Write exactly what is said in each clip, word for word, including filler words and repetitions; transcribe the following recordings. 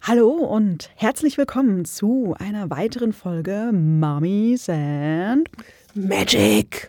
Hallo und herzlich willkommen zu einer weiteren Folge Mummies and Magic.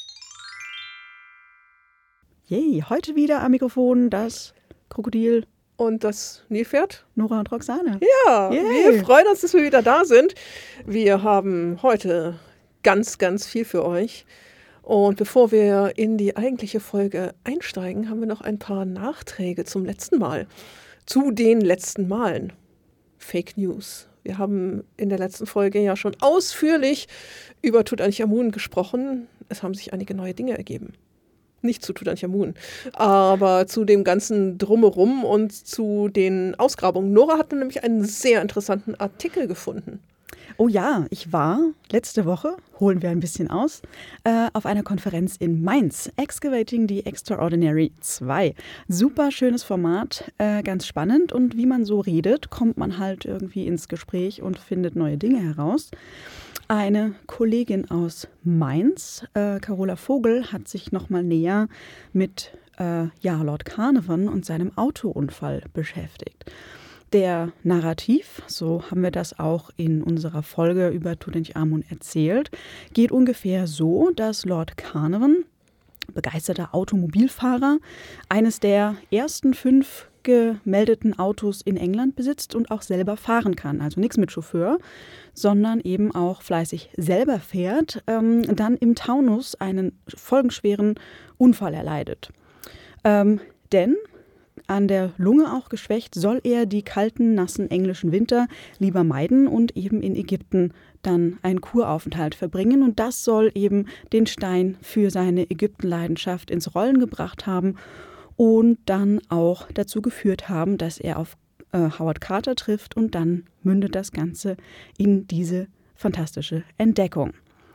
Yay, heute wieder am Mikrofon das Krokodil und das Nilpferd. Nora und Roxane. Ja, Yay. Wir freuen uns, dass wir wieder da sind. Wir haben heute ganz, ganz viel für euch. Und bevor wir in die eigentliche Folge einsteigen, haben wir noch ein paar Nachträge zum letzten Mal. Zu den letzten Malen. Fake News. Wir haben in der letzten Folge ja schon ausführlich über Tutanchamun gesprochen. Es haben sich einige neue Dinge ergeben. Nicht zu Tutanchamun, aber zu dem ganzen Drumherum und zu den Ausgrabungen. Nora hat nämlich einen sehr interessanten Artikel gefunden. Oh ja, ich war letzte Woche, holen wir ein bisschen aus, äh, auf einer Konferenz in Mainz, Excavating the Extraordinary zwei. Super schönes Format, äh, ganz spannend und wie man so redet, kommt man halt irgendwie ins Gespräch und findet neue Dinge heraus. Eine Kollegin aus Mainz, äh, Carola Vogel, hat sich nochmal näher mit äh, ja, Lord Carnarvon und seinem Autounfall beschäftigt. Der Narrativ, so haben wir das auch in unserer Folge über Tutanchamun erzählt, geht ungefähr so, dass Lord Carnarvon, begeisterter Automobilfahrer, eines der ersten fünf gemeldeten Autos in England besitzt und auch selber fahren kann. Also nichts mit Chauffeur, sondern eben auch fleißig selber fährt, ähm, dann im Taunus einen folgenschweren Unfall erleidet. Ähm, denn an der Lunge auch geschwächt, soll er die kalten, nassen englischen Winter lieber meiden und eben in Ägypten dann einen Kuraufenthalt verbringen. Und das soll eben den Stein für seine Ägyptenleidenschaft ins Rollen gebracht haben und dann auch dazu geführt haben, dass er auf äh, Howard Carter trifft und dann mündet das Ganze in diese fantastische Entdeckung.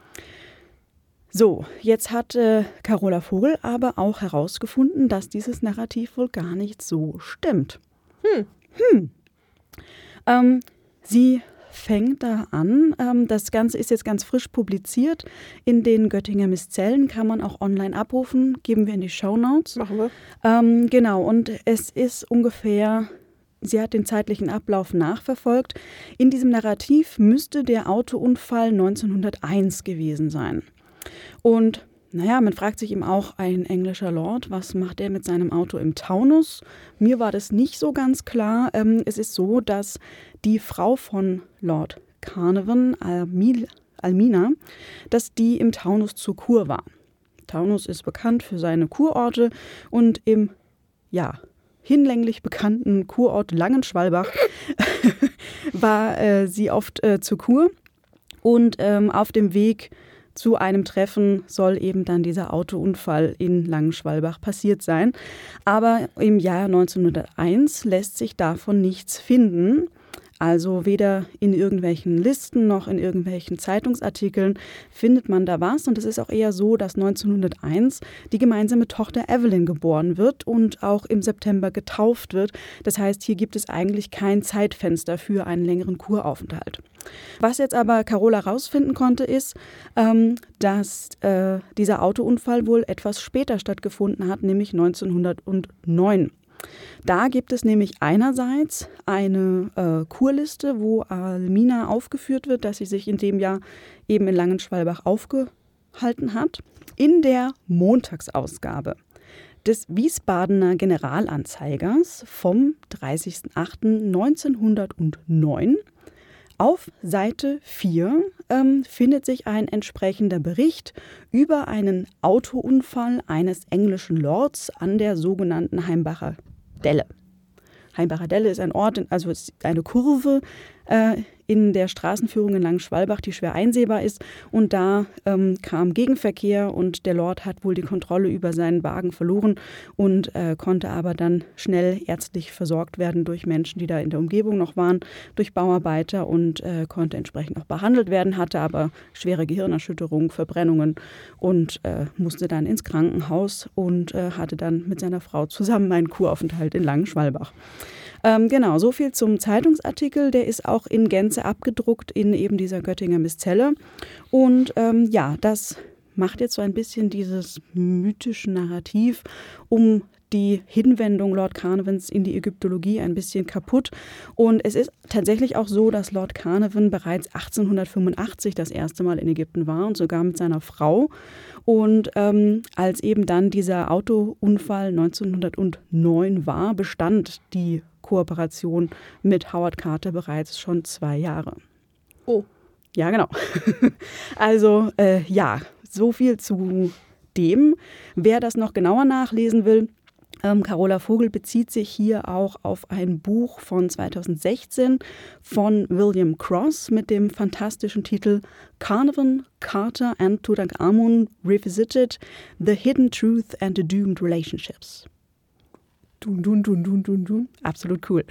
So, jetzt hat äh, Carola Vogel aber auch herausgefunden, dass dieses Narrativ wohl gar nicht so stimmt. Hm. Hm. Ähm, sie fängt da an, ähm, das Ganze ist jetzt ganz frisch publiziert, in den Göttinger Miszellen, kann man auch online abrufen, geben wir in die Shownotes. Machen wir. Ähm, genau, und es ist ungefähr, sie hat den zeitlichen Ablauf nachverfolgt. In diesem Narrativ müsste der Autounfall neunzehnhunderteins gewesen sein. Und naja, man fragt sich eben auch, ein englischer Lord, was macht er mit seinem Auto im Taunus? Mir war das nicht so ganz klar. Ähm, es ist so, dass die Frau von Lord Carnarvon, Almil, Almina, dass die im Taunus zur Kur war. Taunus ist bekannt für seine Kurorte und im, ja, hinlänglich bekannten Kurort Langenschwalbach war äh, sie oft äh, zur Kur. Und ähm, auf dem Weg zu einem Treffen soll eben dann dieser Autounfall in Langenschwalbach passiert sein. Aber im Jahr neunzehnhunderteins lässt sich davon nichts finden. Also weder in irgendwelchen Listen noch in irgendwelchen Zeitungsartikeln findet man da was. Und es ist auch eher so, dass neunzehnhunderteins die gemeinsame Tochter Evelyn geboren wird und auch im September getauft wird. Das heißt, hier gibt es eigentlich kein Zeitfenster für einen längeren Kuraufenthalt. Was jetzt aber Carola rausfinden konnte, ist, ähm, dass äh, dieser Autounfall wohl etwas später stattgefunden hat, nämlich neunzehnhundertneun. Da gibt es nämlich einerseits eine äh, Kurliste, wo Almina aufgeführt wird, dass sie sich in dem Jahr eben in Langenschwalbach aufgehalten hat. In der Montagsausgabe des Wiesbadener Generalanzeigers vom dreißigsten achten neunzehnhundertneun auf Seite vier ähm, findet sich ein entsprechender Bericht über einen Autounfall eines englischen Lords an der sogenannten Heimbacher Delle. Heimbacher Delle ist ein Ort, also eine Kurve äh, in der Straßenführung in Langenschwalbach, die schwer einsehbar ist. Und da ähm, kam Gegenverkehr und der Lord hat wohl die Kontrolle über seinen Wagen verloren und äh, konnte aber dann schnell ärztlich versorgt werden durch Menschen, die da in der Umgebung noch waren, durch Bauarbeiter und äh, konnte entsprechend auch behandelt werden, hatte aber schwere Gehirnerschütterungen, Verbrennungen und äh, musste dann ins Krankenhaus und äh, hatte dann mit seiner Frau zusammen einen Kuraufenthalt in Langenschwalbach. Ähm, genau, so viel zum Zeitungsartikel. Der ist auch in Gänze abgedruckt in eben dieser Göttinger Miszelle. Und ähm, ja, das macht jetzt so ein bisschen dieses mythische Narrativ um die Hinwendung Lord Carnarvons in die Ägyptologie ein bisschen kaputt. Und es ist tatsächlich auch so, dass Lord Carnarvon bereits achtzehnhundertfünfundachtzig das erste Mal in Ägypten war und sogar mit seiner Frau. Und ähm, als eben dann dieser Autounfall neunzehnhundertneun war, bestand die Kooperation mit Howard Carter bereits schon zwei Jahre. Oh. Ja, genau. Also äh, ja, so viel zu dem. Wer das noch genauer nachlesen will, ähm, Carola Vogel bezieht sich hier auch auf ein Buch von zweitausendsechzehn von William Cross mit dem fantastischen Titel Carnarvon, Carter and Tutankhamun Revisited, The Hidden Truth and the Doomed Relationships. Dun, dun, dun, dun, dun, dun. Absolut cool.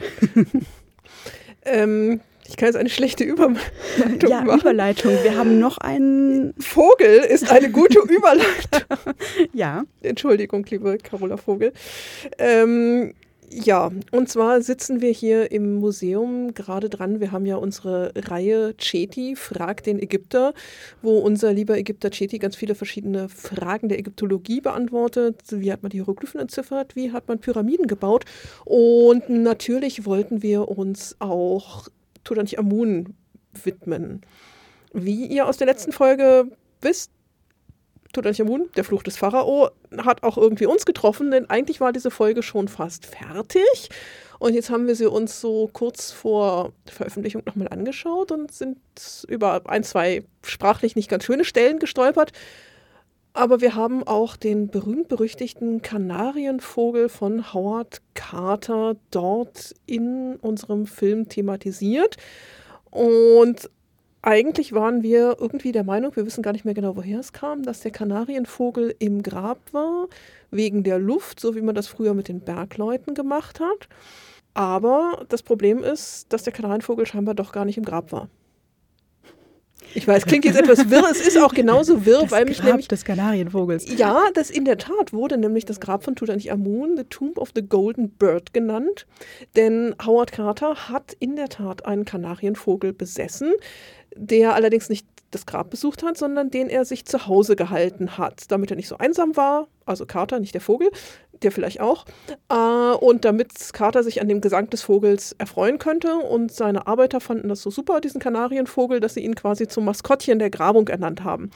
ähm, ich kann jetzt eine schlechte Überleitung ja, machen. Überleitung. Wir haben noch einen... Vogel ist eine gute Überleitung. Ja. Entschuldigung, liebe Carola Vogel. Ähm, ja, und zwar sitzen wir hier im Museum gerade dran. Wir haben ja unsere Reihe Ceti, Frag den Ägypter, wo unser lieber Ägypter Ceti ganz viele verschiedene Fragen der Ägyptologie beantwortet. Wie hat man die Hieroglyphen entziffert? Wie hat man Pyramiden gebaut? Und natürlich wollten wir uns auch Tutanchamun widmen. Wie ihr aus der letzten Folge wisst, Tutanchamun, der Fluch des Pharao, hat auch irgendwie uns getroffen, denn eigentlich war diese Folge schon fast fertig. Und jetzt haben wir sie uns so kurz vor Veröffentlichung nochmal angeschaut und sind über ein, zwei sprachlich nicht ganz schöne Stellen gestolpert. Aber wir haben auch den berühmt-berüchtigten Kanarienvogel von Howard Carter dort in unserem Film thematisiert. Und eigentlich waren wir irgendwie der Meinung, wir wissen gar nicht mehr genau, woher es kam, dass der Kanarienvogel im Grab war, wegen der Luft, so wie man das früher mit den Bergleuten gemacht hat. Aber das Problem ist, dass der Kanarienvogel scheinbar doch gar nicht im Grab war. Ich weiß, klingt jetzt etwas wirr, es ist auch genauso wirr, das weil mich Grab nämlich... des Kanarienvogels. Ja, das in der Tat wurde nämlich das Grab von Tutanchamun, The Tomb of the Golden Bird, genannt. Denn Howard Carter hat in der Tat einen Kanarienvogel besessen, der allerdings nicht das Grab besucht hat, sondern den er sich zu Hause gehalten hat, damit er nicht so einsam war, also Carter, nicht der Vogel, der vielleicht auch, äh, und damit Carter sich an dem Gesang des Vogels erfreuen könnte, und seine Arbeiter fanden das so super, diesen Kanarienvogel, dass sie ihn quasi zum Maskottchen der Grabung ernannt haben.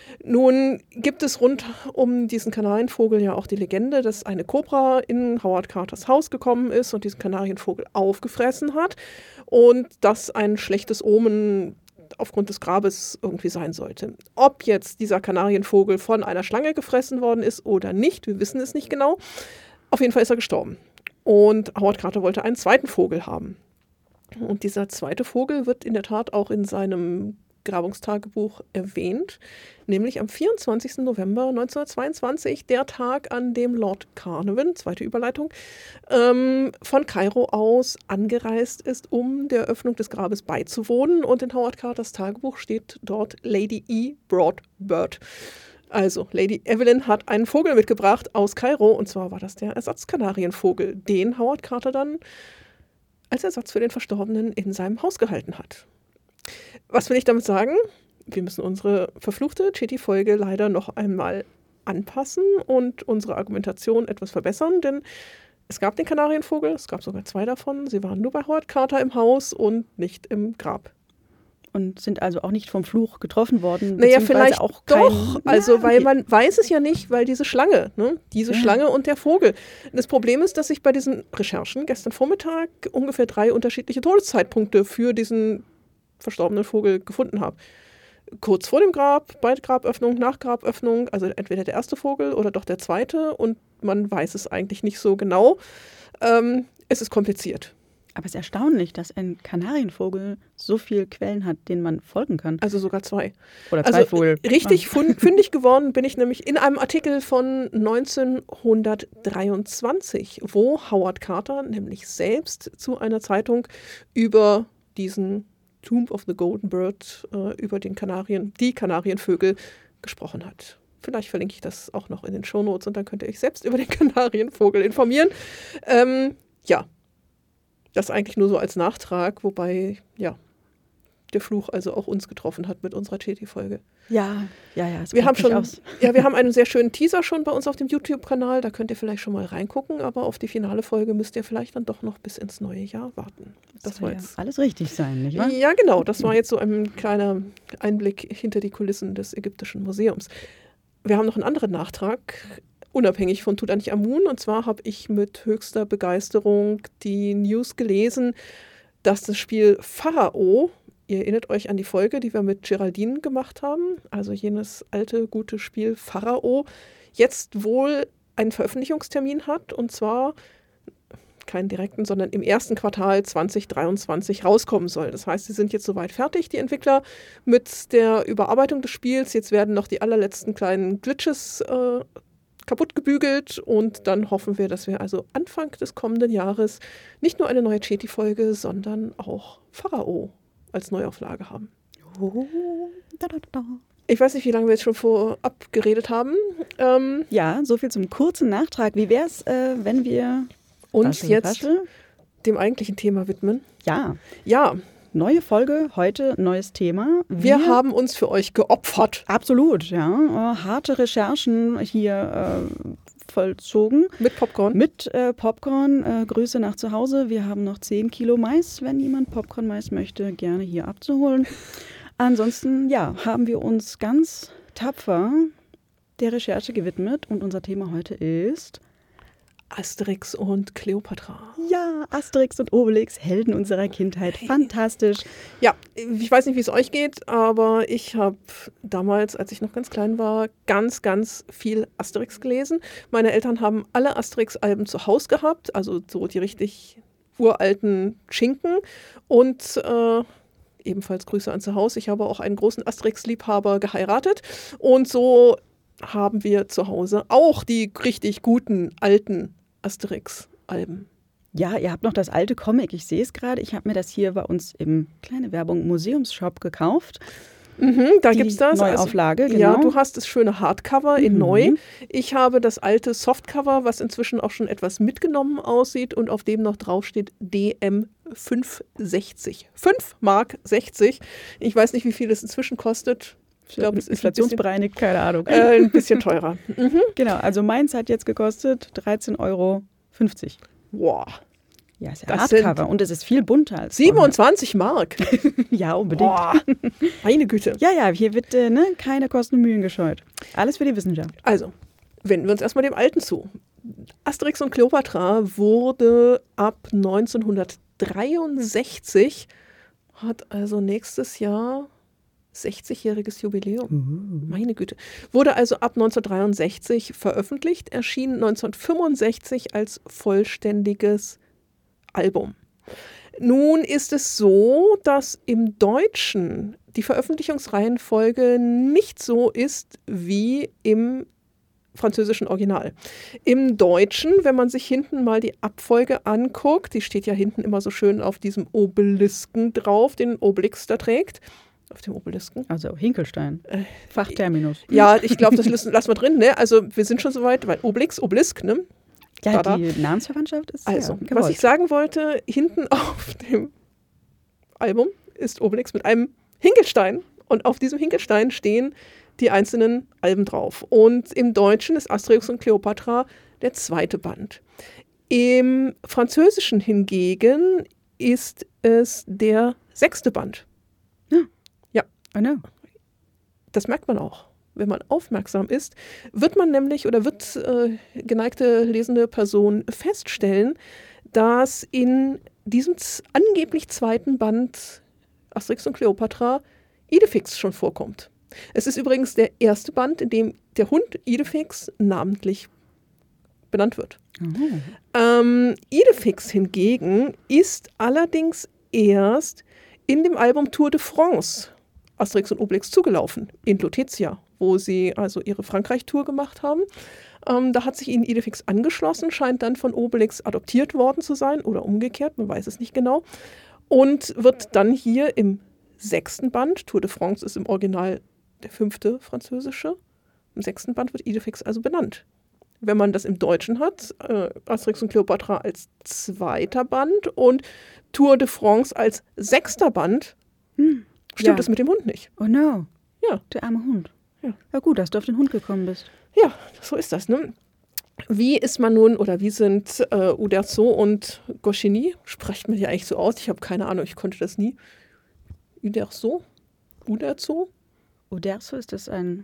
Nun gibt es rund um diesen Kanarienvogel ja auch die Legende, dass eine Kobra in Howard Carters Haus gekommen ist und diesen Kanarienvogel aufgefressen hat und das ein schlechtes Omen aufgrund des Grabes irgendwie sein sollte. Ob jetzt dieser Kanarienvogel von einer Schlange gefressen worden ist oder nicht, wir wissen es nicht genau. Auf jeden Fall ist er gestorben. Und Howard Carter wollte einen zweiten Vogel haben. Und dieser zweite Vogel wird in der Tat auch in seinem Grabungstagebuch erwähnt, nämlich am vierundzwanzigsten November neunzehnhundertzweiundzwanzig, der Tag, an dem Lord Carnarvon, zweite Überleitung, ähm, von Kairo aus angereist ist, um der Öffnung des Grabes beizuwohnen. Und in Howard Carters Tagebuch steht dort Lady E. brought bird. Also, Lady Evelyn hat einen Vogel mitgebracht aus Kairo, und zwar war das der Ersatzkanarienvogel, den Howard Carter dann als Ersatz für den Verstorbenen in seinem Haus gehalten hat. Was will ich damit sagen? Wir müssen unsere verfluchte Ceti-Folge leider noch einmal anpassen und unsere Argumentation etwas verbessern, denn es gab den Kanarienvogel, es gab sogar zwei davon, sie waren nur bei Howard Carter im Haus und nicht im Grab. Und sind also auch nicht vom Fluch getroffen worden? Naja, vielleicht auch kein, doch, also ja, weil okay. man weiß es ja nicht, weil diese Schlange, ne, diese ja. Schlange und der Vogel. Das Problem ist, dass ich bei diesen Recherchen gestern Vormittag ungefähr drei unterschiedliche Todeszeitpunkte für diesen verstorbenen Vogel gefunden habe. Kurz vor dem Grab, bei Graböffnung, nach Graböffnung, also entweder der erste Vogel oder doch der zweite, und man weiß es eigentlich nicht so genau. Ähm, es ist kompliziert. Aber es ist erstaunlich, dass ein Kanarienvogel so viele Quellen hat, denen man folgen kann. Also sogar zwei. Oder zwei also Vogel. Richtig fündig geworden bin ich nämlich in einem Artikel von neunzehnhundertdreiundzwanzig, wo Howard Carter nämlich selbst zu einer Zeitung über diesen Tomb of the Golden Bird, äh, über den Kanarien, die Kanarienvögel gesprochen hat. Vielleicht verlinke ich das auch noch in den Shownotes und dann könnt ihr euch selbst über den Kanarienvogel informieren. Ähm, ja, das eigentlich nur so als Nachtrag, wobei, ja, der Fluch also auch uns getroffen hat mit unserer Ceti-Folge. Ja, ja, ja. Wir haben schon, ja, wir haben einen sehr schönen Teaser schon bei uns auf dem YouTube-Kanal. Da könnt ihr vielleicht schon mal reingucken, aber auf die finale Folge müsst ihr vielleicht dann doch noch bis ins neue Jahr warten. Das, das war ja jetzt alles richtig sein, nicht wahr? Ja, genau. Das war jetzt so ein kleiner Einblick hinter die Kulissen des Ägyptischen Museums. Wir haben noch einen anderen Nachtrag, unabhängig von Tutanchamun. Und zwar habe ich mit höchster Begeisterung die News gelesen, dass das Spiel Pharao, ihr erinnert euch an die Folge, die wir mit Geraldine gemacht haben, also jenes alte, gute Spiel Pharao, jetzt wohl einen Veröffentlichungstermin hat, und zwar keinen direkten, sondern im ersten Quartal zwanzig dreiundzwanzig rauskommen soll. Das heißt, sie sind jetzt soweit fertig, die Entwickler, mit der Überarbeitung des Spiels. Jetzt werden noch die allerletzten kleinen Glitches äh, kaputt gebügelt, und dann hoffen wir, dass wir also Anfang des kommenden Jahres nicht nur eine neue Ceti-Folge, sondern auch Pharao als Neuauflage haben. Oh, da, da, da. Ich weiß nicht, wie lange wir jetzt schon vorab geredet haben. Ähm, ja, so viel zum kurzen Nachtrag. Wie wäre es, äh, wenn wir uns Raschel, jetzt Raschel? dem eigentlichen Thema widmen? Ja. Ja. Neue Folge, heute neues Thema. Wir, wir haben uns für euch geopfert. Absolut, ja. Äh, harte Recherchen hier äh, vollzogen. Mit Popcorn. Mit äh, Popcorn. Äh, Grüße nach zu Hause. Wir haben noch zehn Kilo Mais, wenn jemand Popcorn-Mais möchte, gerne hier abzuholen. Ansonsten, ja, haben wir uns ganz tapfer der Recherche gewidmet, und unser Thema heute ist Asterix und Kleopatra. Ja, Asterix und Obelix, Helden unserer Kindheit. Fantastisch. Ja, ich weiß nicht, wie es euch geht, aber ich habe damals, als ich noch ganz klein war, ganz, ganz viel Asterix gelesen. Meine Eltern haben alle Asterix-Alben zu Hause gehabt, also so die richtig uralten Schinken. Und äh, ebenfalls Grüße an zu Hause. Ich habe auch einen großen Asterix-Liebhaber geheiratet. Und so haben wir zu Hause auch die richtig guten, alten Asterix-Alben. Ja, ihr habt noch das alte Comic. Ich sehe es gerade. Ich habe mir das hier bei uns im, kleine Werbung, Museumsshop gekauft. Mhm, da gibt es das. Neuauflage, also, genau. Ja, du hast das schöne Hardcover in mhm. neu. Ich habe das alte Softcover, was inzwischen auch schon etwas mitgenommen aussieht und auf dem noch draufsteht D M fünf sechzig. fünf Mark sechzig. Ich weiß nicht, wie viel es inzwischen kostet. Ich glaube, es ist inflationsbereinigt, keine Ahnung. Äh, ein bisschen teurer. Mhm. Genau, also meins hat jetzt gekostet dreizehn Euro fünfzig. Wow. Ja, ist ja Hardcover, und es ist viel bunter als siebenundzwanzig Mark. Ja, unbedingt. Boah. Meine Güte. Ja, ja, hier wird äh, ne, keine Kosten und Mühen gescheut. Alles für die Wissenschaft. Also, wenden wir uns erstmal dem Alten zu. Asterix und Kleopatra wurde ab neunzehnhundertdreiundsechzig, hat also nächstes Jahr sechzigjähriges Jubiläum. Uh. Meine Güte. Wurde also ab neunzehnhundertdreiundsechzig veröffentlicht, erschien neunzehnhundertfünfundsechzig als vollständiges Album. Nun ist es so, dass im Deutschen die Veröffentlichungsreihenfolge nicht so ist wie im französischen Original. Im Deutschen, wenn man sich hinten mal die Abfolge anguckt, die steht ja hinten immer so schön auf diesem Obelisken drauf, den Obelix da trägt. Auf dem Obelisken. Also Hinkelstein. Äh, Fachterminus. Ja, ich glaube, das lassen, lassen wir drin. Ne? Also wir sind schon soweit, weil Obelix, Obelisk, ne? Ja, da, die Namensverwandtschaft ist Also, ja, was ich sagen wollte, hinten auf dem Album ist Obelix mit einem Hinkelstein. Und auf diesem Hinkelstein stehen die einzelnen Alben drauf. Und im Deutschen ist Asterix und Kleopatra der zweite Band. Im Französischen hingegen ist es der sechste Band. Oh no. Das merkt man auch, wenn man aufmerksam ist, wird man nämlich oder wird äh, geneigte lesende Person feststellen, dass in diesem z- angeblich zweiten Band Asterix und Kleopatra Idefix schon vorkommt. Es ist übrigens der erste Band, in dem der Hund Idefix namentlich benannt wird. Oh. Ähm, Idefix hingegen ist allerdings erst in dem Album Tour de France Asterix und Obelix zugelaufen, in Lutetia, wo sie also ihre Frankreich-Tour gemacht haben. Ähm, da hat sich ihnen Idefix angeschlossen, scheint dann von Obelix adoptiert worden zu sein oder umgekehrt, man weiß es nicht genau. Und wird dann hier im sechsten Band, Tour de France ist im Original der fünfte französische, im sechsten Band wird Idefix also benannt. Wenn man das im Deutschen hat, äh, Asterix und Kleopatra als zweiter Band und Tour de France als sechster Band, Hm. Stimmt Ja. das mit dem Hund nicht? Oh no, Ja. der arme Hund. Ja. Ja gut, dass du auf den Hund gekommen bist. Ja, so ist das, ne? Wie ist man nun, oder wie sind äh, Uderzo und Goscinny? Spricht man die eigentlich so aus? Ich habe keine Ahnung, ich konnte das nie. Uderzo? Uderzo? Uderzo, ist das ein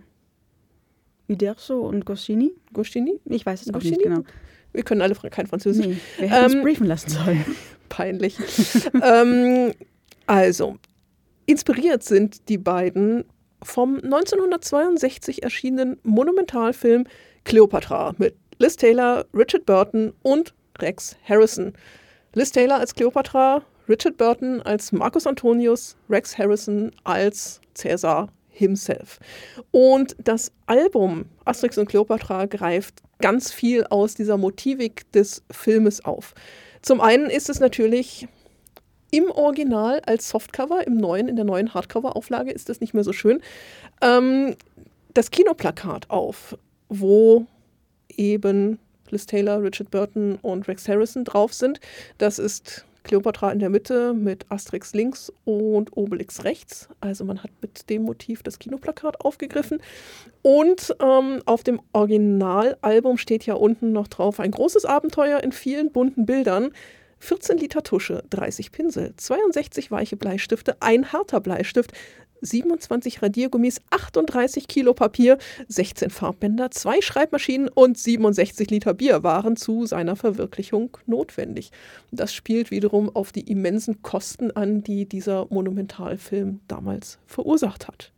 Uderzo und Goscinny? Goscinny? Ich weiß es auch Goscinny? nicht genau. Wir können alle kein Französisch. Nee, wir hätten Ähm, uns briefen lassen sollen. Peinlich. ähm, also, inspiriert sind die beiden vom neunzehnhundertzweiundsechzig erschienenen Monumentalfilm Cleopatra mit Liz Taylor, Richard Burton und Rex Harrison. Liz Taylor als Cleopatra, Richard Burton als Marcus Antonius, Rex Harrison als Caesar himself. Und das Album Asterix und Cleopatra greift ganz viel aus dieser Motivik des Filmes auf. Zum einen ist es natürlich im Original als Softcover, im neuen, in der neuen Hardcover-Auflage ist das nicht mehr so schön, ähm, das Kinoplakat auf, wo eben Liz Taylor, Richard Burton und Rex Harrison drauf sind. Das ist Cleopatra in der Mitte mit Asterix links und Obelix rechts. Also man hat mit dem Motiv das Kinoplakat aufgegriffen. Und ähm, auf dem Originalalbum steht ja unten noch drauf ein großes Abenteuer in vielen bunten Bildern. vierzehn Liter Tusche, dreißig Pinsel, zweiundsechzig weiche Bleistifte, ein harter Bleistift, siebenundzwanzig Radiergummis, achtunddreißig Kilo Papier, sechzehn Farbbänder, zwei Schreibmaschinen und siebenundsechzig Liter Bier waren zu seiner Verwirklichung notwendig. Das spielt wiederum auf die immensen Kosten an, die dieser Monumentalfilm damals verursacht hat.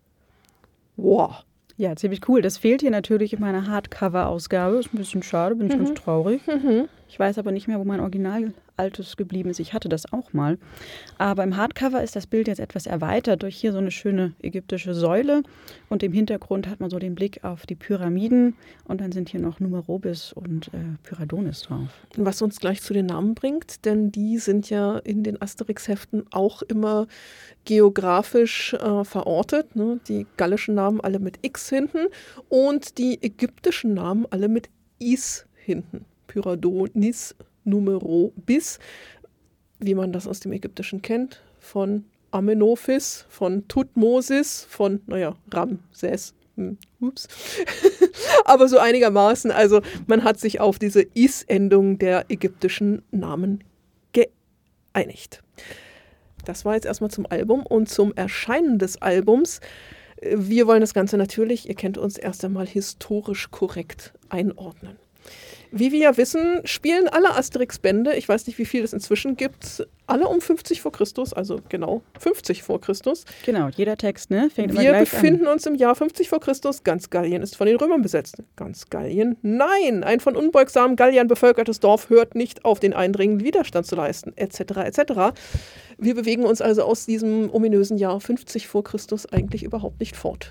Wow. Ja, ziemlich cool. Das fehlt hier natürlich in meiner Hardcover-Ausgabe. Ist ein bisschen schade, bin ich Mhm. ganz traurig. Mhm. Ich weiß aber nicht mehr, wo mein Original altes geblieben ist. Ich hatte das auch mal. Aber im Hardcover ist das Bild jetzt etwas erweitert durch hier so eine schöne ägyptische Säule. Und im Hintergrund hat man so den Blick auf die Pyramiden. Und dann sind hier noch Numerobis und äh, Pyradonis drauf. Was uns gleich zu den Namen bringt, denn die sind ja in den Asterix-Heften auch immer geografisch äh, verortet. Ne? Die gallischen Namen alle mit X hinten und die ägyptischen Namen alle mit Is hinten. Pyradonis, Numerobis, wie man das aus dem Ägyptischen kennt, von Amenophis, von Thutmosis, von, naja, Ramses. Hm, ups. Aber so einigermaßen, also man hat sich auf diese Is-Endung der ägyptischen Namen geeinigt. Das war jetzt erstmal zum Album und zum Erscheinen des Albums. Wir wollen das Ganze natürlich, ihr kennt uns, erst einmal historisch korrekt einordnen. Wie wir ja wissen, spielen alle Asterix-Bände, ich weiß nicht, wie viel es inzwischen gibt, alle um fünfzig vor Christus, also genau fünfzig vor Christus. Genau, jeder Text, ne? Fängt immer Wir gleich befinden an. uns im Jahr fünfzig vor Christus. Ganz Gallien ist von den Römern besetzt. Ganz Gallien? Nein! Ein von unbeugsamen Galliern bevölkertes Dorf hört nicht auf, den Eindringenden Widerstand zu leisten, et cetera et cetera. Wir bewegen uns also aus diesem ominösen Jahr fünfzig vor Christus eigentlich überhaupt nicht fort.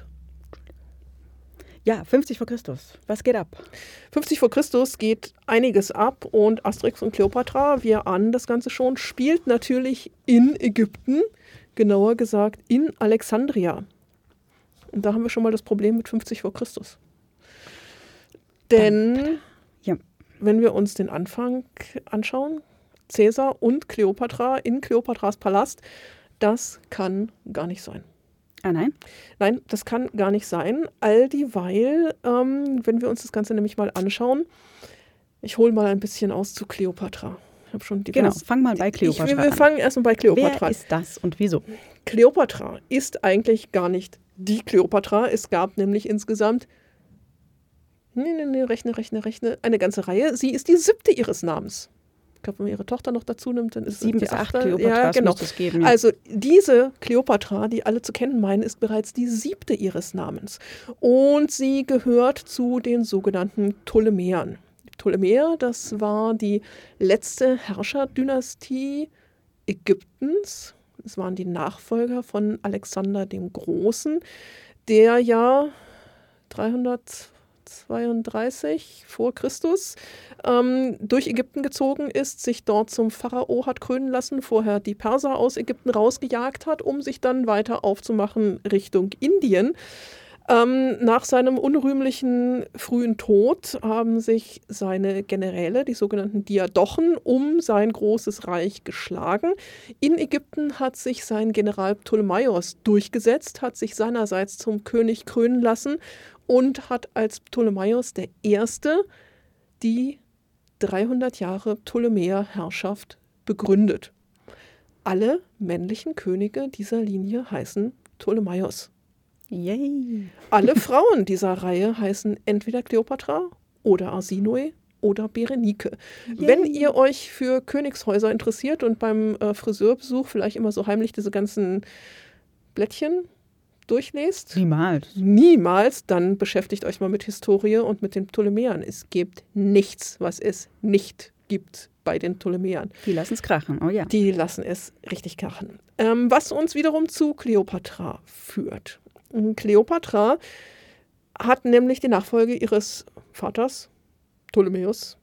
Ja, fünfzig vor Christus. Was geht ab? fünfzig vor Christus geht einiges ab und Asterix und Kleopatra, wir ahnen das Ganze schon, spielt natürlich in Ägypten, genauer gesagt in Alexandria. Und da haben wir schon mal das Problem mit fünfzig vor Christus. Denn Ja. wenn wir uns den Anfang anschauen, Caesar und Kleopatra in Kleopatras Palast, das kann gar nicht sein. Ah, nein? Nein, das kann gar nicht sein. All dieweil, ähm, wenn wir uns das Ganze nämlich mal anschauen, ich hole mal ein bisschen aus zu Kleopatra. Ich habe schon Genau, divers, fang mal bei Kleopatra ich, wir, wir an. fangen erstmal bei Kleopatra Wer an. ist das und wieso? Kleopatra ist eigentlich gar nicht die Kleopatra. Es gab nämlich insgesamt, nee, nee, nee, rechne, rechne, rechne, eine ganze Reihe. Sie ist die siebte ihres Namens. Ich glaube, wenn man ihre Tochter noch dazu nimmt, dann ist Sieben es die bis acht achte. Kleopatras Ja, genau. müsste es geben. Ja. Also diese Kleopatra, die alle zu kennen meinen, ist bereits die siebte ihres Namens. Und sie gehört zu den sogenannten Ptolemäern. Die Ptolemäer, das war die letzte Herrscherdynastie Ägyptens. Es waren die Nachfolger von Alexander dem Großen, der ja dreihundertzweiunddreißig vor Christus ähm, durch Ägypten gezogen ist, sich dort zum Pharao hat krönen lassen, vorher die Perser aus Ägypten rausgejagt hat, um sich dann weiter aufzumachen Richtung Indien. Ähm, nach seinem unrühmlichen frühen Tod haben sich seine Generäle, die sogenannten Diadochen, um sein großes Reich geschlagen. In Ägypten hat sich sein General Ptolemaios durchgesetzt, hat sich seinerseits zum König krönen lassen und hat als Ptolemaios der Erste die dreihundert Jahre Ptolemäerherrschaft begründet. Alle männlichen Könige dieser Linie heißen Ptolemaios. Yay. Alle Frauen dieser Reihe heißen entweder Kleopatra oder Arsinoe oder Berenike. Yay. Wenn ihr euch für Königshäuser interessiert und beim äh, Friseurbesuch vielleicht immer so heimlich diese ganzen Blättchen durchlest, Niemals. niemals, dann beschäftigt euch mal mit Historie und mit den Ptolemäern. Es gibt nichts, was es nicht gibt bei den Ptolemäern. Die lassen es krachen, oh ja. Die lassen es richtig krachen. Ähm, was uns wiederum zu Kleopatra führt. Kleopatra hat nämlich die Nachfolge ihres Vaters, Ptolemäus,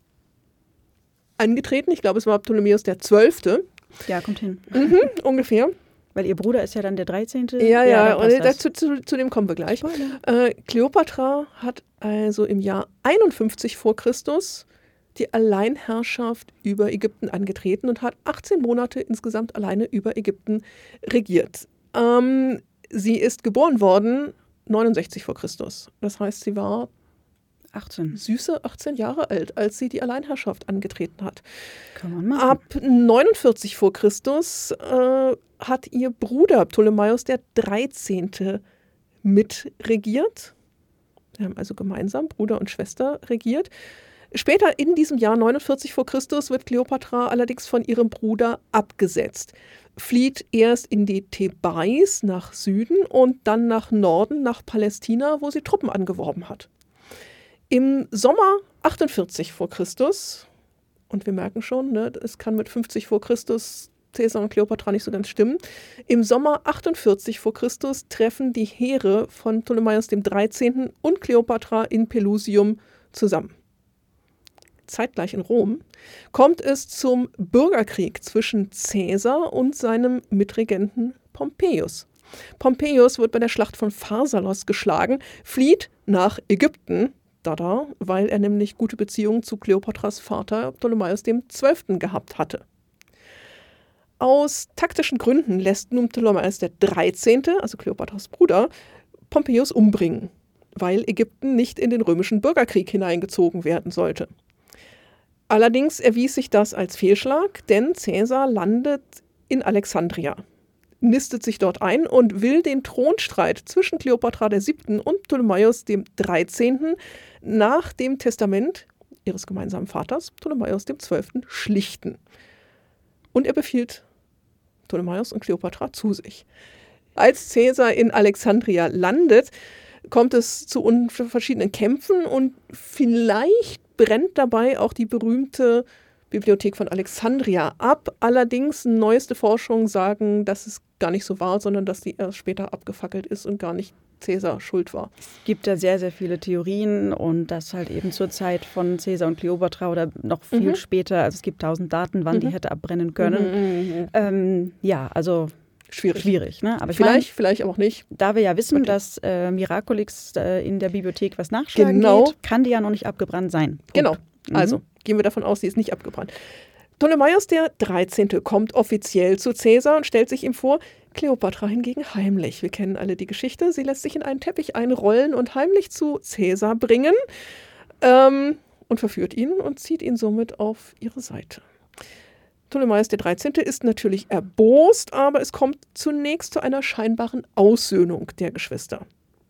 angetreten. Ich glaube, es war Ptolemäus der Zwölfte. Ja, kommt hin. Mhm, ungefähr. Weil ihr Bruder ist ja dann der dreizehnte. Ja, ja, ja und dazu, zu, zu dem kommen wir gleich. Äh, Kleopatra hat also im Jahr einundfünfzig vor Christus die Alleinherrschaft über Ägypten angetreten und hat achtzehn Monate insgesamt alleine über Ägypten regiert. Ähm, sie ist geboren worden neunundsechzig vor Christus. Das heißt, sie war achtzehn. Süße achtzehn Jahre alt, als sie die Alleinherrschaft angetreten hat. Kann man machen. Ab neunundvierzig vor Christus äh, hat ihr Bruder Ptolemaios der dreizehnte mitregiert. Sie haben also gemeinsam Bruder und Schwester regiert. Später in diesem Jahr neunundvierzig vor Christus wird Kleopatra allerdings von ihrem Bruder abgesetzt. Flieht erst in die Thebais nach Süden und dann nach Norden, nach Palästina, wo sie Truppen angeworben hat. Im Sommer achtundvierzig vor Christus, und wir merken schon, ne, es kann mit fünfzig vor Christus Caesar und Kleopatra nicht so ganz stimmen, im Sommer achtundvierzig vor Christus treffen die Heere von Ptolemaios dem dreizehnten und Kleopatra in Pelusium zusammen. Zeitgleich in Rom kommt es zum Bürgerkrieg zwischen Caesar und seinem Mitregenten Pompeius. Pompeius wird bei der Schlacht von Pharsalos geschlagen, flieht nach Ägypten, da, weil er nämlich gute Beziehungen zu Kleopatras Vater Ptolemaios dem Zwölften gehabt hatte. Aus taktischen Gründen lässt nun Ptolemaios der dreizehnte, also Kleopatras Bruder, Pompeius umbringen, weil Ägypten nicht in den römischen Bürgerkrieg hineingezogen werden sollte. Allerdings erwies sich das als Fehlschlag, denn Caesar landet in Alexandria, nistet sich dort ein und will den Thronstreit zwischen Kleopatra der siebten und Ptolemaios dem dreizehnten nach dem Testament ihres gemeinsamen Vaters, Ptolemaios dem zwölften schlichten. Und er befiehlt Ptolemaios und Kleopatra zu sich. Als Caesar in Alexandria landet, kommt es zu verschiedenen Kämpfen und vielleicht brennt dabei auch die berühmte Bibliothek von Alexandria ab. Allerdings neueste Forschungen sagen, dass es gar nicht so war, sondern dass die erst später abgefackelt ist und gar nicht Caesar schuld war. Es gibt da sehr, sehr viele Theorien und das halt eben zur Zeit von Caesar und Kleopatra oder noch viel mhm. später. Also es gibt tausend Daten, wann mhm. die hätte abbrennen können. Mhm. Ähm, ja, also schwierig. schwierig ne? Aber ich vielleicht, mein, vielleicht auch nicht. Da wir ja wissen, okay. dass äh, Miraculix äh, in der Bibliothek was nachschlagen genau. geht, kann die ja noch nicht abgebrannt sein. Punkt. Genau, mhm. also gehen wir davon aus, sie ist nicht abgebrannt. Ptolemaios der dreizehnte kommt offiziell zu Caesar und stellt sich ihm vor, Kleopatra hingegen heimlich. Wir kennen alle die Geschichte. Sie lässt sich in einen Teppich einrollen und heimlich zu Caesar bringen ähm, und verführt ihn und zieht ihn somit auf ihre Seite. Ptolemaios der dreizehnte ist natürlich erbost, aber es kommt zunächst zu einer scheinbaren Aussöhnung der Geschwister.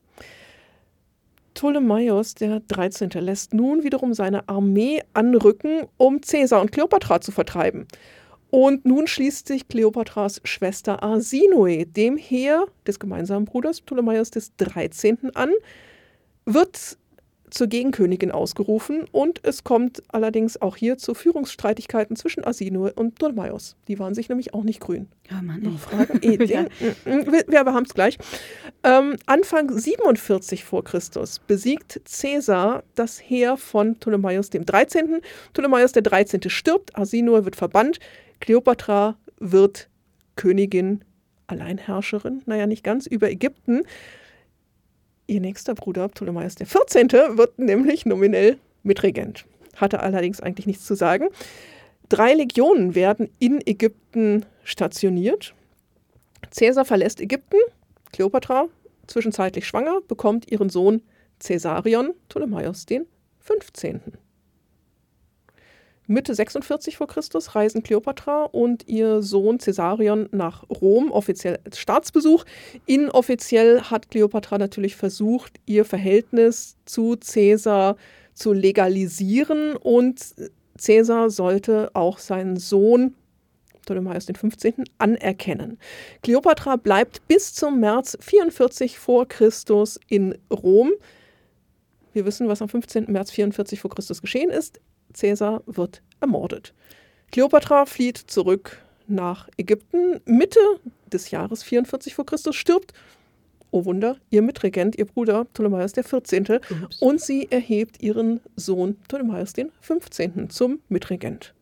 Ptolemaios der dreizehnte lässt nun wiederum seine Armee anrücken, um Caesar und Kleopatra zu vertreiben. Und nun schließt sich Kleopatras Schwester Arsinoe dem Heer des gemeinsamen Bruders Ptolemaios des dreizehnten an, wird zur Gegenkönigin ausgerufen und es kommt allerdings auch hier zu Führungsstreitigkeiten zwischen Arsinoe und Ptolemaios. Die waren sich nämlich auch nicht grün. Ja, Mann. Noch Fragen? ja. Wir, wir haben es gleich. Ähm, Anfang siebenundvierzig vor Christus besiegt Caesar das Heer von Ptolemaios dem dreizehnten. Ptolemaios der dreizehnte stirbt, Arsinoe wird verbannt, Kleopatra wird Königin, Alleinherrscherin, naja, nicht ganz, über Ägypten. Ihr nächster Bruder, Ptolemaios der vierzehnte., wird nämlich nominell Mitregent. Hatte allerdings eigentlich nichts zu sagen. Drei Legionen werden in Ägypten stationiert. Caesar verlässt Ägypten. Kleopatra, zwischenzeitlich schwanger, bekommt ihren Sohn Caesarion, Ptolemaios den fünfzehnten. Mitte sechsundvierzig vor Christus reisen Kleopatra und ihr Sohn Caesarion nach Rom, offiziell als Staatsbesuch. Inoffiziell hat Kleopatra natürlich versucht, ihr Verhältnis zu Caesar zu legalisieren und Caesar sollte auch seinen Sohn Ptolemaios den fünfzehnten. anerkennen. Kleopatra bleibt bis zum März vierundvierzig vor Christus in Rom. Wir wissen, was am fünfzehnten März vierundvierzig vor Christus geschehen ist. Caesar wird ermordet. Kleopatra flieht zurück nach Ägypten. Mitte des Jahres vierundvierzig vor Christus stirbt, oh Wunder, ihr Mitregent, ihr Bruder Ptolemaios der vierzehnte. Ups. Und sie erhebt ihren Sohn Ptolemaios den fünfzehnten. zum Mitregent.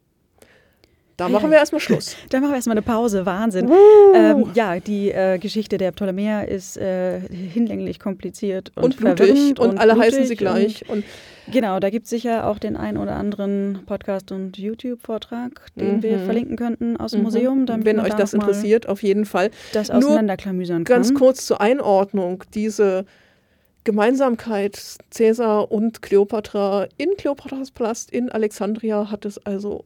Da machen wir erstmal Schluss. Da machen wir erstmal eine Pause. Wahnsinn. Uh. Ähm, ja, die äh, Geschichte der Ptolemäer ist äh, hinlänglich kompliziert und, und blutig verwirrend und, und alle blutig heißen sie gleich. Und, und genau, da gibt es sicher auch den ein oder anderen Podcast- und YouTube-Vortrag, den mhm. wir verlinken könnten aus dem mhm. Museum. Damit Wenn man euch da das noch mal interessiert, auf jeden Fall. das Nur auseinanderklamüsern kann. ganz kurz zur Einordnung. Diese Gemeinsamkeit Caesar und Kleopatra in Kleopatras Palast in Alexandria hat es also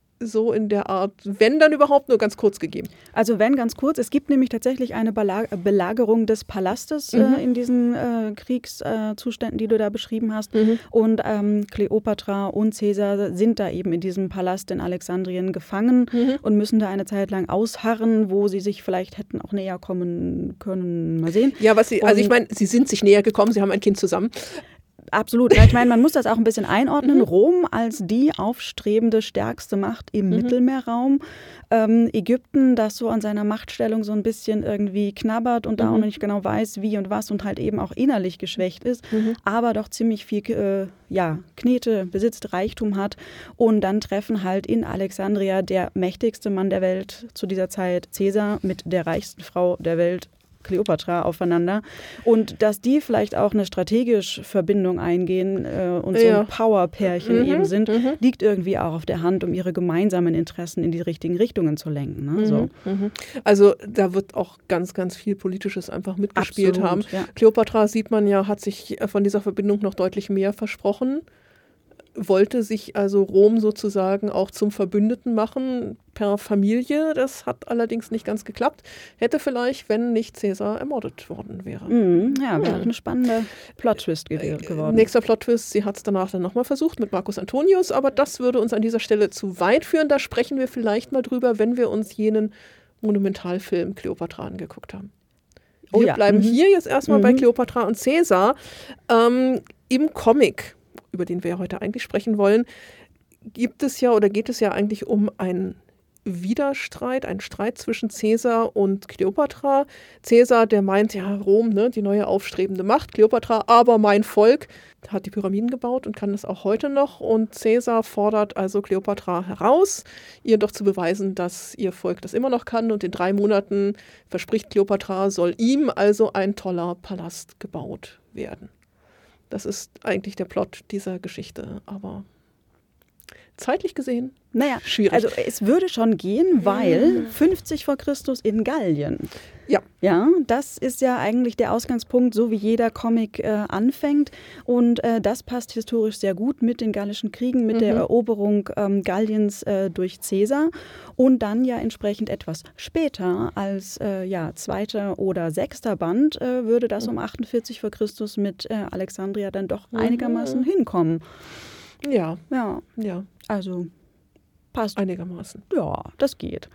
so in der Art, wenn dann überhaupt, nur ganz kurz gegeben. Also wenn, ganz kurz. Es gibt nämlich tatsächlich eine Bela- Belagerung des Palastes Mhm. äh, in diesen äh, Kriegszuständen, die du da beschrieben hast. Mhm. Und ähm, Kleopatra und Caesar sind da eben in diesem Palast in Alexandrien gefangen Mhm. und müssen da eine Zeit lang ausharren, wo sie sich vielleicht hätten auch näher kommen können. Mal sehen. Ja, was sie, also Und- ich meine, sie sind sich näher gekommen, sie haben ein Kind zusammen. Absolut. Ja, ich meine, man muss das auch ein bisschen einordnen. Mhm. Rom als die aufstrebende, stärkste Macht im Mhm. Mittelmeerraum. Ähm, Ägypten, das so an seiner Machtstellung so ein bisschen irgendwie knabbert und da Mhm. auch nicht genau weiß, wie und was und halt eben auch innerlich geschwächt ist, Mhm. aber doch ziemlich viel äh, ja, Knete, besitzt, Reichtum hat. Und dann treffen halt in Alexandria der mächtigste Mann der Welt zu dieser Zeit, Caesar, mit der reichsten Frau der Welt, Kleopatra, aufeinander. Und dass die vielleicht auch eine strategische Verbindung eingehen äh, und so Ja. ein Power-Pärchen Mhm, eben sind, mhm. liegt irgendwie auch auf der Hand, um ihre gemeinsamen Interessen in die richtigen Richtungen zu lenken. Ne? So. Mhm, mhm. Also da wird auch ganz, ganz viel Politisches einfach mitgespielt Absolut, haben. ja. Kleopatra, sieht man ja, hat sich von dieser Verbindung noch deutlich mehr versprochen, wollte sich also Rom sozusagen auch zum Verbündeten machen per Familie. Das hat allerdings nicht ganz geklappt. Hätte vielleicht, wenn nicht Caesar ermordet worden wäre. Mhm, ja, wäre Hm. eine spannende Plot-Twist ge- geworden. Nächster Plot-Twist, sie hat es danach dann nochmal versucht mit Marcus Antonius, aber das würde uns an dieser Stelle zu weit führen. Da sprechen wir vielleicht mal drüber, wenn wir uns jenen Monumentalfilm Kleopatra angeguckt haben. Wir Oh ja, bleiben mhm. hier jetzt erstmal bei Mhm. Kleopatra und Caesar. Ähm, Im Comic, über den wir heute eigentlich sprechen wollen, gibt es ja oder geht es ja eigentlich um einen Widerstreit, einen Streit zwischen Caesar und Kleopatra. Caesar, der meint, ja, Rom, ne, die neue aufstrebende Macht, Kleopatra, aber mein Volk hat die Pyramiden gebaut und kann das auch heute noch. Und Caesar fordert also Kleopatra heraus, ihr doch zu beweisen, dass ihr Volk das immer noch kann. Und in drei Monaten verspricht Kleopatra, soll ihm also ein toller Palast gebaut werden. Das ist eigentlich der Plot dieser Geschichte, aber zeitlich gesehen Naja, schwierig. also es würde schon gehen, weil fünfzig vor Christus in Gallien. Ja. Ja, das ist ja eigentlich der Ausgangspunkt, so wie jeder Comic äh, anfängt. Und äh, das passt historisch sehr gut mit den Gallischen Kriegen, mit Mhm. der Eroberung ähm, Galliens äh, durch Caesar. Und dann ja entsprechend etwas später als äh, ja, zweiter oder sechster Band äh, würde das um achtundvierzig vor Christus mit äh, Alexandria dann doch Mhm. einigermaßen hinkommen. Ja, Ja, ja, also passt. einigermaßen. Ja, das geht.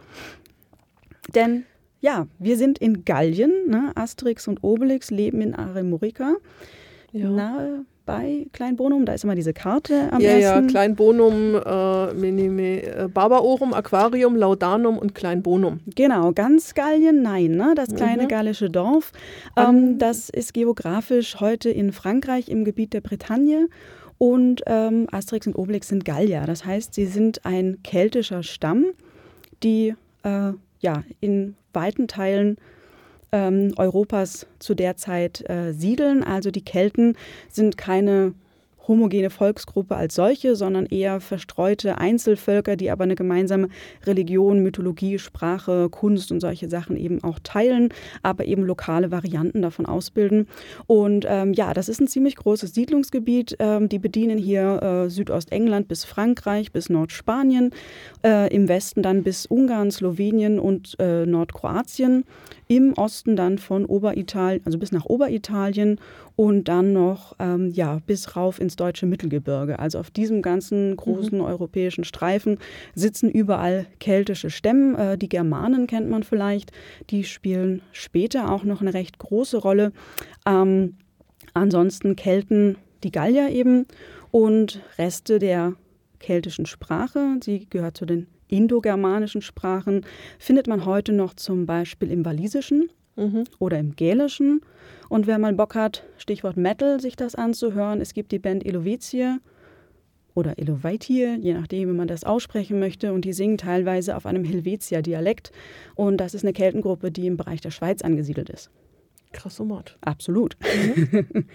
Denn ja, wir sind in Gallien. Ne? Asterix und Obelix leben in Aremorica, Ja. nahe bei Kleinbonum. Da ist immer diese Karte am Ja, ja, ersten. Kleinbonum, äh, Minime, äh, Barbarorum, Aquarium, Laudanum und Kleinbonum. Genau, ganz Gallien, nein, ne? Das kleine Mhm. gallische Dorf. An- Ähm, das ist geografisch heute in Frankreich im Gebiet der Bretagne. Und ähm, Asterix und Obelix sind Gallier. Das heißt, sie sind ein keltischer Stamm, die äh, ja, in weiten Teilen ähm, Europas zu der Zeit äh, siedeln. Also die Kelten sind keine homogene Volksgruppe als solche, sondern eher verstreute Einzelvölker, die aber eine gemeinsame Religion, Mythologie, Sprache, Kunst und solche Sachen eben auch teilen, aber eben lokale Varianten davon ausbilden. Und ähm, ja, das ist ein ziemlich großes Siedlungsgebiet. Ähm, die bedienen hier äh, Südostengland bis Frankreich, bis Nordspanien, äh, im Westen dann bis Ungarn, Slowenien und äh, Nordkroatien, im Osten dann von Oberitalien, also bis nach Oberitalien und dann noch ähm, ja, bis rauf ins deutsche Mittelgebirge. Also auf diesem ganzen großen mhm. europäischen Streifen sitzen überall keltische Stämme. Äh, die Germanen kennt man vielleicht, die spielen später auch noch eine recht große Rolle. Ähm, ansonsten Kelten, die Gallier eben und Reste der keltischen Sprache. Sie gehört zu den indogermanischen Sprachen, findet man heute noch zum Beispiel im Walisischen mhm. oder im Gälischen. Und wer mal Bock hat, Stichwort Metal, sich das anzuhören, es gibt die Band Elovetie oder Elovetie, je nachdem, wie man das aussprechen möchte. Und die singen teilweise auf einem Helvetia-Dialekt. Und das ist eine Keltengruppe, die im Bereich der Schweiz angesiedelt ist. Krasser Mord. Absolut. Mhm.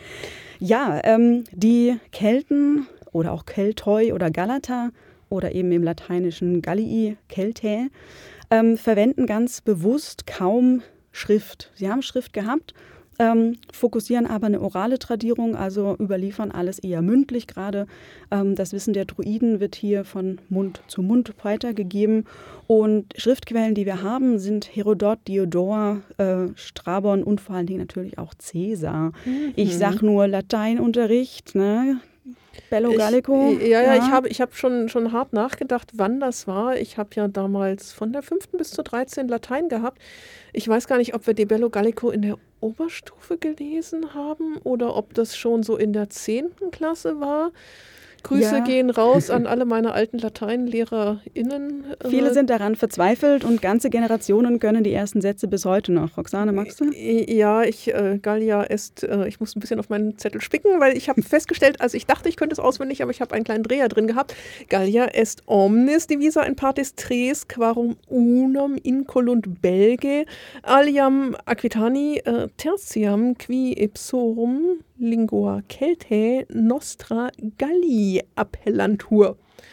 ja, ähm, die Kelten oder auch Keltoi oder Galata oder eben im Lateinischen Gallii, Keltae, ähm, verwenden ganz bewusst kaum Schrift. Sie haben Schrift gehabt, ähm, fokussieren aber eine orale Tradierung, also überliefern alles eher mündlich gerade. Ähm, das Wissen der Druiden wird hier von Mund zu Mund weitergegeben. Und Schriftquellen, die wir haben, sind Herodot, Diodor, äh, Strabon und vor allen Dingen natürlich auch Caesar. Mhm. Ich sag nur Lateinunterricht, ne? Bello Gallico. Ich, ja, ja, ja, ich habe ich hab schon, schon hart nachgedacht, wann das war. Ich habe ja damals von der fünften bis zur dreizehnten Latein gehabt. Ich weiß gar nicht, ob wir die Bello Gallico in der Oberstufe gelesen haben oder ob das schon so in der zehnten Klasse war. Grüße ja. gehen raus an alle meine alten LateinlehrerInnen. Viele sind daran verzweifelt und ganze Generationen können die ersten Sätze bis heute noch. Roxane, magst du? Ja, ich, äh, Gallia est, äh, ich muss ein bisschen auf meinen Zettel spicken, weil ich habe festgestellt, also ich dachte, ich könnte es auswendig, aber ich habe einen kleinen Dreher drin gehabt. Gallia est omnis divisa in partes tres, quarum unum incolunt Belge, aliam Aquitani äh, tertiam qui ipsorum lingua Keltae nostra Gallii appellantur.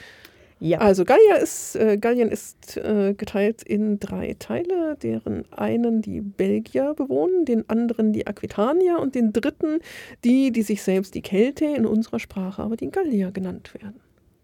Ja. Also Gallia ist, äh, Gallien ist äh, geteilt in drei Teile, deren einen die Belgier bewohnen, den anderen die Aquitanier und den dritten die, die sich selbst die Keltae in unserer Sprache, aber die Gallier genannt werden.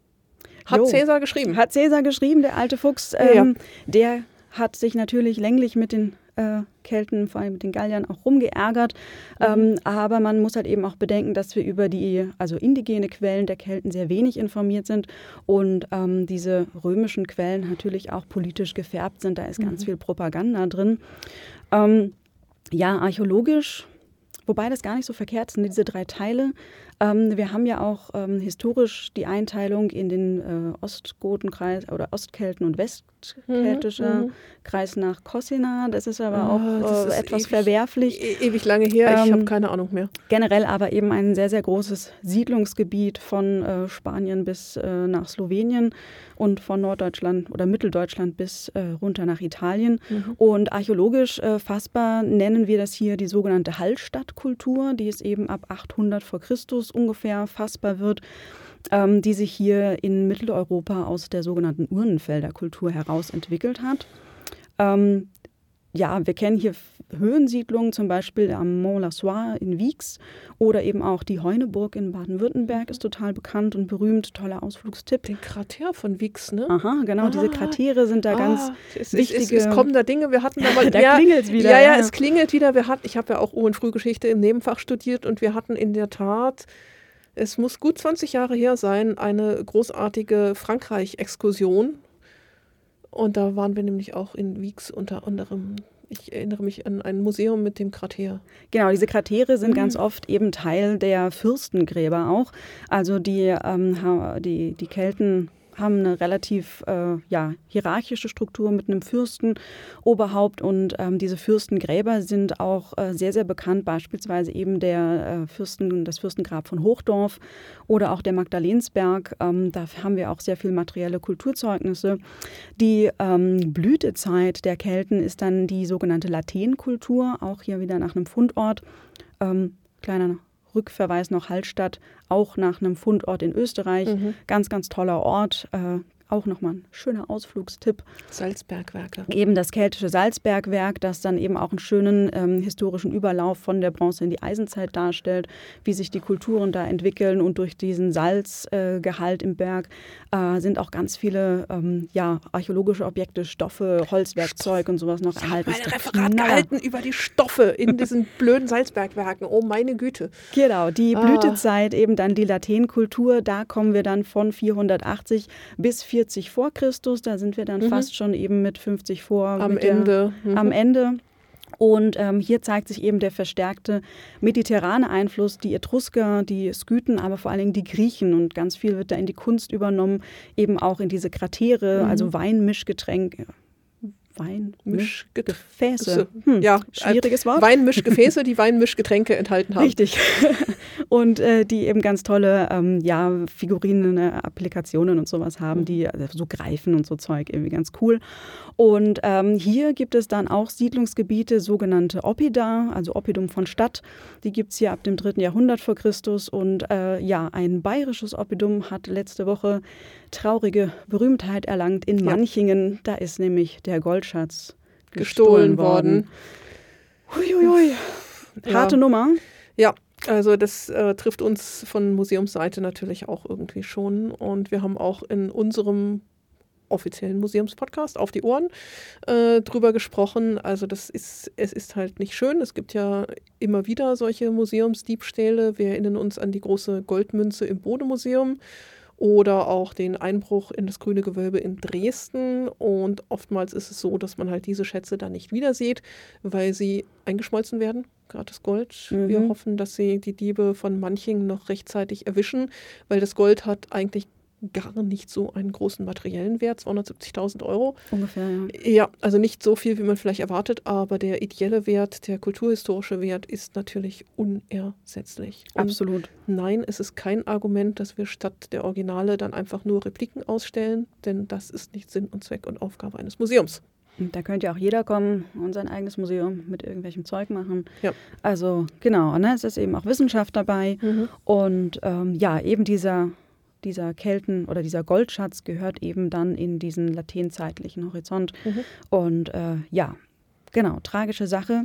Hat jo. Caesar geschrieben. Hat Caesar geschrieben, der alte Fuchs. Ähm, ja. Der hat sich natürlich länglich mit den äh, Kelten, vor allem mit den Galliern, auch rumgeärgert. Mhm. Ähm, aber man muss halt eben auch bedenken, dass wir über die also indigene Quellen der Kelten sehr wenig informiert sind und ähm, diese römischen Quellen natürlich auch politisch gefärbt sind. Da ist mhm. ganz viel Propaganda drin. Ähm, ja, archäologisch, wobei das gar nicht so verkehrt sind, diese drei Teile. Ähm, wir haben ja auch ähm, historisch die Einteilung in den äh, Ostgotenkreis oder Ostkelten und Westkeltischer mhm, Kreis nach Cossina. Das ist aber oh, auch äh, etwas ewig, verwerflich. E- ewig lange her, ähm, ich habe keine Ahnung mehr. Generell aber eben ein sehr, sehr großes Siedlungsgebiet von äh, Spanien bis äh, nach Slowenien und von Norddeutschland oder Mitteldeutschland bis äh, runter nach Italien. Mhm. Und archäologisch äh, fassbar nennen wir das hier die sogenannte Hallstattkultur, die es eben ab achthundert vor Christus ungefähr fassbar wird, ähm, die sich hier in Mitteleuropa aus der sogenannten Urnenfelderkultur heraus entwickelt hat. Ähm, ja, wir kennen hier Höhensiedlungen, zum Beispiel am Mont-la-Soie in Wieks oder eben auch die Heuneburg in Baden-Württemberg ist total bekannt und berühmt, toller Ausflugstipp. Den Krater von Wieks, ne? Aha, genau, ah, diese Kratere sind da ah, ganz es, wichtige... Es, es, es kommen da Dinge, wir hatten da mal... da ja, klingelt es wieder. Ja, ja, ja, es klingelt wieder. Wir hatten, ich habe ja auch O- und Frühgeschichte im Nebenfach studiert und wir hatten in der Tat... Es muss gut zwanzig Jahre her sein, eine großartige Frankreich-Exkursion. Und da waren wir nämlich auch in Wieks unter anderem. Ich erinnere mich an ein Museum mit dem Krater. Genau, diese Kratere sind mhm. ganz oft eben Teil der Fürstengräber auch. Also die, ähm, die, die Kelten haben eine relativ äh, ja, hierarchische Struktur mit einem Fürstenoberhaupt und ähm, diese Fürstengräber sind auch äh, sehr, sehr bekannt, beispielsweise eben der äh, Fürsten, das Fürstengrab von Hochdorf oder auch der Magdalensberg. Ähm, da haben wir auch sehr viel materielle Kulturzeugnisse. Die ähm, Blütezeit der Kelten ist dann die sogenannte Latènkultur, auch hier wieder nach einem Fundort. Ähm, kleiner Rückverweis noch Hallstatt, auch nach einem Fundort in Österreich. Mhm. Ganz, ganz toller Ort. Äh, auch nochmal ein schöner Ausflugstipp. Salzbergwerke. Eben das keltische Salzbergwerk, das dann eben auch einen schönen ähm, historischen Überlauf von der Bronze in die Eisenzeit darstellt, wie sich die Kulturen da entwickeln und durch diesen Salzgehalt äh, im Berg äh, sind auch ganz viele ähm, ja, archäologische Objekte, Stoffe, Holzwerkzeug und sowas noch ich erhalten. Ich habe ein Referat gehalten über die Stoffe in diesen blöden Salzbergwerken. Oh meine Güte. Genau, die Blütezeit, ah. eben dann die Latènkultur, da kommen wir dann von vierhundertachtzig bis vierhundert vor Christus, da sind wir dann mhm. fast schon eben mit fünfzig vor. Am Ende. Der, mhm. Am Ende. Und ähm, hier zeigt sich eben der verstärkte mediterrane Einfluss, die Etrusker, die Skythen, aber vor allen Dingen die Griechen. Und ganz viel wird da in die Kunst übernommen, eben auch in diese Kratere, mhm. also Weinmischgetränke. Weinmischgefäße. Hm, ja, schwieriges Wort. Weinmischgefäße, die Weinmischgetränke enthalten haben. Richtig. Und äh, die eben ganz tolle ähm, ja, figurine Applikationen und sowas haben, die also so greifen und so Zeug, irgendwie ganz cool. Und ähm, hier gibt es dann auch Siedlungsgebiete, sogenannte Oppida, also Oppidum von Stadt. Die gibt es hier ab dem dritten Jahrhundert vor Christus. Und äh, ja, ein bayerisches Oppidum hat letzte Woche traurige Berühmtheit erlangt in Manchingen. Ja. Da ist nämlich der Goldschatz gestohlen, gestohlen worden. Huiuiui. Ja. Harte Nummer. Ja, also das äh, trifft uns von Museumsseite natürlich auch irgendwie schon. Und wir haben auch in unserem offiziellen Museumspodcast auf die Ohren äh, drüber gesprochen. Also das ist, es ist halt nicht schön. Es gibt ja immer wieder solche Museumsdiebstähle. Wir erinnern uns an die große Goldmünze im Bode-Museum oder auch den Einbruch in das Grüne Gewölbe in Dresden. Und oftmals ist es so, dass man halt diese Schätze dann nicht wieder sieht, weil sie eingeschmolzen werden, gerade das Gold. Mhm. Wir hoffen, dass sie die Diebe von Manchingen noch rechtzeitig erwischen, weil das Gold hat eigentlich gar nicht so einen großen materiellen Wert, zweihundertsiebzigtausend Euro. Ungefähr, ja. Ja, also nicht so viel, wie man vielleicht erwartet, aber der ideelle Wert, der kulturhistorische Wert ist natürlich unersetzlich. Und absolut. Nein, es ist kein Argument, dass wir statt der Originale dann einfach nur Repliken ausstellen, denn das ist nicht Sinn und Zweck und Aufgabe eines Museums. Und da könnte ja auch jeder kommen und sein eigenes Museum mit irgendwelchem Zeug machen. Ja. Also genau, ne, es ist eben auch Wissenschaft dabei. Mhm. Und ähm, ja, eben dieser Dieser Kelten- oder dieser Goldschatz gehört eben dann in diesen latènzeitlichen Horizont. Mhm. Und äh, ja, genau, tragische Sache.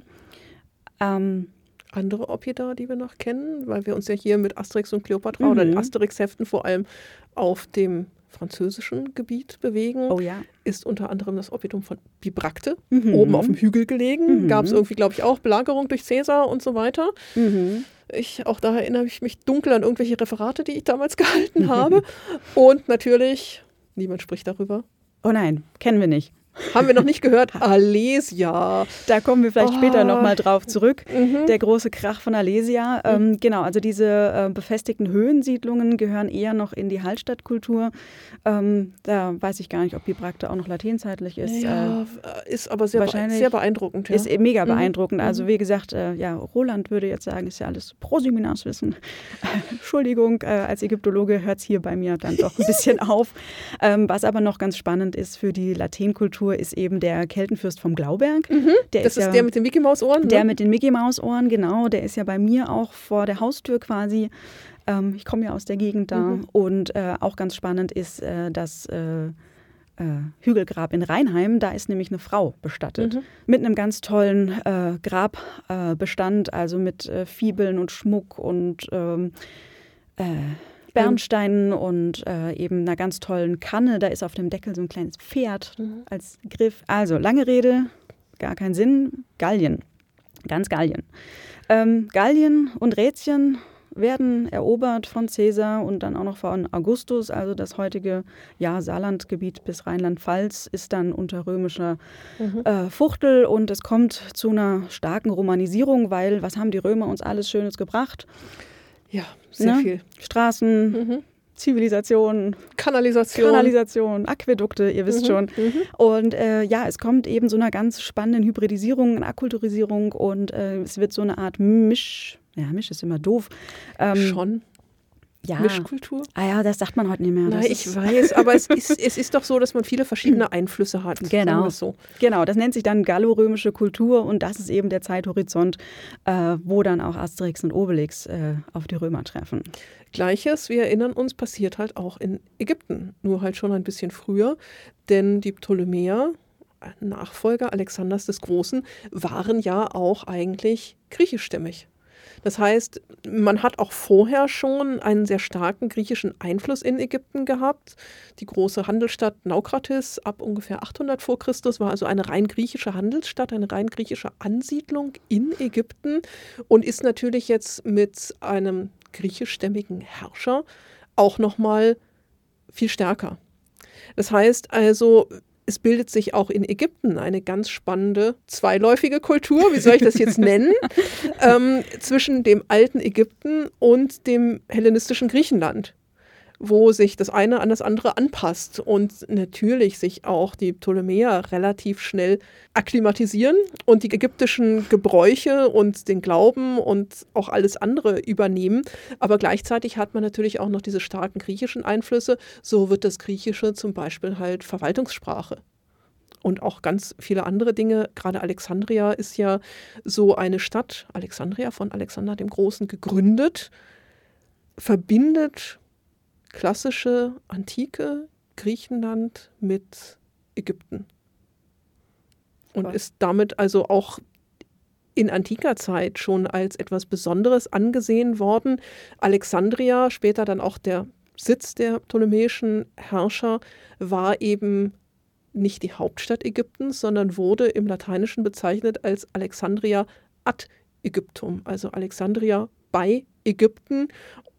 Ähm, Andere Oppida, die wir noch kennen, weil wir uns ja hier mit Asterix und Kleopatra mhm. oder den Asterix-Heften vor allem auf dem französischen Gebiet bewegen, oh, ja. ist unter anderem das Oppidum von Bibracte, mhm. oben auf dem Hügel gelegen. Mhm. Gab es irgendwie, glaube ich, auch Belagerung durch Caesar und so weiter. Mhm. Ich, auch da erinnere ich mich dunkel an irgendwelche Referate, die ich damals gehalten habe. Und natürlich, niemand spricht darüber. Oh nein, kennen wir nicht. Haben wir noch nicht gehört? Alesia. Da kommen wir vielleicht oh. später nochmal drauf zurück. Mhm. Der große Krach von Alesia. Mhm. Ähm, genau, also diese äh, befestigten Höhensiedlungen gehören eher noch in die Hallstattkultur. Ähm, da weiß ich gar nicht, ob Bibracte auch noch latènzeitlich ist. Ja, äh, ist aber sehr, wahrscheinlich sehr beeindruckend. Ja. Ist mega beeindruckend. Mhm. Also wie gesagt, äh, ja, Roland würde jetzt sagen, ist ja alles Proseminarswissen. Entschuldigung, äh, als Ägyptologe hört es hier bei mir dann doch ein bisschen auf. Ähm, was aber noch ganz spannend ist für die Latènkultur, ist eben der Keltenfürst vom Glauberg. Mhm, der das ist, ist ja, der mit den Mickey-Maus-Ohren? Der ne? mit den Mickey-Maus-Ohren, genau. Der ist ja bei mir auch vor der Haustür quasi. Ähm, ich komme ja aus der Gegend da. Mhm. Und äh, auch ganz spannend ist äh, das äh, äh, Hügelgrab in Rheinheim. Da ist nämlich eine Frau bestattet. Mhm. Mit einem ganz tollen äh, Grabbestand, äh, also mit äh, Fibeln und Schmuck und ähm, äh, Bernsteinen und äh, eben einer ganz tollen Kanne. Da ist auf dem Deckel so ein kleines Pferd mhm. als Griff. Also lange Rede, gar keinen Sinn. Gallien, ganz Gallien. Ähm, Gallien und Rätien werden erobert von Caesar und dann auch noch von Augustus. Also das heutige ja, Saarlandgebiet bis Rheinland-Pfalz ist dann unter römischer mhm. äh, Fuchtel. Und es kommt zu einer starken Romanisierung, weil was haben die Römer uns alles Schönes gebracht? Ja, sehr ne? viel. Straßen, mhm. Zivilisation, Kanalisation, Kanalisation, Aquädukte, ihr wisst mhm, schon. Mhm. Und äh, ja, es kommt eben zu einer ganz spannenden Hybridisierung, einer Akkulturisierung und äh, es wird so eine Art Misch, ja, Misch ist immer doof. Ähm, Schon. Ja. Mischkultur? Ah ja, das sagt man heute nicht mehr. Nein, Das ich ist weiß, aber es ist, es ist doch so, dass man viele verschiedene Einflüsse hat. sagen Genau. wir es so. Genau, das nennt sich dann gallorömische Kultur und das ist eben der Zeithorizont, äh, wo dann auch Asterix und Obelix äh, auf die Römer treffen. Gleiches, wir erinnern uns, passiert halt auch in Ägypten, nur halt schon ein bisschen früher, denn die Ptolemäer, Nachfolger Alexanders des Großen, waren ja auch eigentlich griechischstämmig. Das heißt, man hat auch vorher schon einen sehr starken griechischen Einfluss in Ägypten gehabt. Die große Handelsstadt Naukratis ab ungefähr achthundert vor Christus war also eine rein griechische Handelsstadt, eine rein griechische Ansiedlung in Ägypten und ist natürlich jetzt mit einem griechischstämmigen Herrscher auch nochmal viel stärker. Das heißt also, es bildet sich auch in Ägypten eine ganz spannende zweiläufige Kultur, wie soll ich das jetzt nennen, ähm, zwischen dem alten Ägypten und dem hellenistischen Griechenland, wo sich das eine an das andere anpasst und natürlich sich auch die Ptolemäer relativ schnell akklimatisieren und die ägyptischen Gebräuche und den Glauben und auch alles andere übernehmen. Aber gleichzeitig hat man natürlich auch noch diese starken griechischen Einflüsse. So wird das Griechische zum Beispiel halt Verwaltungssprache. Und auch ganz viele andere Dinge. Gerade Alexandria ist ja so eine Stadt, Alexandria von Alexander dem Großen gegründet, verbindet klassische, antike Griechenland mit Ägypten. Und Voll. ist damit also auch in antiker Zeit schon als etwas Besonderes angesehen worden. Alexandria, später dann auch der Sitz der ptolemäischen Herrscher, war eben nicht die Hauptstadt Ägyptens, sondern wurde im Lateinischen bezeichnet als Alexandria ad Ägyptum, also Alexandria bei Ägypten,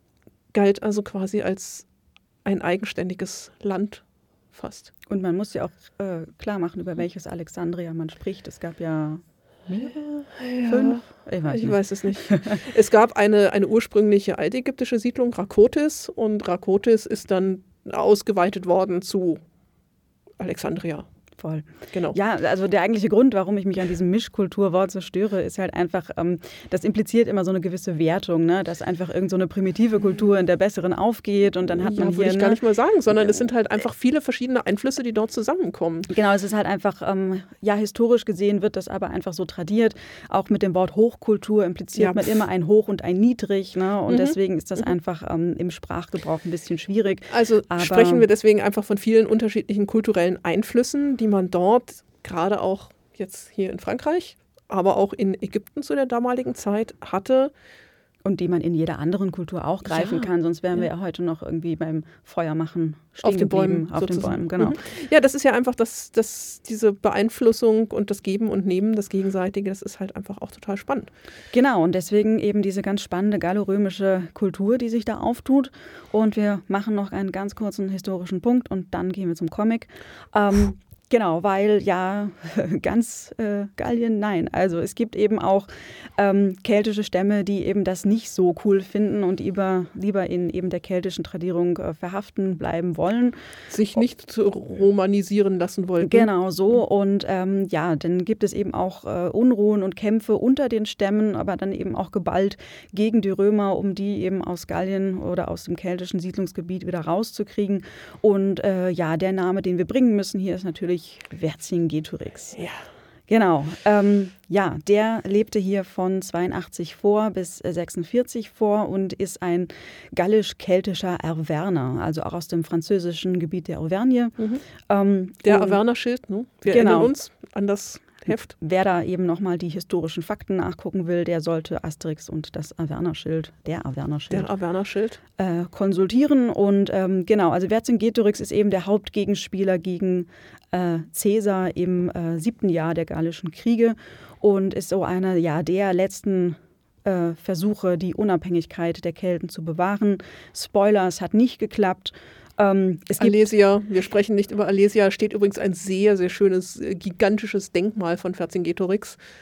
galt also quasi als ein eigenständiges Land fast. Und man muss ja auch äh, klar machen, über welches Alexandria man spricht. Es gab ja mehrere, Ja, fünf, ich weiß ich nicht. weiß es nicht. Es gab eine, eine ursprüngliche altägyptische Siedlung, Rakotis, und Rakotis ist dann ausgeweitet worden zu Alexandria. Voll. Genau. Ja, also der eigentliche Grund, warum ich mich an diesem Mischkulturwort so störe, ist halt einfach, ähm, das impliziert immer so eine gewisse Wertung, ne? Dass einfach irgend so eine primitive Kultur in der besseren aufgeht und dann hat man ja, hier... würde ich ne? gar nicht mal sagen, sondern es sind halt einfach viele verschiedene Einflüsse, die dort zusammenkommen. Genau, es ist halt einfach, ähm, ja, historisch gesehen wird das aber einfach so tradiert. Auch mit dem Wort Hochkultur impliziert Ja. man immer ein Hoch und ein Niedrig, ne? Und Mhm. deswegen ist das einfach ähm, im Sprachgebrauch ein bisschen schwierig. Also Aber- sprechen wir deswegen einfach von vielen unterschiedlichen kulturellen Einflüssen, die man dort, gerade auch jetzt hier in Frankreich, aber auch in Ägypten zu der damaligen Zeit hatte. Und die man in jeder anderen Kultur auch greifen Ja, kann, sonst wären wir ja. ja heute noch irgendwie beim Feuermachen stehen Auf den geblieben. Bäumen Auf den sozusagen. Bäumen, genau. Mhm. Ja, das ist ja einfach das, das, diese Beeinflussung und das Geben und Nehmen, das Gegenseitige, das ist halt einfach auch total spannend. Genau, und deswegen eben diese ganz spannende gallorömische Kultur, die sich da auftut. Und wir machen noch einen ganz kurzen historischen Punkt und dann gehen wir zum Comic. Ähm, genau, weil ja, ganz äh, Gallien, nein. Also es gibt eben auch ähm, keltische Stämme, die eben das nicht so cool finden und lieber, lieber in eben der keltischen Tradierung äh, verhaften bleiben wollen. Sich nicht zu romanisieren lassen wollten. Genau so. Und ähm, ja, dann gibt es eben auch äh, Unruhen und Kämpfe unter den Stämmen, aber dann eben auch geballt gegen die Römer, um die eben aus Gallien oder aus dem keltischen Siedlungsgebiet wieder rauszukriegen. Und äh, ja, der Name, den wir bringen müssen hier, ist natürlich Vercingetorix. Ja. Genau. Ähm, ja, der lebte hier von zweiundachtzig vor bis sechsundvierzig vor und ist ein gallisch-keltischer Arverner, also auch aus dem französischen Gebiet der Auvergne. Mhm. Ähm, Der und Averner-Schild, ne? Wir Genau. erinnern uns an das Heft. wer da eben nochmal die historischen Fakten nachgucken will, der sollte Asterix und das Averner-Schild, der Averner-Schild, Der Averner-Schild. äh, konsultieren. Und ähm, genau, also Vercingetorix ist eben der Hauptgegenspieler gegen äh, Caesar im äh, siebten Jahr der Gallischen Kriege und ist so einer ja, der letzten äh, Versuche, die Unabhängigkeit der Kelten zu bewahren. Spoiler, es hat nicht geklappt. Ähm, es gibt Alesia, wir sprechen nicht über Alesia, steht übrigens ein sehr, sehr schönes, äh, gigantisches Denkmal von Vercingetorix.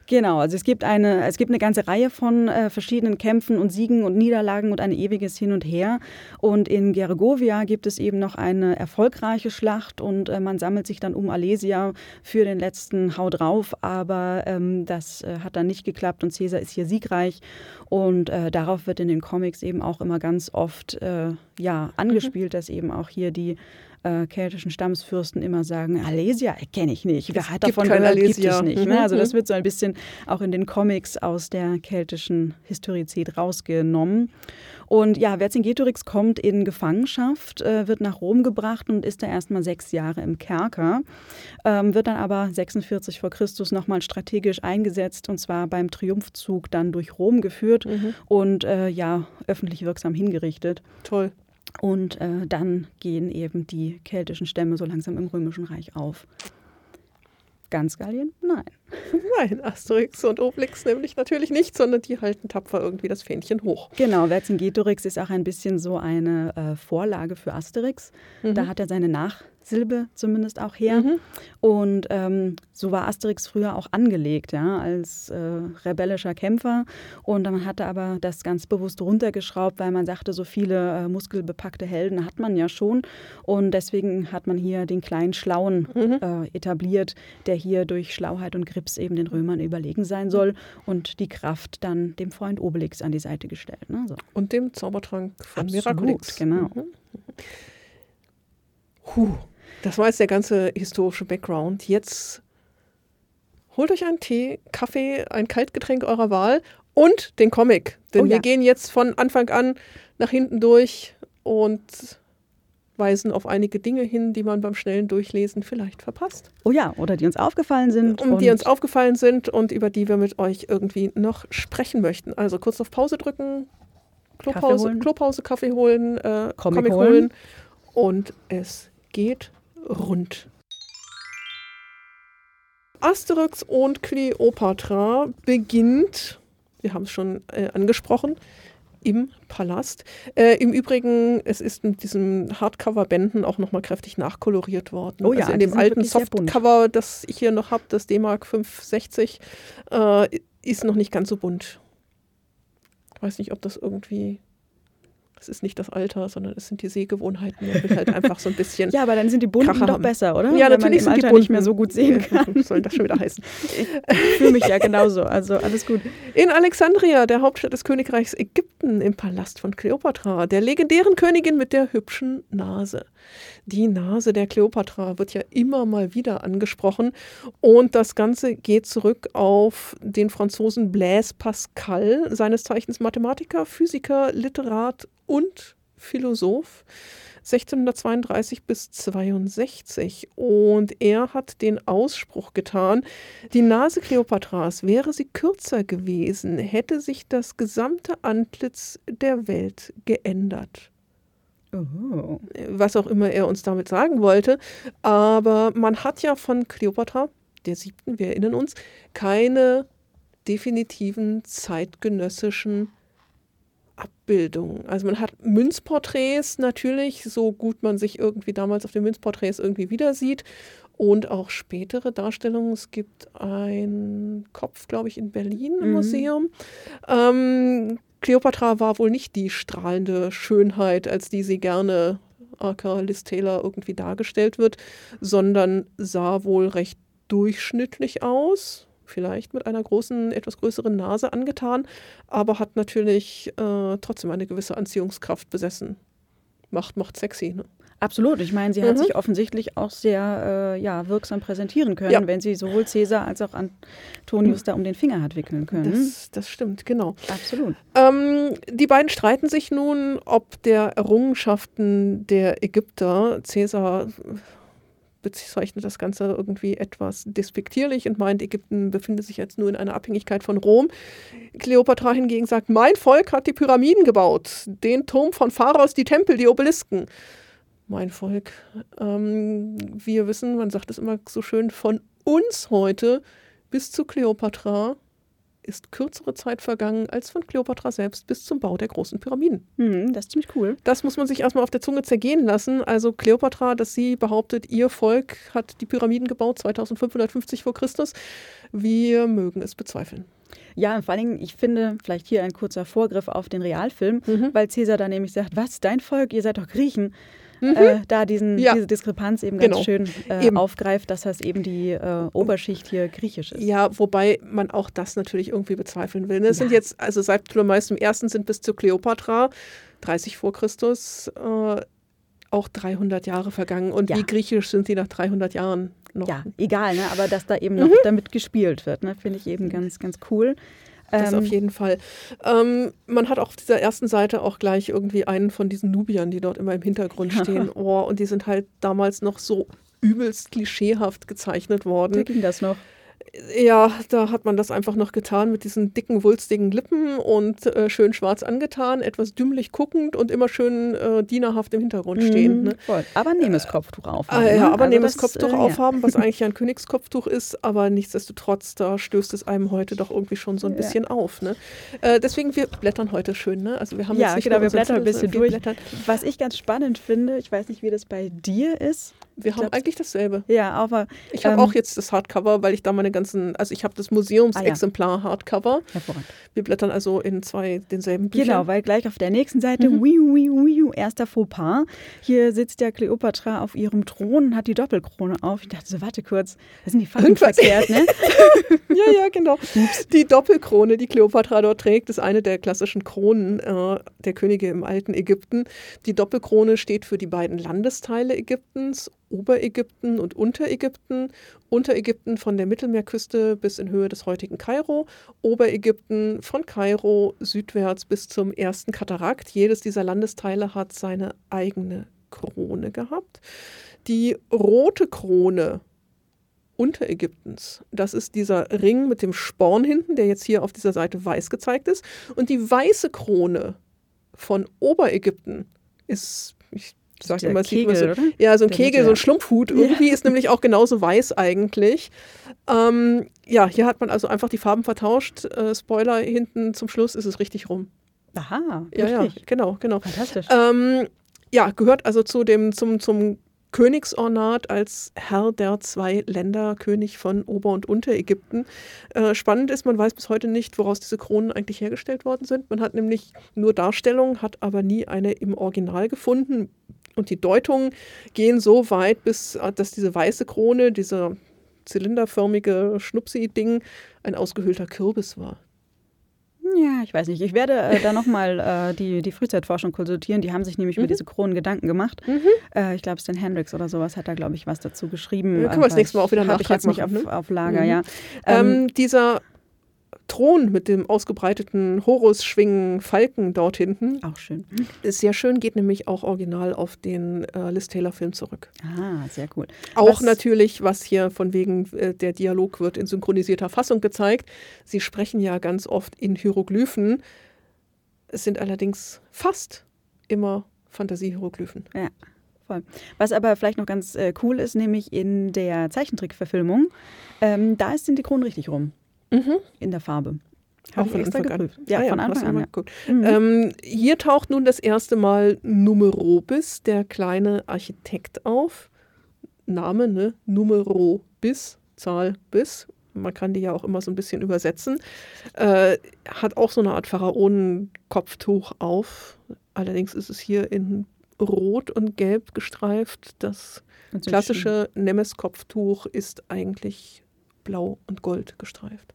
Genau, also es gibt eine, es gibt eine ganze Reihe von äh, verschiedenen Kämpfen und Siegen und Niederlagen und ein ewiges Hin und Her. Und in Gergovia gibt es eben noch eine erfolgreiche Schlacht und äh, man sammelt sich dann um Alesia für den letzten Hau drauf. Aber ähm, das äh, hat dann nicht geklappt und Caesar ist hier siegreich. Und äh, darauf wird in den Comics eben auch immer ganz oft äh, ja, angespielt, mhm. dass eben auch hier die Äh, keltischen Stammesfürsten immer sagen, Alesia kenne ich nicht. Wer hat davon gehört, gibt es nicht. Ne? Also das wird so ein bisschen auch in den Comics aus der keltischen Historizität rausgenommen. Und ja, Vercingetorix kommt in Gefangenschaft, äh, wird nach Rom gebracht und ist da erstmal sechs Jahre im Kerker, ähm, wird dann aber sechsundvierzig vor Christus nochmal strategisch eingesetzt und zwar beim Triumphzug dann durch Rom geführt mhm. und äh, ja, öffentlich wirksam hingerichtet. Toll. Und äh, dann gehen eben die keltischen Stämme so langsam im Römischen Reich auf. Ganz Gallien? Nein. Nein, Asterix und Obelix nämlich natürlich nicht, sondern die halten tapfer irgendwie das Fähnchen hoch. Genau, Vercingetorix ist auch ein bisschen so eine äh, Vorlage für Asterix. Mhm. Da hat er seine Nachsilbe zumindest auch her. Mhm. Und ähm, so war Asterix früher auch angelegt, ja, als äh, rebellischer Kämpfer. Und man hatte aber das ganz bewusst runtergeschraubt, weil man sagte, so viele äh, muskelbepackte Helden hat man ja schon. Und deswegen hat man hier den kleinen Schlauen mhm. äh, etabliert, der hier durch Schlauheit und Grips eben den Römern überlegen sein soll und die Kraft dann dem Freund Obelix an die Seite gestellt. Ne? So. Und dem Zaubertrank von Absolut, Miraculix. Genau. Mhm. Puh, das war jetzt der ganze historische Background. Jetzt holt euch einen Tee, Kaffee, ein Kaltgetränk eurer Wahl und den Comic. Denn oh ja. wir gehen jetzt von Anfang an nach hinten durch und weisen auf einige Dinge hin, die man beim schnellen Durchlesen vielleicht verpasst. Oh ja, oder die uns aufgefallen sind. Um die uns aufgefallen sind und über die wir mit euch irgendwie noch sprechen möchten. Also kurz auf Pause drücken, Klopause, Kaffee Klopause, Kaffee holen, äh, Comic, Comic holen. holen und es geht rund. Asterix und Kleopatra beginnt, wir haben es schon äh, angesprochen, im Palast. Äh, Im Übrigen, es ist mit diesen Hardcover-Bänden auch nochmal kräftig nachkoloriert worden. Oh ja, also in dem alten Softcover, das ich hier noch habe, das D-Mark fünf sechzig, äh, ist noch nicht ganz so bunt. Ich weiß nicht, ob das irgendwie... Es ist nicht das Alter, sondern es sind die Sehgewohnheiten. Man will halt einfach so ein bisschen Ja, aber dann sind die bunten Kracher doch haben. besser, oder? Ja, wenn natürlich man im sind Alter die bunten nicht mehr so gut sehen kann. Was soll das schon wieder heißen? Ich fühle mich ja genauso, also alles gut. In Alexandria, der Hauptstadt des Königreichs Ägypten, im Palast von Kleopatra, der legendären Königin mit der hübschen Nase. Die Nase der Kleopatra wird ja immer mal wieder angesprochen und das Ganze geht zurück auf den Franzosen Blaise Pascal, seines Zeichens Mathematiker, Physiker, Literat und Philosoph, sechzehnhundertzweiunddreißig bis zweiundsechzig. Und er hat den Ausspruch getan, die Nase Kleopatras, wäre sie kürzer gewesen, hätte sich das gesamte Antlitz der Welt geändert. Oh. Was auch immer er uns damit sagen wollte. Aber man hat ja von Kleopatra, der siebten, wir erinnern uns, keine definitiven zeitgenössischen Abbildungen. Also man hat Münzporträts natürlich, so gut man sich irgendwie damals auf den Münzporträts irgendwie wieder sieht. Und auch spätere Darstellungen. Es gibt einen Kopf, glaube ich, in Berlin im mhm. Museum. Ähm, Kleopatra war wohl nicht die strahlende Schönheit, als die sie gerne aka Liz Taylor irgendwie dargestellt wird, sondern sah wohl recht durchschnittlich aus, vielleicht mit einer großen, etwas größeren Nase angetan, aber hat natürlich äh, trotzdem eine gewisse Anziehungskraft besessen. Macht, macht sexy, ne? Absolut. Ich meine, sie hat mhm. sich offensichtlich auch sehr äh, ja, wirksam präsentieren können, ja. wenn sie sowohl Caesar als auch Antonius mhm. da um den Finger hat wickeln können. Das, das stimmt, genau. Absolut. Ähm, die beiden streiten sich nun, ob der Errungenschaften der Ägypter. Caesar bezeichnet das Ganze irgendwie etwas despektierlich und meint, Ägypten befinde sich jetzt nur in einer Abhängigkeit von Rom. Kleopatra hingegen sagt, mein Volk hat die Pyramiden gebaut, den Turm von Pharos, die Tempel, die Obelisken. Mein Volk. Ähm, wir wissen, man sagt es immer so schön, von uns heute bis zu Kleopatra ist kürzere Zeit vergangen als von Kleopatra selbst bis zum Bau der großen Pyramiden. Hm, das ist ziemlich cool. Das muss man sich erstmal auf der Zunge zergehen lassen. Also Kleopatra, dass sie behauptet, ihr Volk hat die Pyramiden gebaut, zweitausendfünfhundertfünfzig vor Christus. Wir mögen es bezweifeln. Ja, und vor allem, ich finde, vielleicht hier ein kurzer Vorgriff auf den Realfilm, mhm. weil Cäsar da nämlich sagt, was, dein Volk, ihr seid doch Griechen. Mhm. Äh, da diesen, ja. diese Diskrepanz eben ganz genau. schön äh, eben. aufgreift, dass das eben die äh, Oberschicht hier griechisch ist. Ja, wobei man auch das natürlich irgendwie bezweifeln will. Ne? Es ja. sind jetzt, also seit Ptolemäus dem Ersten sind bis zu Kleopatra, dreißig vor Christus, äh, auch dreihundert Jahre vergangen. Und ja. wie griechisch sind die nach dreihundert Jahren noch? Ja, egal, ne? Aber dass da eben noch mhm. damit gespielt wird, ne? Finde ich eben ganz, ganz cool. Das ähm, auf jeden Fall. Ähm, man hat auf dieser ersten Seite auch gleich irgendwie einen von diesen Nubiern, die dort immer im Hintergrund stehen. Oh, und die sind halt damals noch so übelst klischeehaft gezeichnet worden. Wie ging das noch? Ja, da hat man das einfach noch getan mit diesen dicken, wulstigen Lippen und äh, schön schwarz angetan, etwas dümmlich guckend und immer schön äh, dienerhaft im Hintergrund mhm, stehen. Ne? Voll. Aber nehme das Kopftuch aufhaben. Äh, ja, aber also nehme das Kopftuch äh, aufhaben, ja. was eigentlich ja ein Königskopftuch ist, aber nichtsdestotrotz, da stößt es einem heute doch irgendwie schon so ein bisschen ja. auf. Ne? Äh, deswegen, wir blättern heute schön. Ne? Also wir haben ja, jetzt nicht genau, wir blättern Zettel, ein bisschen durch. Blättern. Was ich ganz spannend finde, ich weiß nicht, wie das bei dir ist. Wir ich haben eigentlich dasselbe. Ja, aber ich habe ähm, auch jetzt das Hardcover, weil ich da meine ganzen, also ich habe das Museumsexemplar ah, ja. Hardcover. Hervorragend. Wir blättern also in zwei denselben Büchern. Genau, weil gleich auf der nächsten Seite, mhm. wiu, wiu, wiu, erster Fauxpas. Hier sitzt ja Kleopatra auf ihrem Thron und hat die Doppelkrone auf. Ich dachte so, warte kurz, das sind die fucking verkehrt, ne? ja, ja, genau. Ups. Die Doppelkrone, die Kleopatra dort trägt, ist eine der klassischen Kronen äh, der Könige im alten Ägypten. Die Doppelkrone steht für die beiden Landesteile Ägyptens, Oberägypten und Unterägypten. Unterägypten von der Mittelmeerküste bis in Höhe des heutigen Kairo. Oberägypten von Kairo südwärts bis zum ersten Katarakt. Jedes dieser Landesteile hat seine eigene Krone gehabt. Die rote Krone Unterägyptens, das ist dieser Ring mit dem Sporn hinten, der jetzt hier auf dieser Seite weiß gezeigt ist. Und die weiße Krone von Oberägypten ist, ich Ich sag immer, Kegel, so, oder? Ja, so ein Kegel, so ein Schlumpfhut. Irgendwie ja. ist nämlich auch genauso weiß eigentlich. Ähm, ja, hier hat man also einfach die Farben vertauscht. Äh, Spoiler, hinten zum Schluss ist es richtig rum. Aha, ja, ja, richtig. genau, genau. Fantastisch. Ähm, ja, gehört also zu dem, zum, zum Königsornat als Herr der zwei Länder, König von Ober- und Unterägypten. Äh, spannend ist, man weiß bis heute nicht, woraus diese Kronen eigentlich hergestellt worden sind. Man hat nämlich nur Darstellungen, hat aber nie eine im Original gefunden. Und die Deutungen gehen so weit, bis dass diese weiße Krone, dieser zylinderförmige Schnupsi-Ding, ein ausgehöhlter Kürbis war. Ja, ich weiß nicht. Ich werde äh, da nochmal äh, die, die Frühzeitforschung konsultieren. Die haben sich nämlich mhm. über diese Kronen Gedanken gemacht. Mhm. Äh, ich glaube, Stan Hendricks oder sowas hat da, glaube ich, was dazu geschrieben. Ja, können wir das nächste Mal auch wieder einen Nachtrag machen. Habe ich jetzt nicht auf, ne? auf Lager, mhm. ja. Ähm, ähm, dieser Thron mit dem ausgebreiteten Horus-Schwingen Falken dort hinten. Auch schön. Ist sehr schön, geht nämlich auch original auf den äh, Liz Taylor-Film zurück. Ah, sehr cool. Auch was, natürlich, was hier von wegen äh, der Dialog wird in synchronisierter Fassung gezeigt. Sie sprechen ja ganz oft in Hieroglyphen. Es sind allerdings fast immer Fantasie-Hieroglyphen. Ja. Voll. Was aber vielleicht noch ganz äh, cool ist, nämlich in der Zeichentrickverfilmung, ähm, da sind die Kronen richtig rum. Mhm. In der Farbe. Auch von Anfang an. Ja, ah, ja, von Anfang an. Ja. Gut. Mhm. Ähm, hier taucht nun das erste Mal Numerobis, der kleine Architekt, auf. Name, ne? Numerobis, Zahl bis. Man kann die ja auch immer so ein bisschen übersetzen. Äh, hat auch so eine Art Pharaonenkopftuch auf. Allerdings ist es hier in Rot und Gelb gestreift. Das klassische Nemes-Kopftuch ist eigentlich blau und gold gestreift.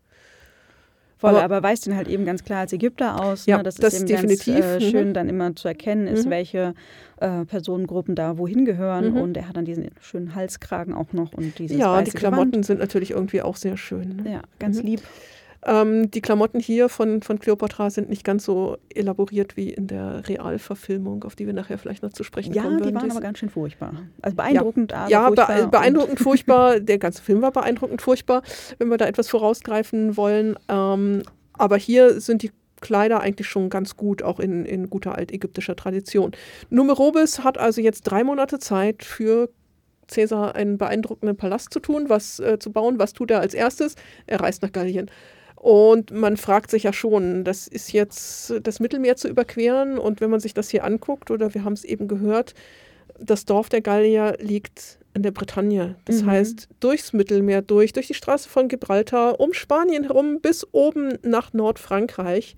Voll, aber, aber weist ihn halt eben ganz klar als Ägypter aus. Ja, ne? Das, das ist eben definitiv ganz äh, schön mhm. dann immer zu erkennen ist, mhm. welche äh, Personengruppen da wohin gehören. Mhm. Und er hat dann diesen schönen Halskragen auch noch und dieses Ja, weiße die Klamotten Gewand. Sind natürlich irgendwie auch sehr schön. Ne? Ja, ganz mhm. lieb. Ähm, die Klamotten hier von, von Kleopatra sind nicht ganz so elaboriert wie in der Realverfilmung, auf die wir nachher vielleicht noch zu sprechen ja, kommen würden. Ja, die waren Dies aber ganz schön furchtbar. Also beeindruckend, ja. aber ja, furchtbar. Ja, beeindruckend furchtbar. Der ganze Film war beeindruckend furchtbar, wenn wir da etwas vorausgreifen wollen. Ähm, aber hier sind die Kleider eigentlich schon ganz gut, auch in, in guter altägyptischer Tradition. Numerobis hat also jetzt drei Monate Zeit für Caesar einen beeindruckenden Palast zu tun, was äh, zu bauen. Was tut er als erstes? Er reist nach Gallien. Und man fragt sich ja schon, das ist jetzt das Mittelmeer zu überqueren. Und wenn man sich das hier anguckt, oder wir haben es eben gehört, das Dorf der Gallier liegt in der Bretagne. Das Mhm. heißt, durchs Mittelmeer durch, durch die Straße von Gibraltar, um Spanien herum bis oben nach Nordfrankreich.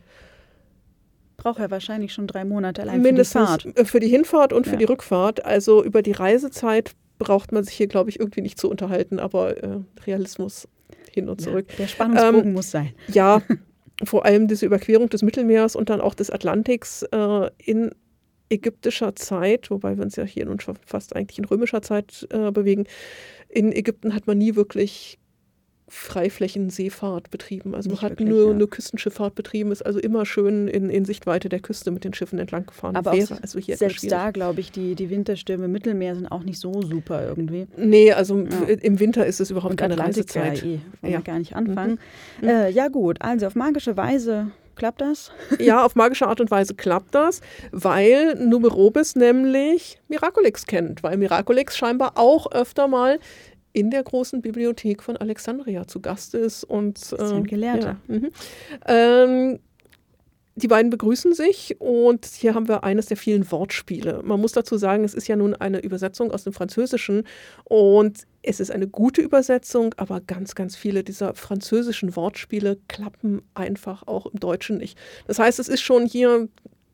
Braucht er wahrscheinlich schon drei Monate allein Mindestens für die Fahrt. für die Hinfahrt und Ja. für die Rückfahrt. Also über die Reisezeit braucht man sich hier, glaube ich, irgendwie nicht zu unterhalten, aber äh, Realismus hin und zurück. Ja, der Spannungsbogen Ähm, muss sein. Ja, vor allem diese Überquerung des Mittelmeers und dann auch des Atlantiks äh, in ägyptischer Zeit, wobei wir uns ja hier nun schon fast eigentlich in römischer Zeit äh, bewegen. In Ägypten hat man nie wirklich Freiflächenseefahrt betrieben. Also man Nicht hat wirklich, nur ja. eine Küstenschifffahrt betrieben, ist also immer schön in, in Sichtweite der Küste mit den Schiffen entlang gefahren. Aber Wäre auch also hier etwas selbst schwierig. da, glaube ich, die, die Winterstürme im Mittelmeer sind auch nicht so super irgendwie. Nee, also Ja. im Winter ist es überhaupt Und keine Atlantik, ja, Reisezeit. eh, wollen Ja. wir gar nicht anfangen. Mhm. Äh, ja gut, also auf magische Weise klappt das. Ja, auf magische Art und Weise klappt das, weil Numerobis nämlich Miraculix kennt, weil Miraculix scheinbar auch öfter mal in der großen Bibliothek von Alexandria zu Gast ist. Und, Ist ja ein Gelehrter. Ja, mhm. ähm, die beiden begrüßen sich und hier haben wir eines der vielen Wortspiele. Man muss dazu sagen, es ist ja nun eine Übersetzung aus dem Französischen und es ist eine gute Übersetzung, aber ganz, ganz viele dieser französischen Wortspiele klappen einfach auch im Deutschen nicht. Das heißt, es ist schon hier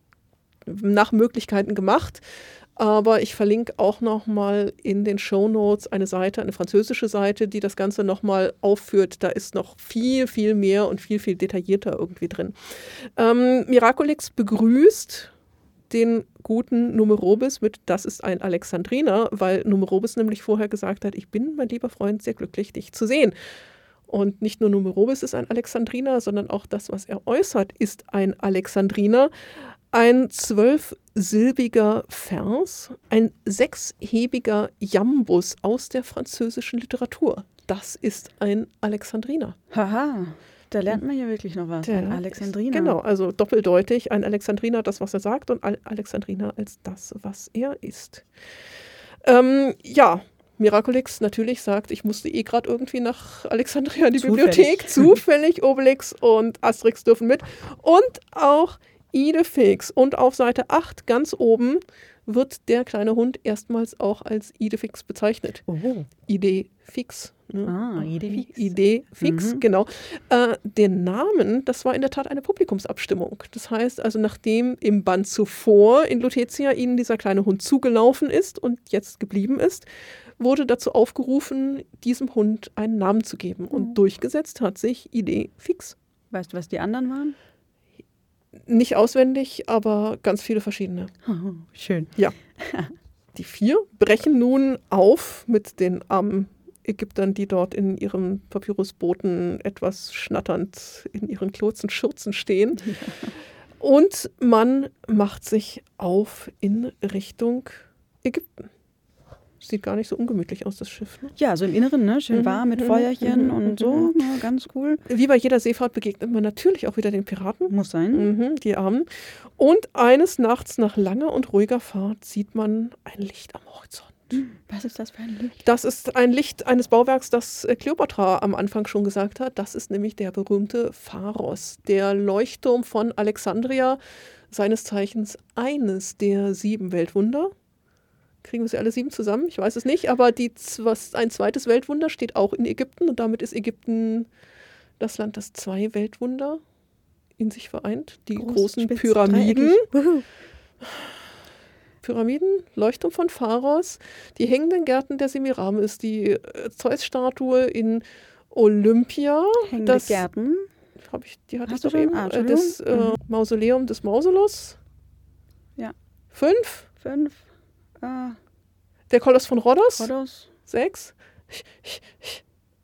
nach Möglichkeiten gemacht, aber ich verlinke auch nochmal in den Shownotes eine Seite, eine französische Seite, die das Ganze nochmal aufführt. Da ist noch viel, viel mehr und viel, viel detaillierter irgendwie drin. Ähm, Miraculix begrüßt den guten Numerobis mit, das ist ein Alexandriner, weil Numerobis nämlich vorher gesagt hat, ich bin, mein lieber Freund, sehr glücklich, dich zu sehen. Und nicht nur Numerobis ist ein Alexandriner, sondern auch das, was er äußert, ist ein Alexandriner. Ein zwölfsilbiger Vers, ein sechshebiger Jambus aus der französischen Literatur. Das ist ein Alexandriner. Haha, da lernt man ja wirklich noch was. Der Ein Alexandriner. Genau, also doppeldeutig. Ein Alexandriner, das, was er sagt, und Al Alexandriner als das, was er ist. Ähm, ja, Miraculix natürlich sagt, ich musste eh gerade irgendwie nach Alexandria in die Zufällig. Bibliothek. Zufällig, Obelix und Asterix dürfen mit. Und auch Idefix. Und auf Seite acht ganz oben wird der kleine Hund erstmals auch als Idefix bezeichnet. Oh. Idefix. Ne? Ah, Idefix. Idefix, Mhm. genau. Äh, den Namen, das war in der Tat eine Publikumsabstimmung. Das heißt also, nachdem im Band zuvor in Lutetia ihnen dieser kleine Hund zugelaufen ist und jetzt geblieben ist, wurde dazu aufgerufen, diesem Hund einen Namen zu geben. Und Mhm. durchgesetzt hat sich Idefix. Weißt du, was die anderen waren? Nicht auswendig, aber ganz viele verschiedene. Oh, schön. Ja. Die vier brechen nun auf mit den armen Ägyptern, die dort in ihren Papyrusbooten etwas schnatternd in ihren kurzen Schürzen stehen. Ja. Und man macht sich auf in Richtung Ägypten. Sieht gar nicht so ungemütlich aus, das Schiff. Ne? Ja, so im Inneren, ne? Schön Mhm, warm mit mhm, Feuerchen mhm, und so. mhm. Ja, ganz cool. Wie bei jeder Seefahrt begegnet man natürlich auch wieder den Piraten. Muss sein. Mhm, die Armen. Und eines Nachts nach langer und ruhiger Fahrt sieht man ein Licht am Horizont. Was ist das für ein Licht? Das ist ein Licht eines Bauwerks, das Kleopatra am Anfang schon gesagt hat. Das ist nämlich der berühmte Pharos, der Leuchtturm von Alexandria, seines Zeichens eines der sieben Weltwunder. Kriegen wir sie alle sieben zusammen? Ich weiß es nicht, aber die, was, ein zweites Weltwunder steht auch in Ägypten und damit ist Ägypten das Land, das zwei Weltwunder in sich vereint. Die Groß, großen spitz, Pyramiden. dreieckig. Pyramiden, Leuchtturm von Pharos, die hängenden Gärten der Semiramis, die äh, Zeus-Statue in Olympia. Hängende das, Gärten. Hab ich, die hatte Hast ich du doch schon? eben. Ah, Äh, das äh, Entschuldigung. Mausoleum des Mausolus. Ja. Fünf. Fünf. Ah, Der Koloss von Rhodos. Rhodos. Sechs. Ich, ich, ich,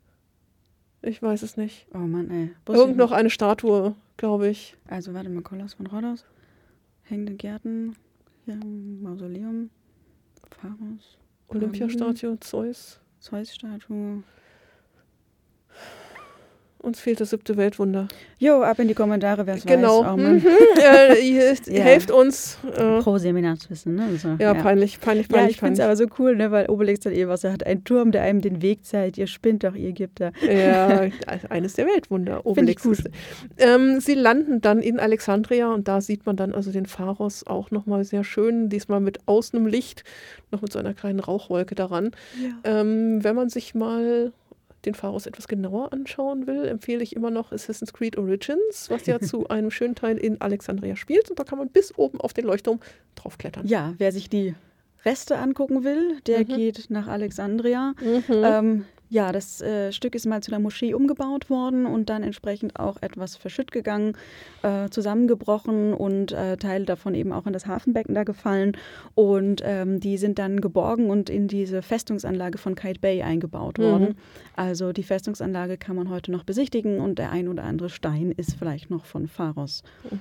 ich weiß es nicht. Oh Mann, ey. Wusste Irgend ich noch nicht. eine Statue, glaube ich. Also warte mal, Koloss von Rhodos. Hängende Gärten. Hier, Mausoleum. Pharos. Olympiastatue, Zeus. Zeus-Statue. Uns fehlt das siebte Weltwunder. Jo, ab in die Kommentare, wer es genau. weiß. Genau. Mhm. äh, ja. Helft uns. Äh, Pro Seminarswissen, ne? Also, ja, ja, peinlich, peinlich, peinlich. Ja, ich finde es aber so cool, ne? Weil Obelix dann eben was er hat. Ein Turm, der einem den Weg zeigt. Ihr spinnt doch, ihr Ägypter. Ja, eines der Weltwunder. Obelix. Finde ich gut. Ähm, sie landen dann in Alexandria und da sieht man dann also den Pharos auch nochmal sehr schön. Diesmal mit außenem Licht, noch mit so einer kleinen Rauchwolke daran. Ja. Ähm, wenn man sich mal den Pharos etwas genauer anschauen will, empfehle ich immer noch Assassin's Creed Origins, was ja zu einem schönen Teil in Alexandria spielt. Und da kann man bis oben auf den Leuchtturm draufklettern. Ja, wer sich die Reste angucken will, der mhm. geht nach Alexandria. Mhm. Ähm, ja, das äh, Stück ist mal zu einer Moschee umgebaut worden und dann entsprechend auch etwas verschütt gegangen, äh, zusammengebrochen und äh, Teile davon eben auch in das Hafenbecken da gefallen. Und ähm, die sind dann geborgen und in diese Festungsanlage von Kite Bay eingebaut worden. Mhm. Also die Festungsanlage kann man heute noch besichtigen und der ein oder andere Stein ist vielleicht noch von Pharos. Mhm.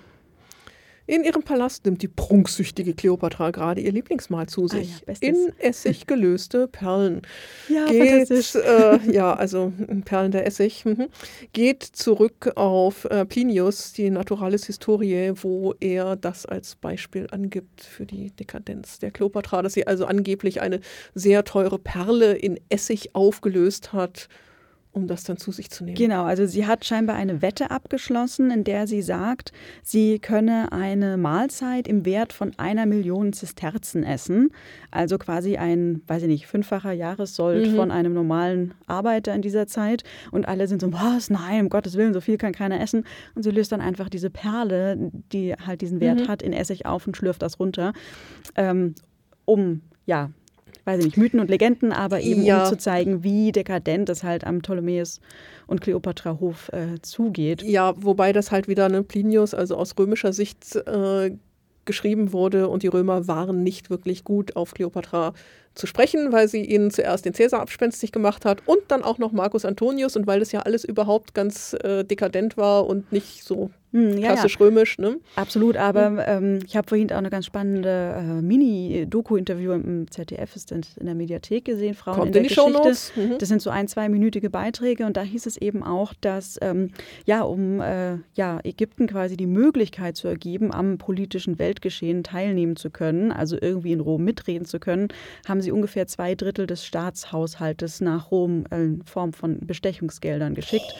In ihrem Palast nimmt die prunksüchtige Kleopatra gerade ihr Lieblingsmahl zu sich. Ah, ja, in Essig gelöste Perlen. Ja, geht, äh, ja, also Perlen der Essig. Mhm. Geht zurück auf äh, Plinius, die Naturalis Historiae, wo er das als Beispiel angibt für die Dekadenz der Kleopatra, dass sie also angeblich eine sehr teure Perle in Essig aufgelöst hat, um das dann zu sich zu nehmen. Genau, also sie hat scheinbar eine Wette abgeschlossen, in der sie sagt, sie könne eine Mahlzeit im Wert von einer Million Zisterzen essen. Also quasi ein, weiß ich nicht, fünffacher Jahressold mhm. von einem normalen Arbeiter in dieser Zeit. Und alle sind so, was? Nein, um Gottes Willen, so viel kann keiner essen. Und sie löst dann einfach diese Perle, die halt diesen Wert mhm. hat, in Essig auf und schlürft das runter, ähm, um, ja, weiß ich nicht, Mythen und Legenden, aber eben ja. um zu zeigen, wie dekadent es halt am Ptolemäus- und Kleopatra-Hof äh, zugeht. Ja, wobei das halt wieder, ne, Plinius, also aus römischer Sicht äh, geschrieben wurde und die Römer waren nicht wirklich gut auf Kleopatra zu sprechen, weil sie ihnen zuerst den Cäsar abspenstig gemacht hat und dann auch noch Marcus Antonius und weil das ja alles überhaupt ganz äh, dekadent war und nicht so hm, ja, klassisch ja. römisch. Ne? Absolut, aber mhm. ähm, ich habe vorhin auch eine ganz spannende äh, Mini-Doku-Interview im Z D F, ist in der Mediathek gesehen, Frauen Kommt in der in die Geschichte. Shownotes. Mhm. Das sind so ein-, zweiminütige Beiträge und da hieß es eben auch, dass ähm, ja, um äh, ja, Ägypten quasi die Möglichkeit zu ergeben, am politischen Weltgeschehen teilnehmen zu können, also irgendwie in Rom mitreden zu können, haben sie ungefähr zwei Drittel des Staatshaushaltes nach Rom in Form von Bestechungsgeldern geschickt.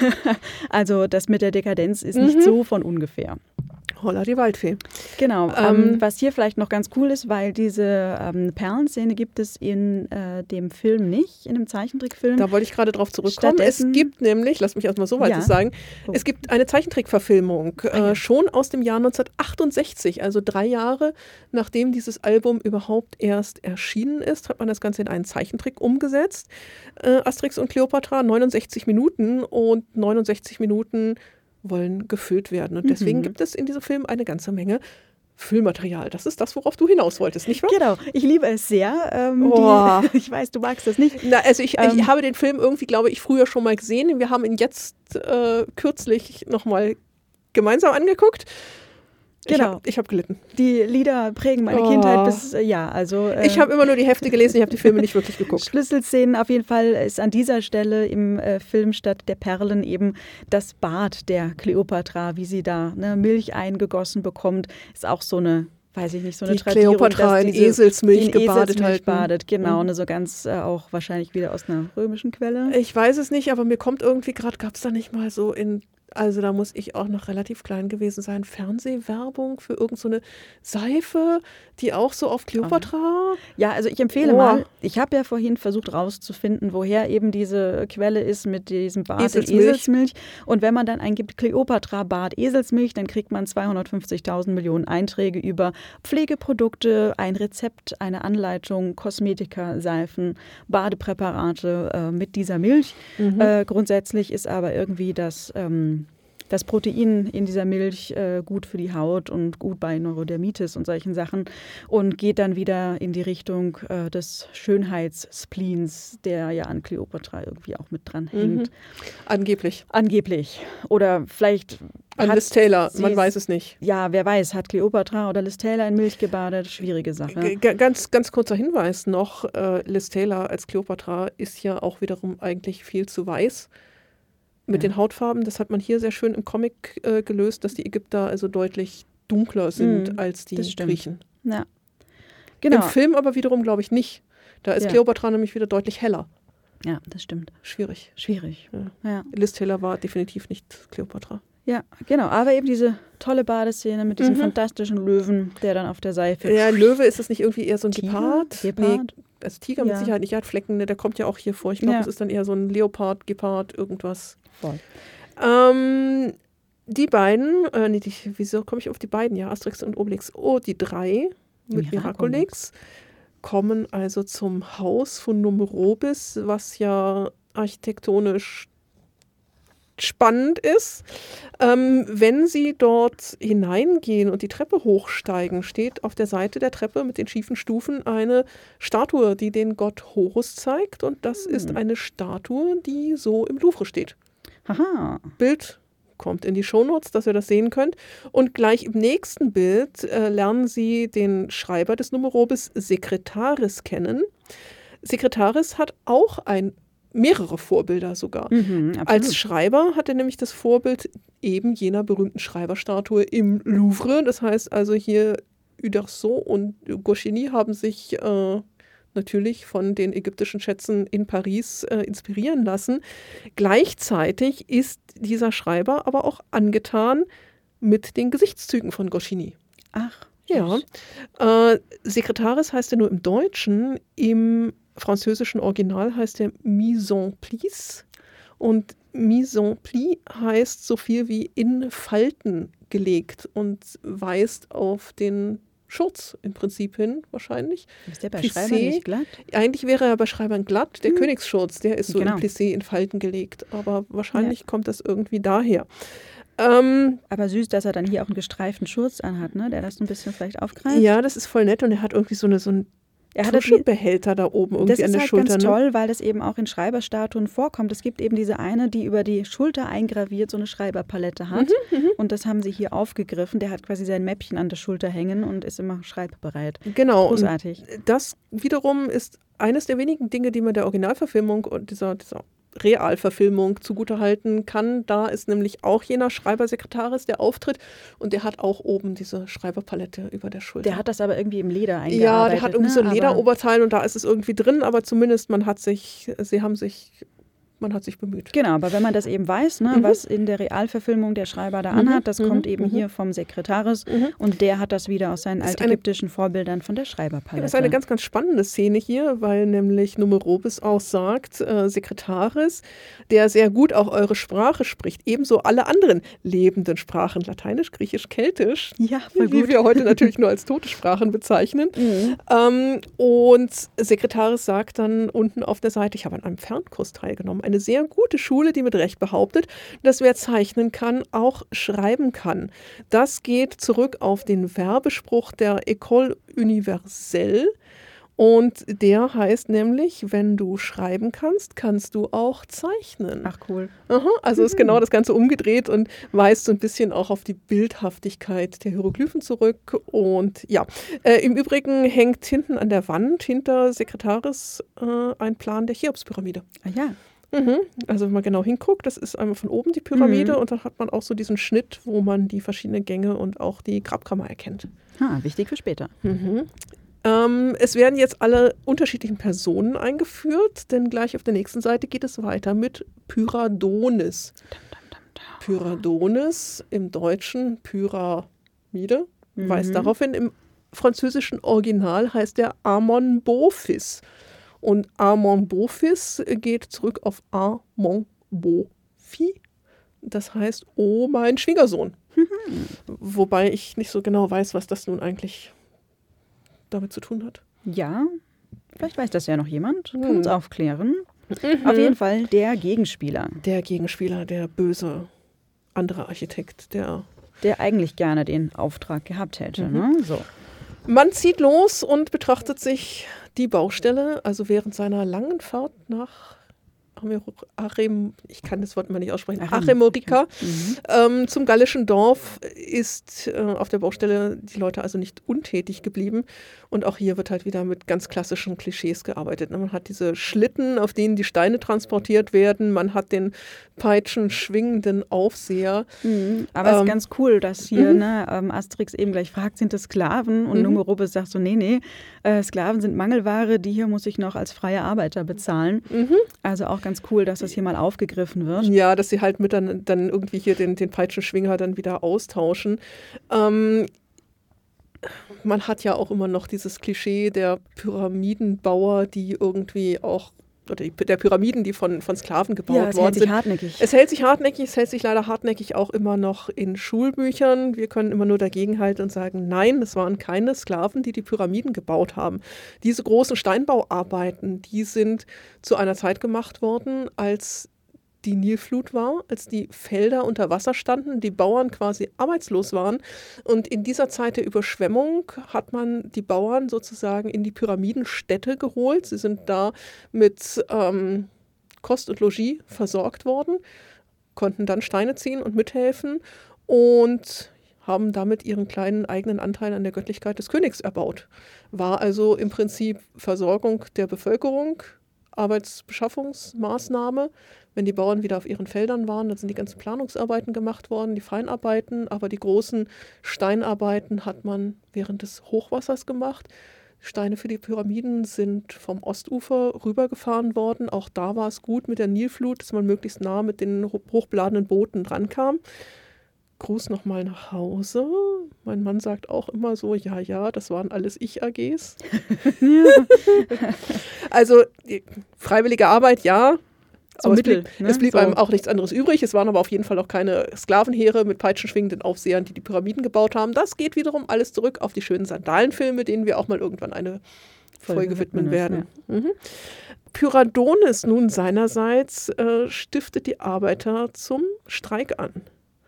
Also das mit der Dekadenz ist nicht mhm. so von ungefähr. Holla die Waldfee. Genau. Ähm, ähm, was hier vielleicht noch ganz cool ist, weil diese ähm, Perlenszene gibt es in äh, dem Film nicht, in dem Zeichentrickfilm. Da wollte ich gerade drauf zurückkommen. Es gibt nämlich, lass mich erstmal so weit ja. sagen, oh. es gibt eine Zeichentrickverfilmung, äh, ja. schon aus dem Jahr neunzehnhundertachtundsechzig, also drei Jahre nachdem dieses Album überhaupt erst erschienen ist, hat man das Ganze in einen Zeichentrick umgesetzt. Äh, Asterix und Kleopatra, neunundsechzig Minuten und neunundsechzig Minuten wollen gefüllt werden. Und deswegen mhm. gibt es in diesem Film eine ganze Menge Füllmaterial. Das ist das, worauf du hinaus wolltest, nicht wahr? Genau, ich liebe es sehr. Ähm, oh. die, ich weiß, du magst das nicht. Na, also ich, ähm, ich habe den Film irgendwie, glaube ich, früher schon mal gesehen. Wir haben ihn jetzt äh, kürzlich nochmal gemeinsam angeguckt. Genau. Ich habe ich hab gelitten. Die Lieder prägen meine oh. Kindheit bis, äh, ja, also... Äh, ich habe immer nur die Hefte gelesen, ich habe die Filme nicht wirklich geguckt. Schlüsselszenen auf jeden Fall ist an dieser Stelle im äh, Film Stadt der Perlen eben das Bad der Kleopatra, wie sie da ne, Milch eingegossen bekommt, ist auch so eine... weiß ich nicht, so eine die Tradition, Kleopatra in Eselsmilch gebadet Eselsmilch halten. badet, genau, ne, so ganz äh, auch wahrscheinlich wieder aus einer römischen Quelle. Ich weiß es nicht, aber mir kommt irgendwie gerade, gab es da nicht mal so in, also da muss ich auch noch relativ klein gewesen sein, Fernsehwerbung für irgend so eine Seife, die auch so auf Kleopatra... Ja, also ich empfehle oh. mal, ich habe ja vorhin versucht rauszufinden, woher eben diese Quelle ist mit diesem Bad Eselsmilch. in Eselsmilch. Und wenn man dann eingibt Kleopatra Bad Eselsmilch, dann kriegt man zweihundertfünfzigtausend Millionen Einträge über Pflegeprodukte, ein Rezept, eine Anleitung, Kosmetika, Seifen, Badepräparate äh, mit dieser Milch. Mhm. Äh, grundsätzlich ist aber irgendwie das... Ähm, das Protein in dieser Milch äh, gut für die Haut und gut bei Neurodermitis und solchen Sachen und geht dann wieder in die Richtung äh, des Schönheitsspleens, der ja an Kleopatra irgendwie auch mit dran hängt. Mhm. Angeblich. Angeblich. Oder vielleicht... An Liz Taylor, man weiß es nicht. Ja, wer weiß, hat Kleopatra oder Liz Taylor in Milch gebadet? Schwierige Sache. G- ganz, ganz kurzer Hinweis noch, äh, Liz Taylor als Kleopatra ist ja auch wiederum eigentlich viel zu weiß. Mit Ja. den Hautfarben, das hat man hier sehr schön im Comic äh, gelöst, dass die Ägypter also deutlich dunkler sind Mhm, als die das stimmt. Griechen. Ja. Genau. Im Film aber wiederum glaube ich nicht. Da ist Ja. Kleopatra nämlich wieder deutlich heller. Ja, das stimmt. Schwierig. Schwierig. Ja. Ja. Liz Taylor war definitiv nicht Kleopatra. Ja, genau. Aber eben diese tolle Badeszene mit diesem Mhm. fantastischen Löwen, der dann auf der Seife. Ja, Löwe, ist das nicht irgendwie eher so ein Tiger? Gepard? Gepard? Nee, also Tiger mit Ja. Sicherheit nicht, er hat Flecken, ne? Der kommt ja auch hier vor. Ich glaube, Ja. es ist dann eher so ein Leopard, Gepard, irgendwas. Voll. Ähm, die beiden, äh, nee, die, wieso komme ich auf die beiden? Ja, Asterix und Obelix. Oh, die drei mit Miraculix. Miraculix kommen also zum Haus von Numerobis, was ja architektonisch spannend ist. Ähm, wenn sie dort hineingehen und die Treppe hochsteigen, steht auf der Seite der Treppe mit den schiefen Stufen eine Statue, die den Gott Horus zeigt. Und das Hm. ist eine Statue, die so im Louvre steht. Haha. Bild kommt in die Shownotes, dass ihr das sehen könnt. Und gleich im nächsten Bild äh, lernen Sie den Schreiber des Numerobis, Sekretaris, kennen. Sekretaris hat auch ein, mehrere Vorbilder sogar. Mhm, absolut. Als Schreiber hat er nämlich das Vorbild eben jener berühmten Schreiberstatue im Louvre. Das heißt also hier Uderzo und Goscinny haben sich äh, natürlich von den ägyptischen Schätzen in Paris äh, inspirieren lassen. Gleichzeitig ist dieser Schreiber aber auch angetan mit den Gesichtszügen von Goscinny. Ach, Ja, süß. äh, Sekretaris heißt er nur im Deutschen, im französischen Original heißt er Mise en Plis und Mise en Plis heißt so viel wie in Falten gelegt und weist auf den Schurz im Prinzip hin, wahrscheinlich. Ist der bei Plissé. Schreiber nicht glatt? Eigentlich wäre er bei Schreibern glatt, der Hm. Königsschurz, der ist so Genau. in Plissé in Falten gelegt, aber wahrscheinlich kommt das irgendwie daher. Ähm, Aber süß, dass er dann hier auch einen gestreiften Schurz anhat, ne? Der das so ein bisschen vielleicht aufgreift. ja, das ist voll nett und er hat irgendwie so, eine, so einen er hat die, Tuschebehälter da oben irgendwie das an ist der halt Schulter. ganz ne? toll, weil das eben auch in Schreiberstatuen vorkommt. Es gibt eben diese eine, die über die Schulter eingraviert so eine Schreiberpalette hat. Mhm, Und das haben sie hier aufgegriffen. Der hat quasi sein Mäppchen an der Schulter hängen und ist immer schreibbereit. Genau. Und Großartig. das wiederum ist eines der wenigen Dinge, die man der Originalverfilmung und dieser, dieser Realverfilmung zugutehalten kann. Da ist nämlich auch jener Schreibersekretaris, der auftritt und der hat auch oben diese Schreiberpalette über der Schulter. Der hat das aber irgendwie im Leder eingearbeitet. ja, der hat irgendwie ne? so ein Aber- Lederoberteil und da ist es irgendwie drin, aber zumindest man hat sich, sie haben sich, man hat sich bemüht. Genau, aber wenn man das eben weiß, ne, Mhm. was in der Realverfilmung der Schreiber da Mhm, anhat, das mhm, kommt eben mhm. hier vom Sekretaris Mhm. und der hat das wieder aus seinen Das ist altägyptischen Vorbildern von der Ja, Schreiberpalette. das ist eine ganz, ganz spannende Szene hier, weil nämlich Numerobis auch sagt, äh, Sekretaris, der sehr gut auch eure Sprache spricht, ebenso alle anderen lebenden Sprachen, Lateinisch, Griechisch, Keltisch, ja, voll die gut. wir heute natürlich nur als tote Sprachen bezeichnen. Mhm. Ähm, und Sekretaris sagt dann unten auf der Seite, ich habe an einem Fernkurs teilgenommen. Eine sehr gute Schule, die mit Recht behauptet, dass wer zeichnen kann, auch schreiben kann. Das geht zurück auf den Werbespruch der École Universelle. Und der heißt nämlich, wenn du schreiben kannst, kannst du auch zeichnen. Ach cool. Aha, also ist genau das Ganze umgedreht und weist so ein bisschen auch auf die Bildhaftigkeit der Hieroglyphen zurück. Und ja, äh, im Übrigen hängt hinten an der Wand hinter Sekretaris äh, ein Plan der Cheops-Pyramide. Ah ja. Mhm. Also wenn man genau hinguckt, das ist einmal von oben die Pyramide Mhm. und dann hat man auch so diesen Schnitt, wo man die verschiedenen Gänge und auch die Grabkammer erkennt. Ha, wichtig für später. Mhm. Ähm, es werden jetzt alle unterschiedlichen Personen eingeführt, denn gleich auf der nächsten Seite geht es weiter mit Pyradonis. Dam, dam, dam, dam. Pyradonis, im Deutschen Pyramide, Mhm. weist darauf hin. Im französischen Original heißt er Amon Bophis. Und Amon Bophis geht zurück auf Amon Bophi. Das heißt, oh mein Schwiegersohn. Wobei ich nicht so genau weiß, was das nun eigentlich damit zu tun hat. Ja, vielleicht weiß das ja noch jemand. Kann Hm. uns aufklären. Auf jeden Fall der Gegenspieler, Der Gegenspieler, der böse andere Architekt, der der eigentlich gerne den Auftrag gehabt hätte. Mhm. Ne? So. Man zieht los und betrachtet sich die Baustelle, also während seiner langen Fahrt nach Arem, ich kann das Wort mal nicht aussprechen, Arem, Aremorica, okay. mhm. ähm, zum gallischen Dorf ist äh, auf der Baustelle die Leute also nicht untätig geblieben. Und auch hier wird halt wieder mit ganz klassischen Klischees gearbeitet. Man hat diese Schlitten, auf denen die Steine transportiert werden. Man hat den peitschenschwingenden Aufseher. Mhm. Aber es Ähm, ist ganz cool, dass hier mhm. ne, ähm, Asterix eben gleich fragt, sind das Sklaven? Und Mhm. Nummerobis sagt so, nee, nee, äh, Sklaven sind Mangelware, die hier muss ich noch als freier Arbeiter bezahlen. Mhm. Also auch ganz cool, dass das hier mal aufgegriffen wird. Ja, dass sie halt mit dann, dann irgendwie hier den, den Peitschenschwinger dann wieder austauschen. Ähm, man hat ja auch immer noch dieses Klischee der Pyramidenbauer, die irgendwie auch, oder die, der Pyramiden, die von, von Sklaven gebaut Ja, es worden hält sich sind. hartnäckig. Es hält sich hartnäckig, es hält sich leider hartnäckig auch immer noch in Schulbüchern. Wir können immer nur dagegenhalten und sagen, nein, es waren keine Sklaven, die die Pyramiden gebaut haben. Diese großen Steinbauarbeiten, die sind zu einer Zeit gemacht worden, als die Nilflut war, als die Felder unter Wasser standen, die Bauern quasi arbeitslos waren. Und in dieser Zeit der Überschwemmung hat man die Bauern sozusagen in die Pyramidenstädte geholt. Sie sind da mit ähm, Kost und Logis versorgt worden, konnten dann Steine ziehen und mithelfen und haben damit ihren kleinen eigenen Anteil an der Göttlichkeit des Königs erbaut. War also im Prinzip Versorgung der Bevölkerung, Arbeitsbeschaffungsmaßnahme. Wenn die Bauern wieder auf ihren Feldern waren, dann sind die ganzen Planungsarbeiten gemacht worden, die Feinarbeiten, aber die großen Steinarbeiten hat man während des Hochwassers gemacht. Steine für die Pyramiden sind vom Ostufer rübergefahren worden. Auch da war es gut mit der Nilflut, dass man möglichst nah mit den hochbeladenen Booten rankam. Gruß nochmal nach Hause. Mein Mann sagt auch immer so, ja, ja, das waren alles Ich-A Gs. Ja. Also die freiwillige Arbeit, ja. So Aber Mittel, es blieb, ne? es blieb So. einem auch nichts anderes übrig. Es waren aber auf jeden Fall auch keine Sklavenheere mit peitschenschwingenden Aufsehern, die die Pyramiden gebaut haben. Das geht wiederum alles zurück auf die schönen Sandalenfilme, denen wir auch mal irgendwann eine Folge, Folge widmen werden. Ja. Mhm. Pyradones nun seinerseits äh, stiftet die Arbeiter zum Streik an.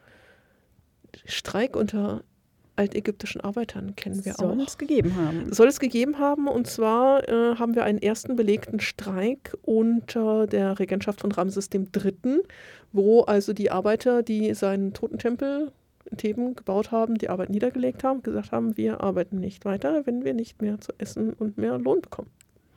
Streik unter altägyptischen Arbeitern kennen wir Soll auch. Soll es gegeben haben. Soll es gegeben haben. Und zwar äh, haben wir einen ersten belegten Streik unter der Regentschaft von Ramses der Dritte., wo also die Arbeiter, die seinen Totentempel in Theben gebaut haben, die Arbeit niedergelegt haben, gesagt haben, wir arbeiten nicht weiter, wenn wir nicht mehr zu essen und mehr Lohn bekommen.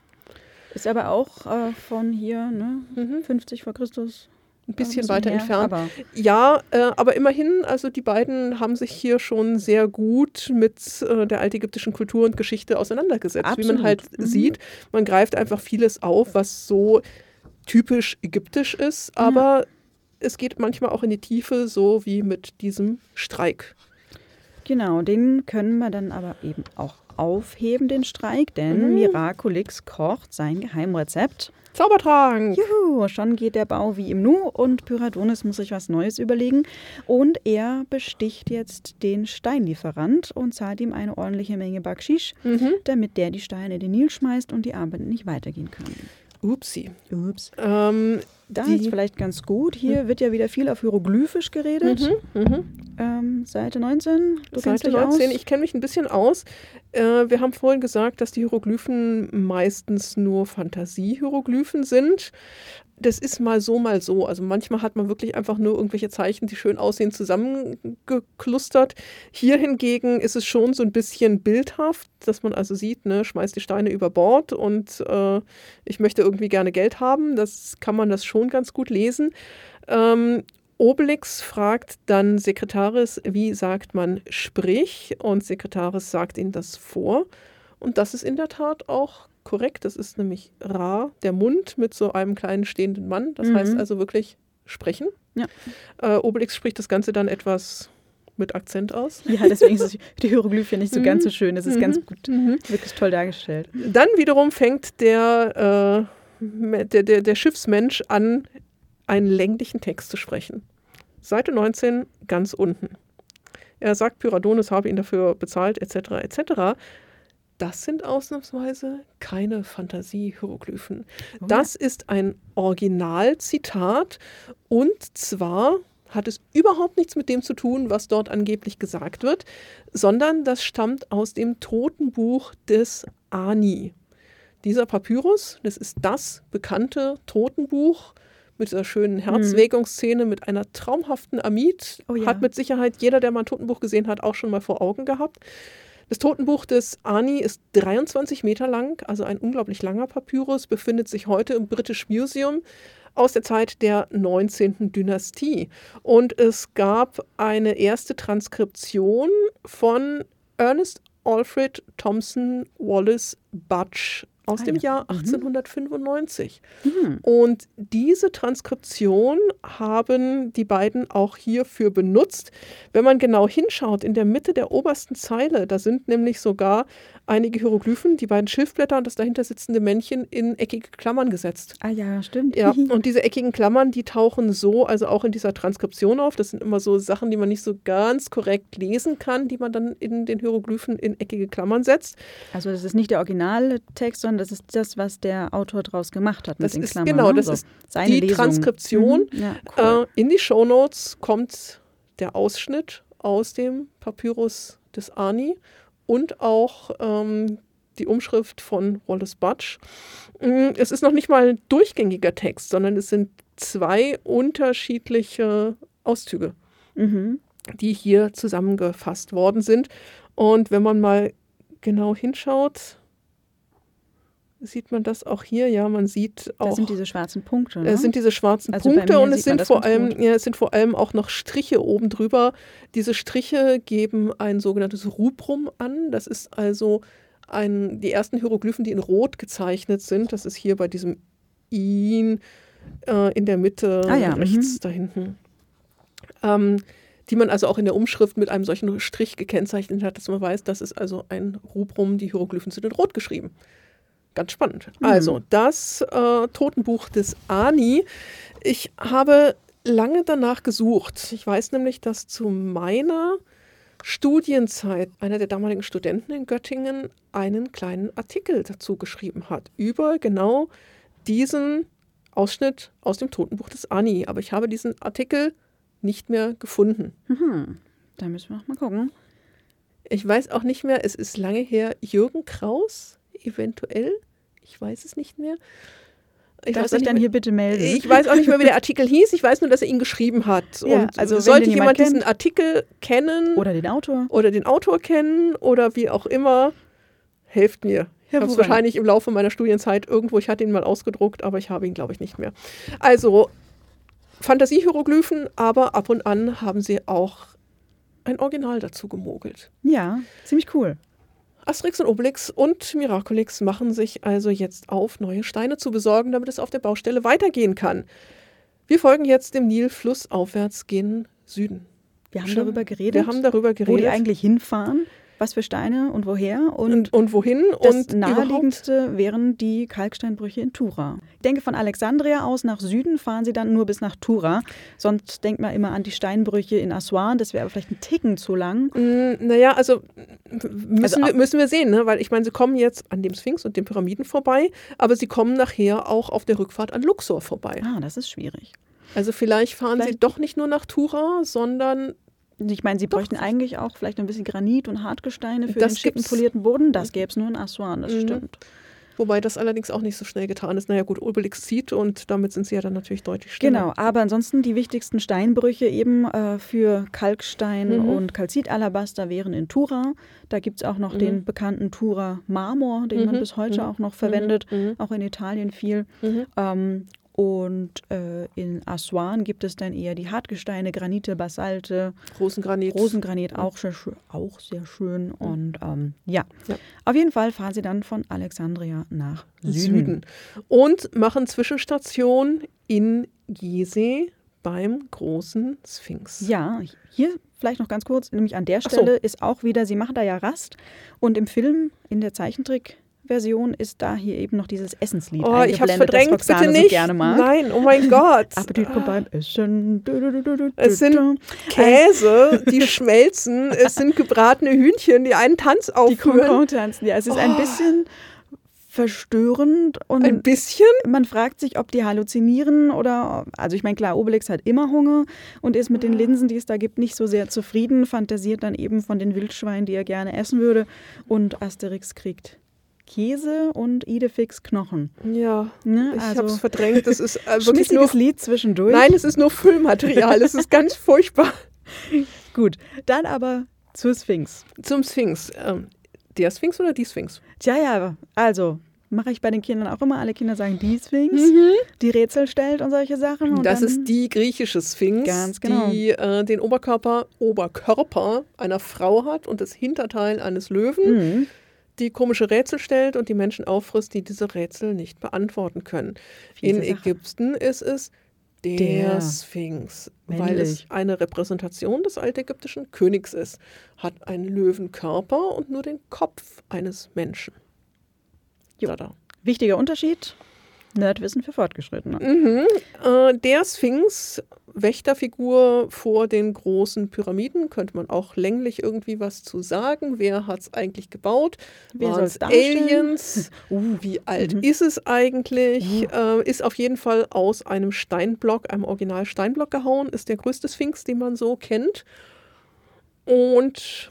Ist aber auch äh, von hier, ne? Mhm. fünfzig vor Christus. Ein bisschen, bisschen weiter her, entfernt. Aber ja, äh, aber immerhin, also die beiden haben sich hier schon sehr gut mit äh, der altägyptischen Kultur und Geschichte auseinandergesetzt. Absolut. Wie man halt mhm. sieht, man greift einfach vieles auf, was so typisch ägyptisch ist, aber ja. es geht manchmal auch in die Tiefe, so wie mit diesem Streik. Genau, den können wir dann aber eben auch aufheben, den Streik, denn mhm. Miraculix kocht sein Geheimrezept. Zaubertrank! Juhu, schon geht der Bau wie im Nu und Pyradones muss sich was Neues überlegen. Und er besticht jetzt den Steinlieferant und zahlt ihm eine ordentliche Menge Bakschisch, mhm. damit der die Steine in den Nil schmeißt und die Arbeiten nicht weitergehen können. Upsi. Ups. Ähm, da ist vielleicht ganz gut. Hier mhm. wird ja wieder viel auf Hieroglyphisch geredet. Mhm. Mhm. Ähm, Seite neunzehn. Du Seite neunzehn. Aus? Ich kenne mich ein bisschen aus. Äh, wir haben vorhin gesagt, dass die Hieroglyphen meistens nur Fantasie-Hieroglyphen sind. Das ist mal so, mal so. Also manchmal hat man wirklich einfach nur irgendwelche Zeichen, die schön aussehen, zusammengeklustert. Hier hingegen ist es schon so ein bisschen bildhaft, dass man also sieht, ne, schmeißt die Steine über Bord und äh, ich möchte irgendwie gerne Geld haben. Das kann man das schon ganz gut lesen. Ähm, Obelix fragt dann Sekretaris, wie sagt man sprich? Und Sekretaris sagt ihm das vor. Und das ist in der Tat auch korrekt. Das ist nämlich Ra, der Mund mit so einem kleinen stehenden Mann. Das mhm. heißt also wirklich sprechen. Ja. Äh, Obelix spricht das Ganze dann etwas mit Akzent aus. Ja, deswegen ist die Hieroglyphe nicht so mhm. ganz so schön. Das ist mhm. ganz gut, mhm. wirklich toll dargestellt. Dann wiederum fängt der, äh, der, der, der Schiffsmensch an, einen länglichen Text zu sprechen. Seite neunzehn, ganz unten. Er sagt, Pyradones habe ihn dafür bezahlt, et cetera et cetera. Das sind ausnahmsweise keine Fantasie-Hieroglyphen. Oh. Das ist ein Originalzitat und zwar hat es überhaupt nichts mit dem zu tun, was dort angeblich gesagt wird, sondern das stammt aus dem Totenbuch des Ani. dieser Papyrus, das ist das bekannte Totenbuch mit dieser schönen Herzwägungsszene, mit einer traumhaften Amit. Oh ja. Hat mit Sicherheit jeder, der mal ein Totenbuch gesehen hat, auch schon mal vor Augen gehabt. Das Totenbuch des Ani ist dreiundzwanzig Meter lang, also ein unglaublich langer Papyrus, befindet sich heute im British Museum aus der Zeit der neunzehnten Dynastie. Und es gab eine erste Transkription von Ernest Alfred Thompson Wallace Budge aus Ah, dem ja. Jahr Mhm. achtzehnhundertfünfundneunzig. Mhm. Und diese Transkription haben die beiden auch hierfür benutzt. Wenn man genau hinschaut, in der Mitte der obersten Zeile, da sind nämlich sogar einige Hieroglyphen, die beiden Schilfblätter und das dahinter sitzende Männchen in eckige Klammern gesetzt. Ah ja, stimmt. Ja, und diese eckigen Klammern, die tauchen so also auch in dieser Transkription auf. Das sind immer so Sachen, die man nicht so ganz korrekt lesen kann, die man dann in den Hieroglyphen in eckige Klammern setzt. Also das ist nicht der originale Text, sondern das ist das, was der Autor draus gemacht hat mit Das den ist Klammern. genau, ne? das So, ist seine die Lesung. Transkription. Mhm. Ja, cool. Äh, in die Shownotes kommt der Ausschnitt aus dem Papyrus des Ani und auch ähm, die Umschrift von Wallace Budge. Mm, Es ist noch nicht mal ein durchgängiger Text, sondern es sind zwei unterschiedliche Auszüge, Mhm. die hier zusammengefasst worden sind. Und wenn man mal genau hinschaut, sieht man das auch hier. Ja, man sieht auch. Das sind diese schwarzen Punkte. Ne? Es sind diese schwarzen Also bei Punkte mir und es sieht man sind, das vor ganz allem, gut. ja, es sind vor allem auch noch Striche oben drüber. Diese Striche geben ein sogenanntes Rubrum an. Das ist also ein, die ersten Hieroglyphen, die in Rot gezeichnet sind. Das ist hier bei diesem In äh, in der Mitte Ah ja, rechts mhm. da hinten. Ähm, die man also auch in der Umschrift mit einem solchen Strich gekennzeichnet hat, dass man weiß, das ist also ein Rubrum, die Hieroglyphen sind in Rot geschrieben. Ganz spannend. Mhm. Also, das äh, Totenbuch des Ani. Ich habe lange danach gesucht. Ich weiß nämlich, dass zu meiner Studienzeit einer der damaligen Studenten in Göttingen einen kleinen Artikel dazu geschrieben hat, über genau diesen Ausschnitt aus dem Totenbuch des Ani. Aber ich habe diesen Artikel nicht mehr gefunden. Mhm. Da müssen wir noch mal gucken. Ich weiß auch nicht mehr, es ist lange her, Jürgen Kraus, eventuell. Ich weiß es nicht mehr. Ich Darf weiß auch ich nicht dann mehr, hier bitte melden? ich weiß auch nicht mehr, wie der Artikel hieß. Ich weiß nur, dass er ihn geschrieben hat. Ja, Und also wenn sollte den jemand jemand diesen kennt- Artikel kennen Oder den Autor. oder den Autor kennen oder wie auch immer, helft mir. Ich habe es Hervorragend. wahrscheinlich im Laufe meiner Studienzeit irgendwo, ich hatte ihn mal ausgedruckt, aber ich habe ihn, glaube ich, nicht mehr. Also Fantasie-Hieroglyphen, aber ab und an haben sie auch ein Original dazu gemogelt. Ja, ziemlich cool. Asterix und Obelix und Miraculix machen sich also jetzt auf, neue Steine zu besorgen, damit es auf der Baustelle weitergehen kann. Wir folgen jetzt dem Nil flussaufwärts gen Süden. Wir haben Schon- darüber geredet, Wir haben darüber wo die geredet. eigentlich hinfahren, was für Steine und woher. Und und, und wohin? das und naheliegendste wären die Kalksteinbrüche in Tura. Ich denke, von Alexandria aus nach Süden fahren sie dann nur bis nach Tura. Sonst denkt man immer an die Steinbrüche in Aswan. Das wäre aber vielleicht ein Ticken zu lang. Mm, Naja, also müssen, Also, wir, müssen wir sehen, ne? Weil ich meine, sie kommen jetzt an dem Sphinx und den Pyramiden vorbei, aber sie kommen nachher auch auf der Rückfahrt an Luxor vorbei. Ah, das ist schwierig. Also vielleicht fahren sie Vielleicht- doch nicht nur nach Tura, sondern Ich meine, sie Doch, bräuchten das- eigentlich auch vielleicht ein bisschen Granit und Hartgesteine für Das den schicken gibt's. polierten Boden. Das gäbe es nur in Aswan, das Mhm. stimmt. wobei das allerdings auch nicht so schnell getan ist. Naja gut, Obelix zieht und damit sind sie ja dann natürlich deutlich schneller. Genau, aber ansonsten die wichtigsten Steinbrüche eben äh, für Kalkstein Mhm. und Kalzitalabaster wären in Tura. Da gibt es auch noch Mhm. den bekannten Tura-Marmor, den man Mhm. bis heute Mhm. auch noch verwendet, Mhm. auch in Italien viel. Mhm. Ähm, und äh, in Aswan gibt es dann eher die Hartgesteine, Granite, Basalte, Rosengranit. Rosengranit, auch sehr, schön, auch sehr schön. Und ähm, ja. Ja. auf jeden Fall fahren sie dann von Alexandria nach Süden. Süden. Und machen Zwischenstation in Gizeh beim großen Sphinx. Ja, hier vielleicht noch ganz kurz, nämlich an der Ach so. Stelle ist auch wieder, sie machen da ja Rast und im Film, in der Zeichentrickversion ist da hier eben noch dieses Essenslied Oh, ich hab's eingeblendet, verdrängt, das Roxane bitte so nicht. gerne mag. Nein, oh mein Gott. Appetit kommt beim Essen. Du, du, du, du, du, Es sind du. Käse, die schmelzen. Es sind gebratene Hühnchen, die einen Tanz Die aufführen. Concon tanzen. Ja, es ist ein Oh. bisschen verstörend und Ein bisschen? man fragt sich, ob die halluzinieren oder, also ich meine, klar, Obelix hat immer Hunger und ist mit den Linsen, die es da gibt, nicht so sehr zufrieden, fantasiert dann eben von den Wildschweinen, die er gerne essen würde und Asterix kriegt Käse und Idefix Knochen. Ja, Ne? ich Also, habe es verdrängt. Das ist äh, wirklich nur... schmissiges Lied zwischendurch. Nein, es ist nur Füllmaterial. Es ist ganz furchtbar. Gut, dann aber zur Sphinx. Zum Sphinx. Ähm, der Sphinx oder die Sphinx? Tja, ja, also mache ich bei den Kindern auch immer. Alle Kinder sagen die Sphinx, Mhm. die Rätsel stellt und solche Sachen. Und Das dann, ist die griechische Sphinx, Ganz genau. die äh, den Oberkörper, Oberkörper einer Frau hat und das Hinterteil eines Löwen, Mhm. die komische Rätsel stellt und die Menschen auffrisst, die diese Rätsel nicht beantworten können. Fiese In Sache. Ägypten ist es der, Der. Sphinx, weil Männlich. es eine Repräsentation des altägyptischen Königs ist. Hat einen Löwenkörper und nur den Kopf eines Menschen. Jo. Tada. Wichtiger Unterschied, Nerdwissen für Fortgeschrittene. Mhm. Äh, der Sphinx, Wächterfigur vor den großen Pyramiden, könnte man auch länglich irgendwie was zu sagen. Wer hat es eigentlich gebaut? Wer Waren soll's es darstellen? Aliens? Uh, Wie alt Mhm. ist es eigentlich? Äh, ist auf jeden Fall aus einem Steinblock, einem Original Steinblock gehauen, ist der größte Sphinx, den man so kennt. Und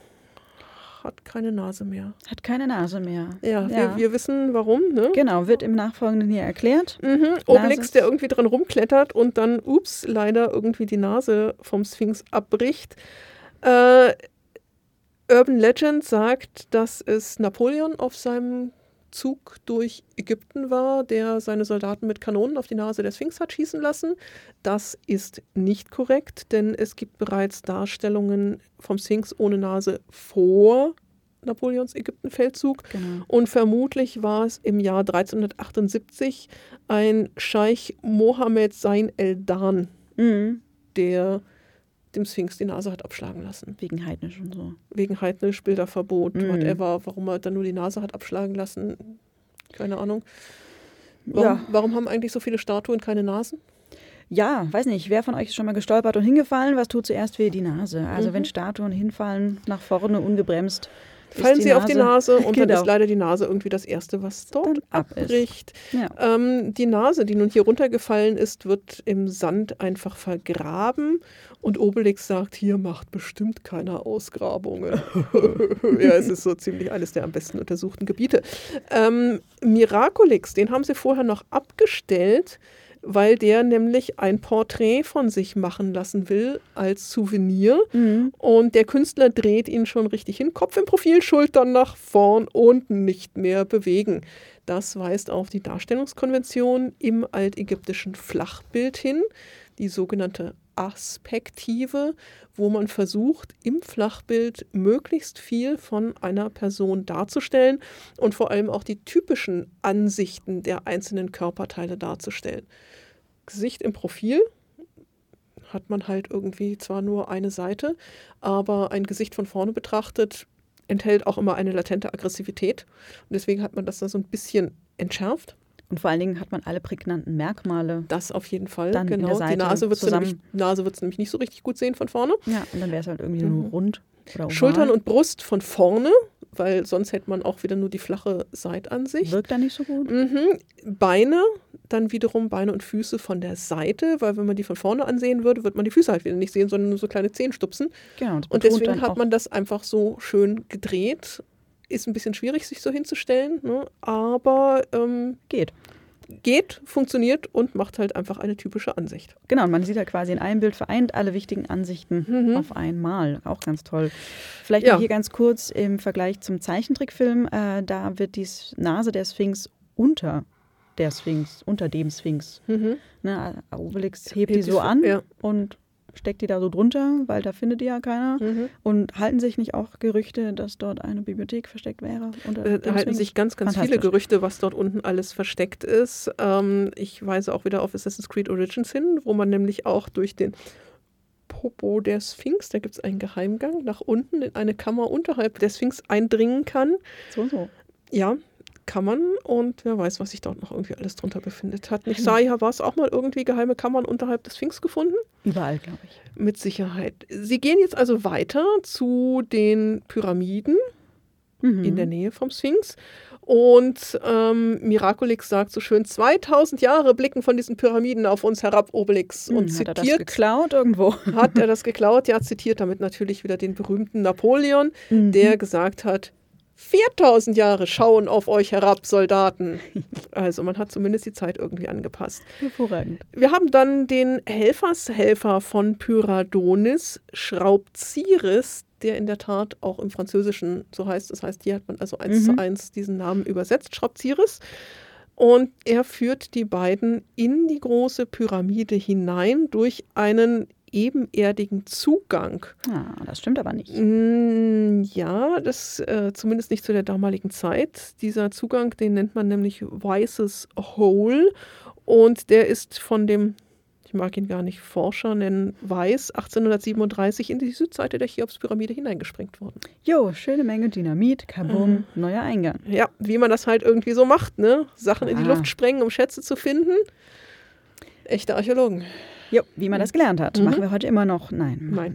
hat keine Nase mehr. hat keine Nase mehr. Ja, Ja. Wir, wir wissen warum, ne? Genau, wird im Nachfolgenden hier erklärt. Mhm. Obelix, Nase- der irgendwie dran rumklettert und dann, ups, leider irgendwie die Nase vom Sphinx abbricht. Äh, Urban Legend sagt, dass es Napoleon auf seinem Zug durch Ägypten war, der seine Soldaten mit Kanonen auf die Nase der Sphinx hat schießen lassen. Das ist nicht korrekt, denn es gibt bereits Darstellungen vom Sphinx ohne Nase vor Napoleons Ägyptenfeldzug. Genau. Und vermutlich war es im Jahr dreizehnhundertachtundsiebzig ein Scheich Mohammed Sein el-Dan, Mhm. der dem Sphinx die Nase hat abschlagen lassen. Wegen heidnisch und so. Wegen heidnisch, Bilderverbot, Mhm. whatever. Warum er dann nur die Nase hat abschlagen lassen, keine Ahnung. Warum, Ja. warum haben eigentlich so viele Statuen keine Nasen? Ja, weiß nicht, wer von euch ist schon mal gestolpert und hingefallen? Was tut zuerst weh? Die Nase. Also Mhm. wenn Statuen hinfallen, nach vorne ungebremst, ist Fallen die sie auf die Nase und dann Genau. ist leider die Nase irgendwie das Erste, was dort Dann ab ist. abbricht. Ja. Ähm, die Nase, die nun hier runtergefallen ist, wird im Sand einfach vergraben und Obelix sagt, hier macht bestimmt keiner Ausgrabungen. Ja, es ist so ziemlich eines der am besten untersuchten Gebiete. Ähm, Miraculix, den haben sie vorher noch abgestellt, weil der nämlich ein Porträt von sich machen lassen will als Souvenir. Mhm. Und der Künstler dreht ihn schon richtig hin. Kopf im Profil, Schultern nach vorn und nicht mehr bewegen. Das weist auf die Darstellungskonvention im altägyptischen Flachbild hin, die sogenannte Aspektive, wo man versucht, im Flachbild möglichst viel von einer Person darzustellen und vor allem auch die typischen Ansichten der einzelnen Körperteile darzustellen. Gesicht im Profil hat man halt irgendwie zwar nur eine Seite, aber ein Gesicht von vorne betrachtet enthält auch immer eine latente Aggressivität. Und deswegen hat man das da so ein bisschen entschärft. Und vor allen Dingen hat man alle prägnanten Merkmale. Das auf jeden Fall, Dann in genau. der Seite Die Nase wird zusammen. nämlich, Nase wird's nämlich nicht so richtig gut sehen von vorne. Ja, und dann wäre es halt irgendwie Mhm. nur rund oder oval. Schultern und Brust von vorne, weil sonst hätte man auch wieder nur die flache Seitansicht. Wirkt da nicht so gut. Mhm. Beine, dann wiederum Beine und Füße von der Seite, weil wenn man die von vorne ansehen würde, wird man die Füße halt wieder nicht sehen, sondern nur so kleine Zehenstupsen. Genau. das Und betont deswegen dann hat auch- man das einfach so schön gedreht. Ist ein bisschen schwierig, sich so hinzustellen, ne? Aber ähm, geht. geht, funktioniert und macht halt einfach eine typische Ansicht. Genau, und man sieht da quasi in einem Bild vereint alle wichtigen Ansichten Mhm. auf einmal. Auch ganz toll. Vielleicht Ja. noch hier ganz kurz im Vergleich zum Zeichentrickfilm. Äh, da wird die S- Nase der Sphinx unter der Sphinx, unter dem Sphinx. Mhm. Ne, Obelix hebt Hebt die die so F- an ja. und steckt die da so drunter, weil da findet die ja keiner. Mhm. Und halten sich nicht auch Gerüchte, dass dort eine Bibliothek versteckt wäre? Unter Äh, dem halten Sphinx? sich ganz, ganz viele Fantastisch. Gerüchte, was dort unten alles versteckt ist. Ähm, ich weise auch wieder auf Assassin's Creed Origins hin, wo man nämlich auch durch den Popo der Sphinx, da gibt es einen Geheimgang, nach unten in eine Kammer unterhalb der Sphinx eindringen kann. So, so. Ja, kann man und wer weiß, was sich dort noch irgendwie alles drunter befindet. Hat nicht Saia war es auch mal irgendwie geheime Kammern unterhalb des Sphinx gefunden? Überall, glaube ich. Mit Sicherheit. Sie gehen jetzt also weiter zu den Pyramiden Mhm. in der Nähe vom Sphinx. Und ähm, Miraculix sagt so schön, zweitausend Jahre blicken von diesen Pyramiden auf uns herab, Obelix. Und Hm, hat er das zitiert, geklaut irgendwo? hat er das geklaut? Ja, zitiert damit natürlich wieder den berühmten Napoleon, Mhm. der gesagt hat, viertausend Jahre schauen auf euch herab, Soldaten. Also man hat zumindest die Zeit irgendwie angepasst. Hervorragend. Wir haben dann den Helfershelfer von Pyradonis, Schraubzieris, der in der Tat auch im Französischen so heißt. Das heißt, hier hat man also eins Mhm. zu eins diesen Namen übersetzt, Schraubzieris. Und er führt die beiden in die große Pyramide hinein durch einen ebenerdigen Zugang. Ah, das stimmt aber nicht. Mm, Ja, das äh, zumindest nicht zu der damaligen Zeit. Dieser Zugang, den nennt man nämlich Weißes Hole und der ist von dem, ich mag ihn gar nicht Forscher nennen, Weiß, achtzehnhundertsiebenunddreißig in die Südseite der Cheops-Pyramide hineingesprengt worden. Jo, schöne Menge Dynamit, Kabum, neuer Eingang. Ja, wie man das halt irgendwie so macht, ne? Sachen in die Ah. Luft sprengen, um Schätze zu finden. Echte Archäologen. Jo, wie man das gelernt hat. Mhm. Machen wir heute immer noch? Nein. Nein.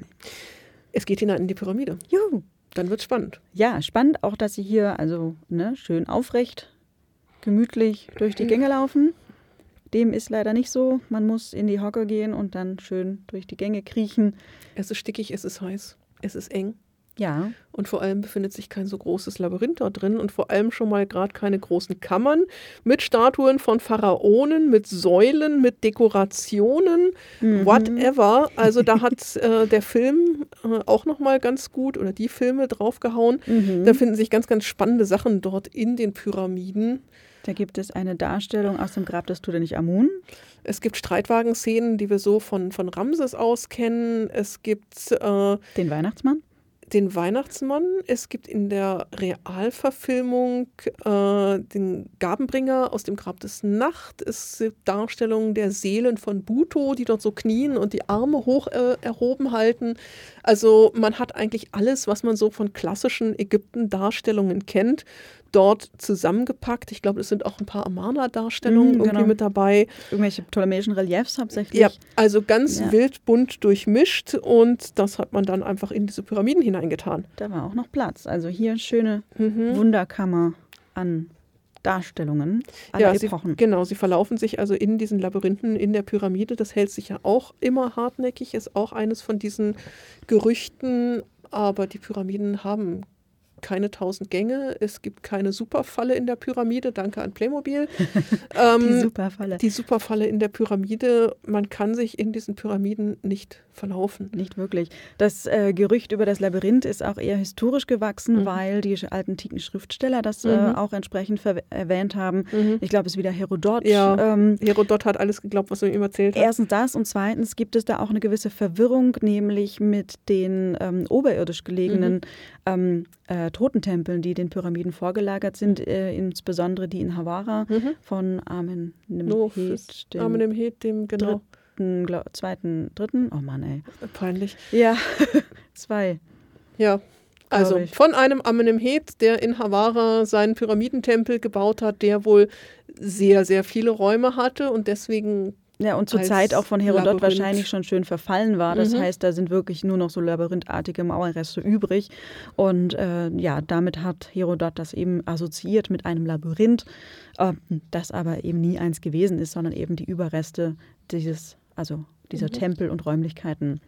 Es geht hinein in die Pyramide. Juhu. Dann wird's spannend. Ja, spannend auch, dass sie hier also ne, schön aufrecht, gemütlich durch die Gänge laufen. Dem ist leider nicht so. Man muss in die Hocke gehen und dann schön durch die Gänge kriechen. Es ist stickig, es ist heiß, es ist eng. Ja, Und vor allem befindet sich kein so großes Labyrinth da drin und vor allem schon mal gerade keine großen Kammern mit Statuen von Pharaonen, mit Säulen, mit Dekorationen, whatever. Also da hat äh, der Film äh, auch nochmal ganz gut oder die Filme draufgehauen. Mhm. Da finden sich ganz, ganz spannende Sachen dort in den Pyramiden. da gibt es eine Darstellung aus dem Grab des Tutanchamun. Es gibt Streitwagenszenen, die wir so von, von Ramses aus kennen. Es gibt äh, Den Weihnachtsmann. den Weihnachtsmann. Es gibt in der Realverfilmung äh, den Gabenbringer aus dem Grab des Nacht. Es gibt Darstellungen der Seelen von Buto, die dort so knien und die Arme hoch äh, erhoben halten. Also man hat eigentlich alles, was man so von klassischen Ägypten-Darstellungen kennt, dort zusammengepackt. Ich glaube, es sind auch ein paar Amarna-Darstellungen Mhm, irgendwie genau. mit dabei. Irgendwelche ptolemäischen Reliefs hauptsächlich. Ja, also ganz Ja. wild bunt durchmischt und das hat man dann einfach in diese Pyramiden hineingetan. Da war auch noch Platz. Also hier schöne Mhm. Wunderkammer an Darstellungen aller Ja, sie, Epochen. genau, sie verlaufen sich also in diesen Labyrinthen in der Pyramide. Das hält sich ja auch immer hartnäckig, ist auch eines von diesen Gerüchten. Aber die Pyramiden haben keine tausend Gänge. Es gibt keine Superfalle in der Pyramide. Danke an Playmobil. ähm, Die Superfalle. die Superfalle in der Pyramide. Man kann sich in diesen Pyramiden nicht verlaufen. Nicht wirklich. Das äh, Gerücht über das Labyrinth ist auch eher historisch gewachsen, Mhm. weil die alten antiken Schriftsteller das Mhm. äh, auch entsprechend ver- erwähnt haben. Mhm. Ich glaube, es ist wieder Herodot. Ja. Ähm, Herodot hat alles geglaubt, was er ihm erzählt hat. Erstens das und zweitens gibt es da auch eine gewisse Verwirrung, nämlich mit den ähm, oberirdisch gelegenen ähm, äh, Totentempeln, die den Pyramiden vorgelagert sind, äh, insbesondere die in Hawara Mhm. von Amenemhet, Nofis, dem Amenemhet, dem, genau, dritten, glaub, zweiten, dritten, oh Mann, ey. peinlich. Ja, zwei. Ja, also Glaub ich. von einem Amenemhet, der in Hawara seinen Pyramidentempel gebaut hat, der wohl sehr, sehr viele Räume hatte und deswegen Ja, und zur als Zeit auch von Herodot Labyrinth. wahrscheinlich schon schön verfallen war. Das Mhm. heißt, da sind wirklich nur noch so labyrinthartige Mauerreste übrig. Und äh, ja, damit hat Herodot das eben assoziiert mit einem Labyrinth, äh, das aber eben nie eins gewesen ist, sondern eben die Überreste dieses, also dieser Mhm. Tempel und Räumlichkeiten.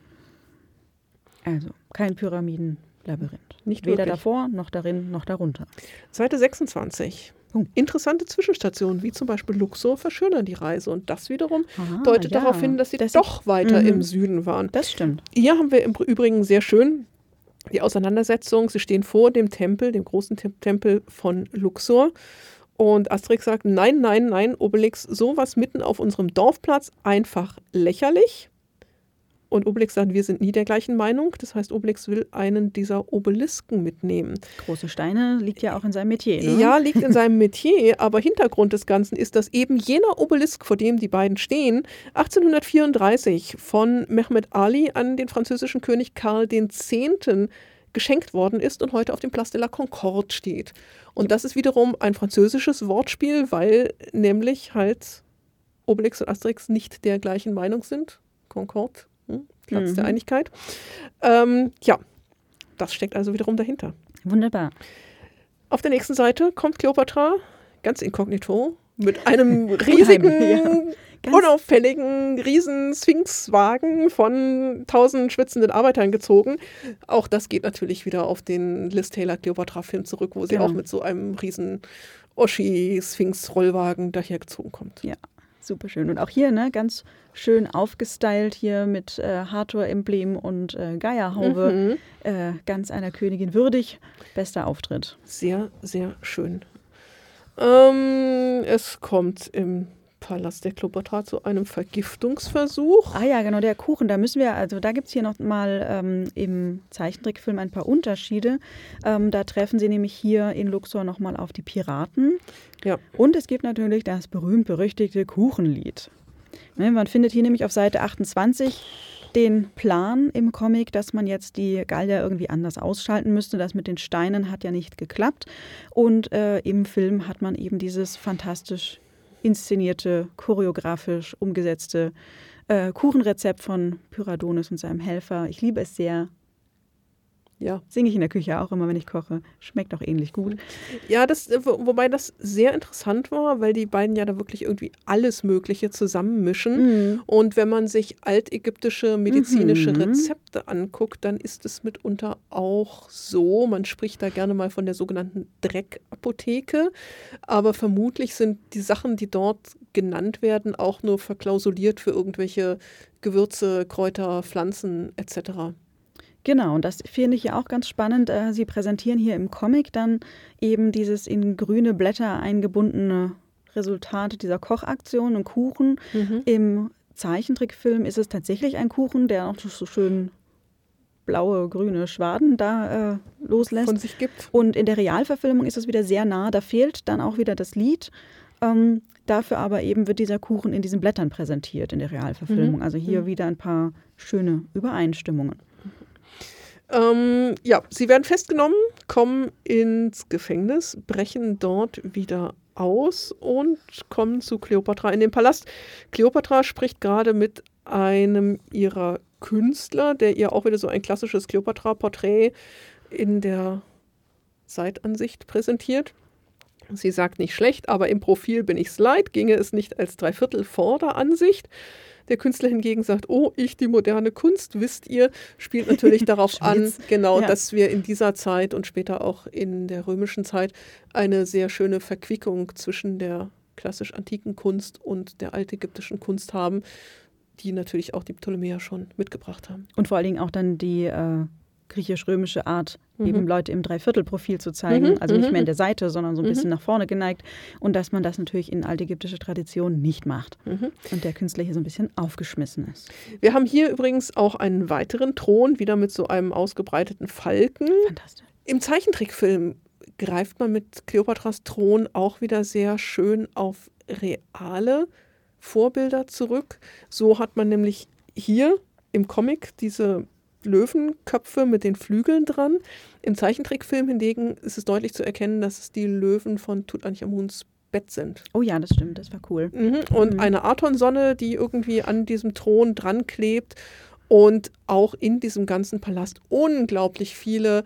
Also kein Pyramidenlabyrinth. Nicht Weder wirklich. davor, noch darin, noch darunter. Seite sechsundzwanzig. Oh. Interessante Zwischenstationen, wie zum Beispiel Luxor, verschönern die Reise. Und das wiederum Aha, deutet ja. darauf hin, dass sie Das- doch weiter Mhm. im Süden waren. Das stimmt. Hier haben wir im Übrigen sehr schön die Auseinandersetzung. Sie stehen vor dem Tempel, dem großen Tem- Tempel von Luxor. Und Asterix sagt, nein, nein, nein, Obelix, sowas mitten auf unserem Dorfplatz, einfach lächerlich. Und Obelix sagt, wir sind nie der gleichen Meinung. Das heißt, Obelix will einen dieser Obelisken mitnehmen. Große Steine liegt ja auch in seinem Metier. Ne? Ja, liegt in seinem Metier, aber Hintergrund des Ganzen ist, dass eben jener Obelisk, vor dem die beiden stehen, achtzehnhundertvierunddreißig von Mehmed Ali an den französischen König Karl X. geschenkt worden ist und heute auf dem Place de la Concorde steht. Und das ist wiederum ein französisches Wortspiel, weil nämlich halt Obelix und Asterix nicht der gleichen Meinung sind. Concorde, hm? Platz Mhm. der Einigkeit. Ähm, ja, das steckt also wiederum dahinter. Wunderbar. Auf der nächsten Seite kommt Kleopatra, ganz inkognito, mit einem riesigen ja. unauffälligen riesen Sphinxwagen von tausend schwitzenden Arbeitern gezogen. Auch das geht natürlich wieder auf den Liz Taylor-Cleopatra-Film zurück, wo sie genau. auch mit so einem riesen Oschi-Sphinx-Rollwagen dahergezogen kommt. Ja, super schön. Und auch hier, ne, ganz schön aufgestylt hier mit äh, Hathor-Emblem und äh, Geierhaube. Mhm. Äh, ganz einer Königin würdig. Bester Auftritt. Sehr, sehr schön. Ähm, es kommt im Palast der Kleopatra zu einem Vergiftungsversuch. Ah ja, genau, der Kuchen, da müssen wir, also da gibt es hier noch mal ähm, im Zeichentrickfilm ein paar Unterschiede. Ähm, da treffen sie nämlich hier in Luxor noch mal auf die Piraten. Ja. Und es gibt natürlich das berühmt-berüchtigte Kuchenlied. Ne, man findet hier nämlich auf Seite achtundzwanzig den Plan im Comic, dass man jetzt die Gallier irgendwie anders ausschalten müsste. Das mit den Steinen hat ja nicht geklappt. Und äh, im Film hat man eben dieses fantastisch inszenierte, choreografisch umgesetzte äh, Kuchenrezept von Pyradonis und seinem Helfer. Ich liebe es sehr. Ja. Singe ich in der Küche auch immer, wenn ich koche. Schmeckt auch ähnlich gut. Ja, das, wo, wobei das sehr interessant war, weil die beiden ja da wirklich irgendwie alles Mögliche zusammenmischen. Mhm. Und wenn man sich altägyptische medizinische mhm. Rezepte anguckt, dann ist es mitunter auch so. Man spricht da gerne mal von der sogenannten Dreckapotheke. Aber vermutlich sind die Sachen, die dort genannt werden, auch nur verklausuliert für irgendwelche Gewürze, Kräuter, Pflanzen et cetera. Genau, und das finde ich ja auch ganz spannend. Sie präsentieren hier im Comic dann eben dieses in grüne Blätter eingebundene Resultat dieser Kochaktion und Kuchen. Mhm. Im Zeichentrickfilm ist es tatsächlich ein Kuchen, der auch so schön blaue, grüne Schwaden da äh, loslässt. Von sich gibt. Und in der Realverfilmung ist es wieder sehr nah. Da fehlt dann auch wieder das Lied. Ähm, dafür aber eben wird dieser Kuchen in diesen Blättern präsentiert in der Realverfilmung. Mhm. Also hier mhm. wieder ein paar schöne Übereinstimmungen. Ähm, ja, sie werden festgenommen, kommen ins Gefängnis, brechen dort wieder aus und kommen zu Kleopatra in den Palast. Kleopatra spricht gerade mit einem ihrer Künstler, der ihr auch wieder so ein klassisches Kleopatra-Porträt in der Seitansicht präsentiert. Sie sagt nicht schlecht, aber im Profil bin ich's leid, ginge es nicht als Dreiviertel Vorderansicht. Der Künstler hingegen sagt, oh, ich, die moderne Kunst, wisst ihr, spielt natürlich darauf an, genau, ja. dass wir in dieser Zeit und später auch in der römischen Zeit eine sehr schöne Verquickung zwischen der klassisch-antiken Kunst und der altägyptischen Kunst haben, die natürlich auch die Ptolemäer schon mitgebracht haben. Und vor allen Dingen auch dann die äh, griechisch-römische Art, mhm. eben Leute im Dreiviertelprofil zu zeigen, mhm. also nicht mehr in der Seite, sondern so ein mhm. bisschen nach vorne geneigt und dass man das natürlich in altägyptischer Tradition nicht macht mhm. und der Künstler hier so ein bisschen aufgeschmissen ist. Wir haben hier übrigens auch einen weiteren Thron, wieder mit so einem ausgebreiteten Falken. Fantastisch. Im Zeichentrickfilm greift man mit Kleopatras Thron auch wieder sehr schön auf reale Vorbilder zurück. So hat man nämlich hier im Comic diese Löwenköpfe mit den Flügeln dran. Im Zeichentrickfilm hingegen ist es deutlich zu erkennen, dass es die Löwen von Tutanchamuns Bett sind. Oh ja, das stimmt, das war cool. Mhm. Und mhm. eine Arton-Sonne, die irgendwie an diesem Thron dran klebt und auch in diesem ganzen Palast unglaublich viele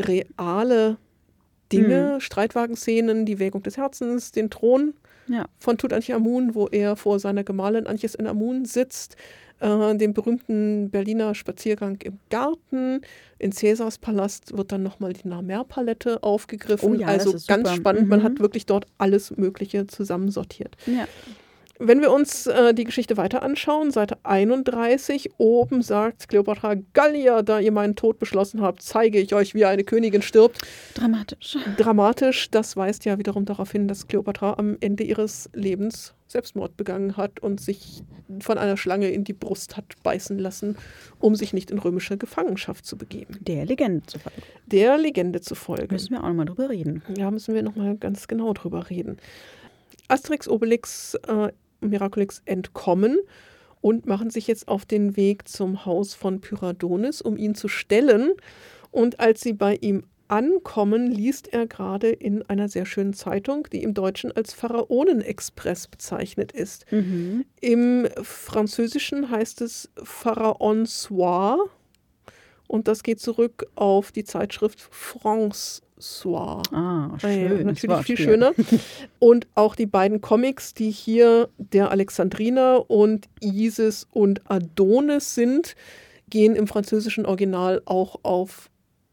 reale Dinge, mhm. Streitwagenszenen, die Wägung des Herzens, den Thron ja. von Tutanchamun, wo er vor seiner Gemahlin Anches en Amun sitzt, äh, den berühmten Berliner Spaziergang im Garten. In Cäsars Palast wird dann nochmal die Narmer-Palette aufgegriffen. Oh ja, also das ist ganz super. spannend, Mhm. man hat wirklich dort alles Mögliche zusammensortiert. Ja. Wenn wir uns äh, die Geschichte weiter anschauen, Seite einunddreißig, oben sagt Kleopatra, Gallier, da ihr meinen Tod beschlossen habt, zeige ich euch, wie eine Königin stirbt. Dramatisch. Dramatisch, das weist ja wiederum darauf hin, dass Kleopatra am Ende ihres Lebens Selbstmord begangen hat und sich von einer Schlange in die Brust hat beißen lassen, um sich nicht in römische Gefangenschaft zu begeben. Der Legende zufolge. Der Legende zufolge. Müssen wir auch nochmal drüber reden. Ja, müssen wir nochmal ganz genau drüber reden. Asterix, Obelix, äh, Miraculix entkommen und machen sich jetzt auf den Weg zum Haus von Pyradonis, um ihn zu stellen. Und als sie bei ihm ankommen, liest er gerade in einer sehr schönen Zeitung, die im Deutschen als Pharaonenexpress bezeichnet ist. Mhm. Im Französischen heißt es Pharaon Soir und das geht zurück auf die Zeitschrift France Soir. Ah, schön. Ah, ja, natürlich viel schöner. Und auch die beiden Comics, die hier der Alexandriner und Isis und Adonis sind, gehen im französischen Original auch auf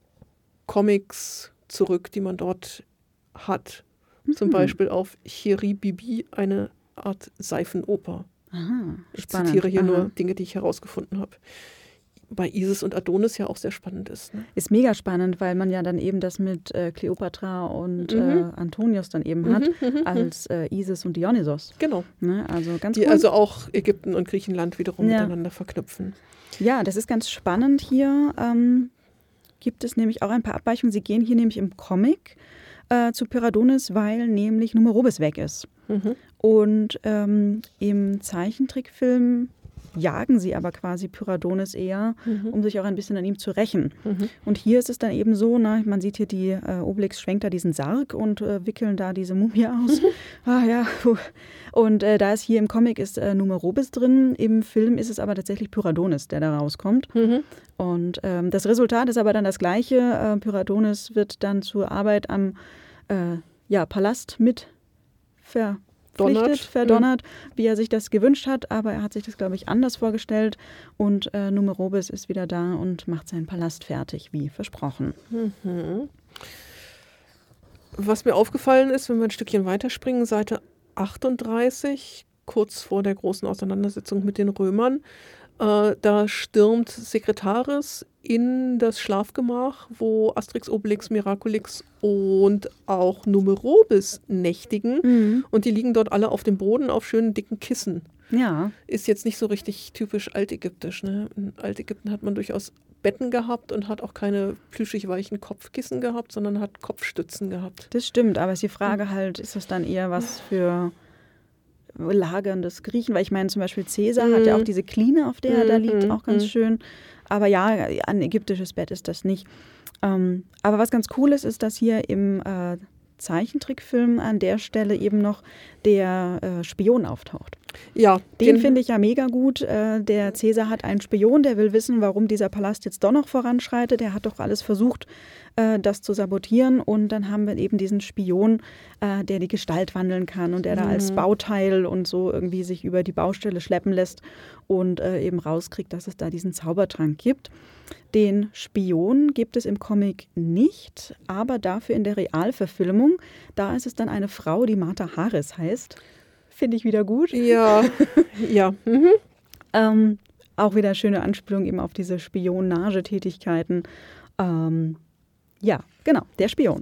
Comics zurück, die man dort hat. Mhm. Zum Beispiel auf Chéri Bibi, eine Art Seifenoper. Aha, ich spannend. zitiere hier Aha. nur Dinge, die ich herausgefunden habe. Bei Isis und Adonis ja auch sehr spannend ist. Ne? Ist mega spannend, weil man ja dann eben das mit äh, Kleopatra und Mhm. äh, Antonius dann eben hat, Mhm, mhm, als äh, Isis und Dionysos. Genau. Ne? Also ganz Die cool. also auch Ägypten und Griechenland wiederum Ja. miteinander verknüpfen. Ja, das ist ganz spannend hier. Ähm, gibt es nämlich auch ein paar Abweichungen. Sie gehen hier nämlich im Comic äh, zu Pyradonis, weil nämlich Numerobis weg ist. Mhm. Und ähm, im Zeichentrickfilm jagen sie aber quasi Pyradonis eher, Mhm. um sich auch ein bisschen an ihm zu rächen. Mhm. Und hier ist es dann eben so, na, man sieht hier, die äh, Obelix schwenkt da diesen Sarg und äh, wickeln da diese Mumie aus. Ah ja, puh. Und äh, da ist hier im Comic ist äh, Numerobis drin, im Film ist es aber tatsächlich Pyradonis, der da rauskommt. Mhm. Und ähm, das Resultat ist aber dann das gleiche. Äh, Pyradonis wird dann zur Arbeit am äh, ja, Palast mit ver Donnert. verpflichtet, verdonnert, wie er sich das gewünscht hat, aber er hat sich das, glaube ich, anders vorgestellt und äh, Numerobis ist wieder da und macht seinen Palast fertig, wie versprochen. Mhm. Was mir aufgefallen ist, wenn wir ein Stückchen weiterspringen, Seite achtunddreißig, kurz vor der großen Auseinandersetzung mit den Römern, äh, da stürmt Sekretaris in das Schlafgemach, wo Asterix, Obelix, Miraculix und auch Numerobis nächtigen. Mhm. Und die liegen dort alle auf dem Boden auf schönen dicken Kissen. Ja, Ist jetzt nicht so richtig typisch altägyptisch. Ne? In Altägypten hat man durchaus Betten gehabt und hat auch keine plüschig weichen Kopfkissen gehabt, sondern hat Kopfstützen gehabt. das stimmt, aber ist die Frage halt, ist das dann eher was für lagerndes Griechen? Weil ich meine, zum Beispiel Cäsar Mhm. hat ja auch diese Kline, auf der er da Mhm, liegt, auch ganz mhm. schön. Aber ja, ein ägyptisches Bett ist das nicht. Ähm, aber was ganz cool ist, ist, dass hier im äh, Zeichentrickfilm an der Stelle eben noch der äh, Spion auftaucht. Ja, Den finde ich ja mega gut. Äh, der Cäsar hat einen Spion, der will wissen, warum dieser Palast jetzt doch noch voranschreitet. Er hat doch alles versucht, äh, das zu sabotieren. Und dann haben wir eben diesen Spion, äh, der die Gestalt wandeln kann und der da als Bauteil und so irgendwie sich über die Baustelle schleppen lässt und äh, eben rauskriegt, dass es da diesen Zaubertrank gibt. Den Spion gibt es im Comic nicht, aber dafür in der Realverfilmung. Da ist es dann eine Frau, die Martha Harris heißt. Finde ich wieder gut. Ja, ja. Mhm. Ähm, auch wieder schöne Anspielung eben auf diese Spionagetätigkeiten. Ähm, ja, genau, der Spion.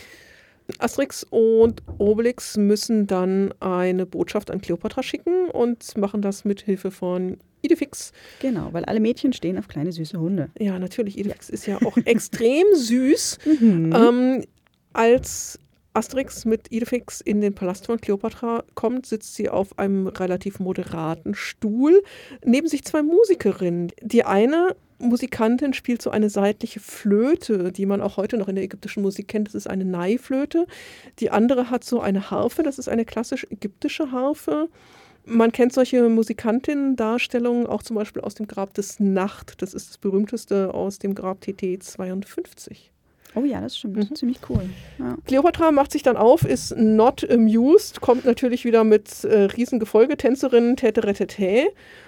Asterix und Obelix müssen dann eine Botschaft an Kleopatra schicken und machen das mit Hilfe von Idefix. Genau, weil alle Mädchen stehen auf kleine süße Hunde. Ja, natürlich. Idefix ist ja auch extrem süß. Mhm. Ähm, als Asterix mit Idefix in den Palast von Kleopatra kommt, sitzt sie auf einem relativ moderaten Stuhl. Neben sich zwei Musikerinnen. Die eine Musikantin spielt so eine seitliche Flöte, die man auch heute noch in der ägyptischen Musik kennt. Das ist eine Nai-Flöte. Die andere hat so eine Harfe. Das ist eine klassisch ägyptische Harfe. Man kennt solche Musikantinnen-Darstellungen auch zum Beispiel aus dem Grab des Nacht. Das ist das berühmteste aus dem Grab T T zweiundfünfzig. Oh ja, das stimmt. Mhm. Ziemlich cool. Ja. Kleopatra macht sich dann auf, ist not amused, kommt natürlich wieder mit äh, riesen Gefolgetänzerinnen, täteretetä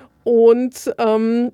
und ähm,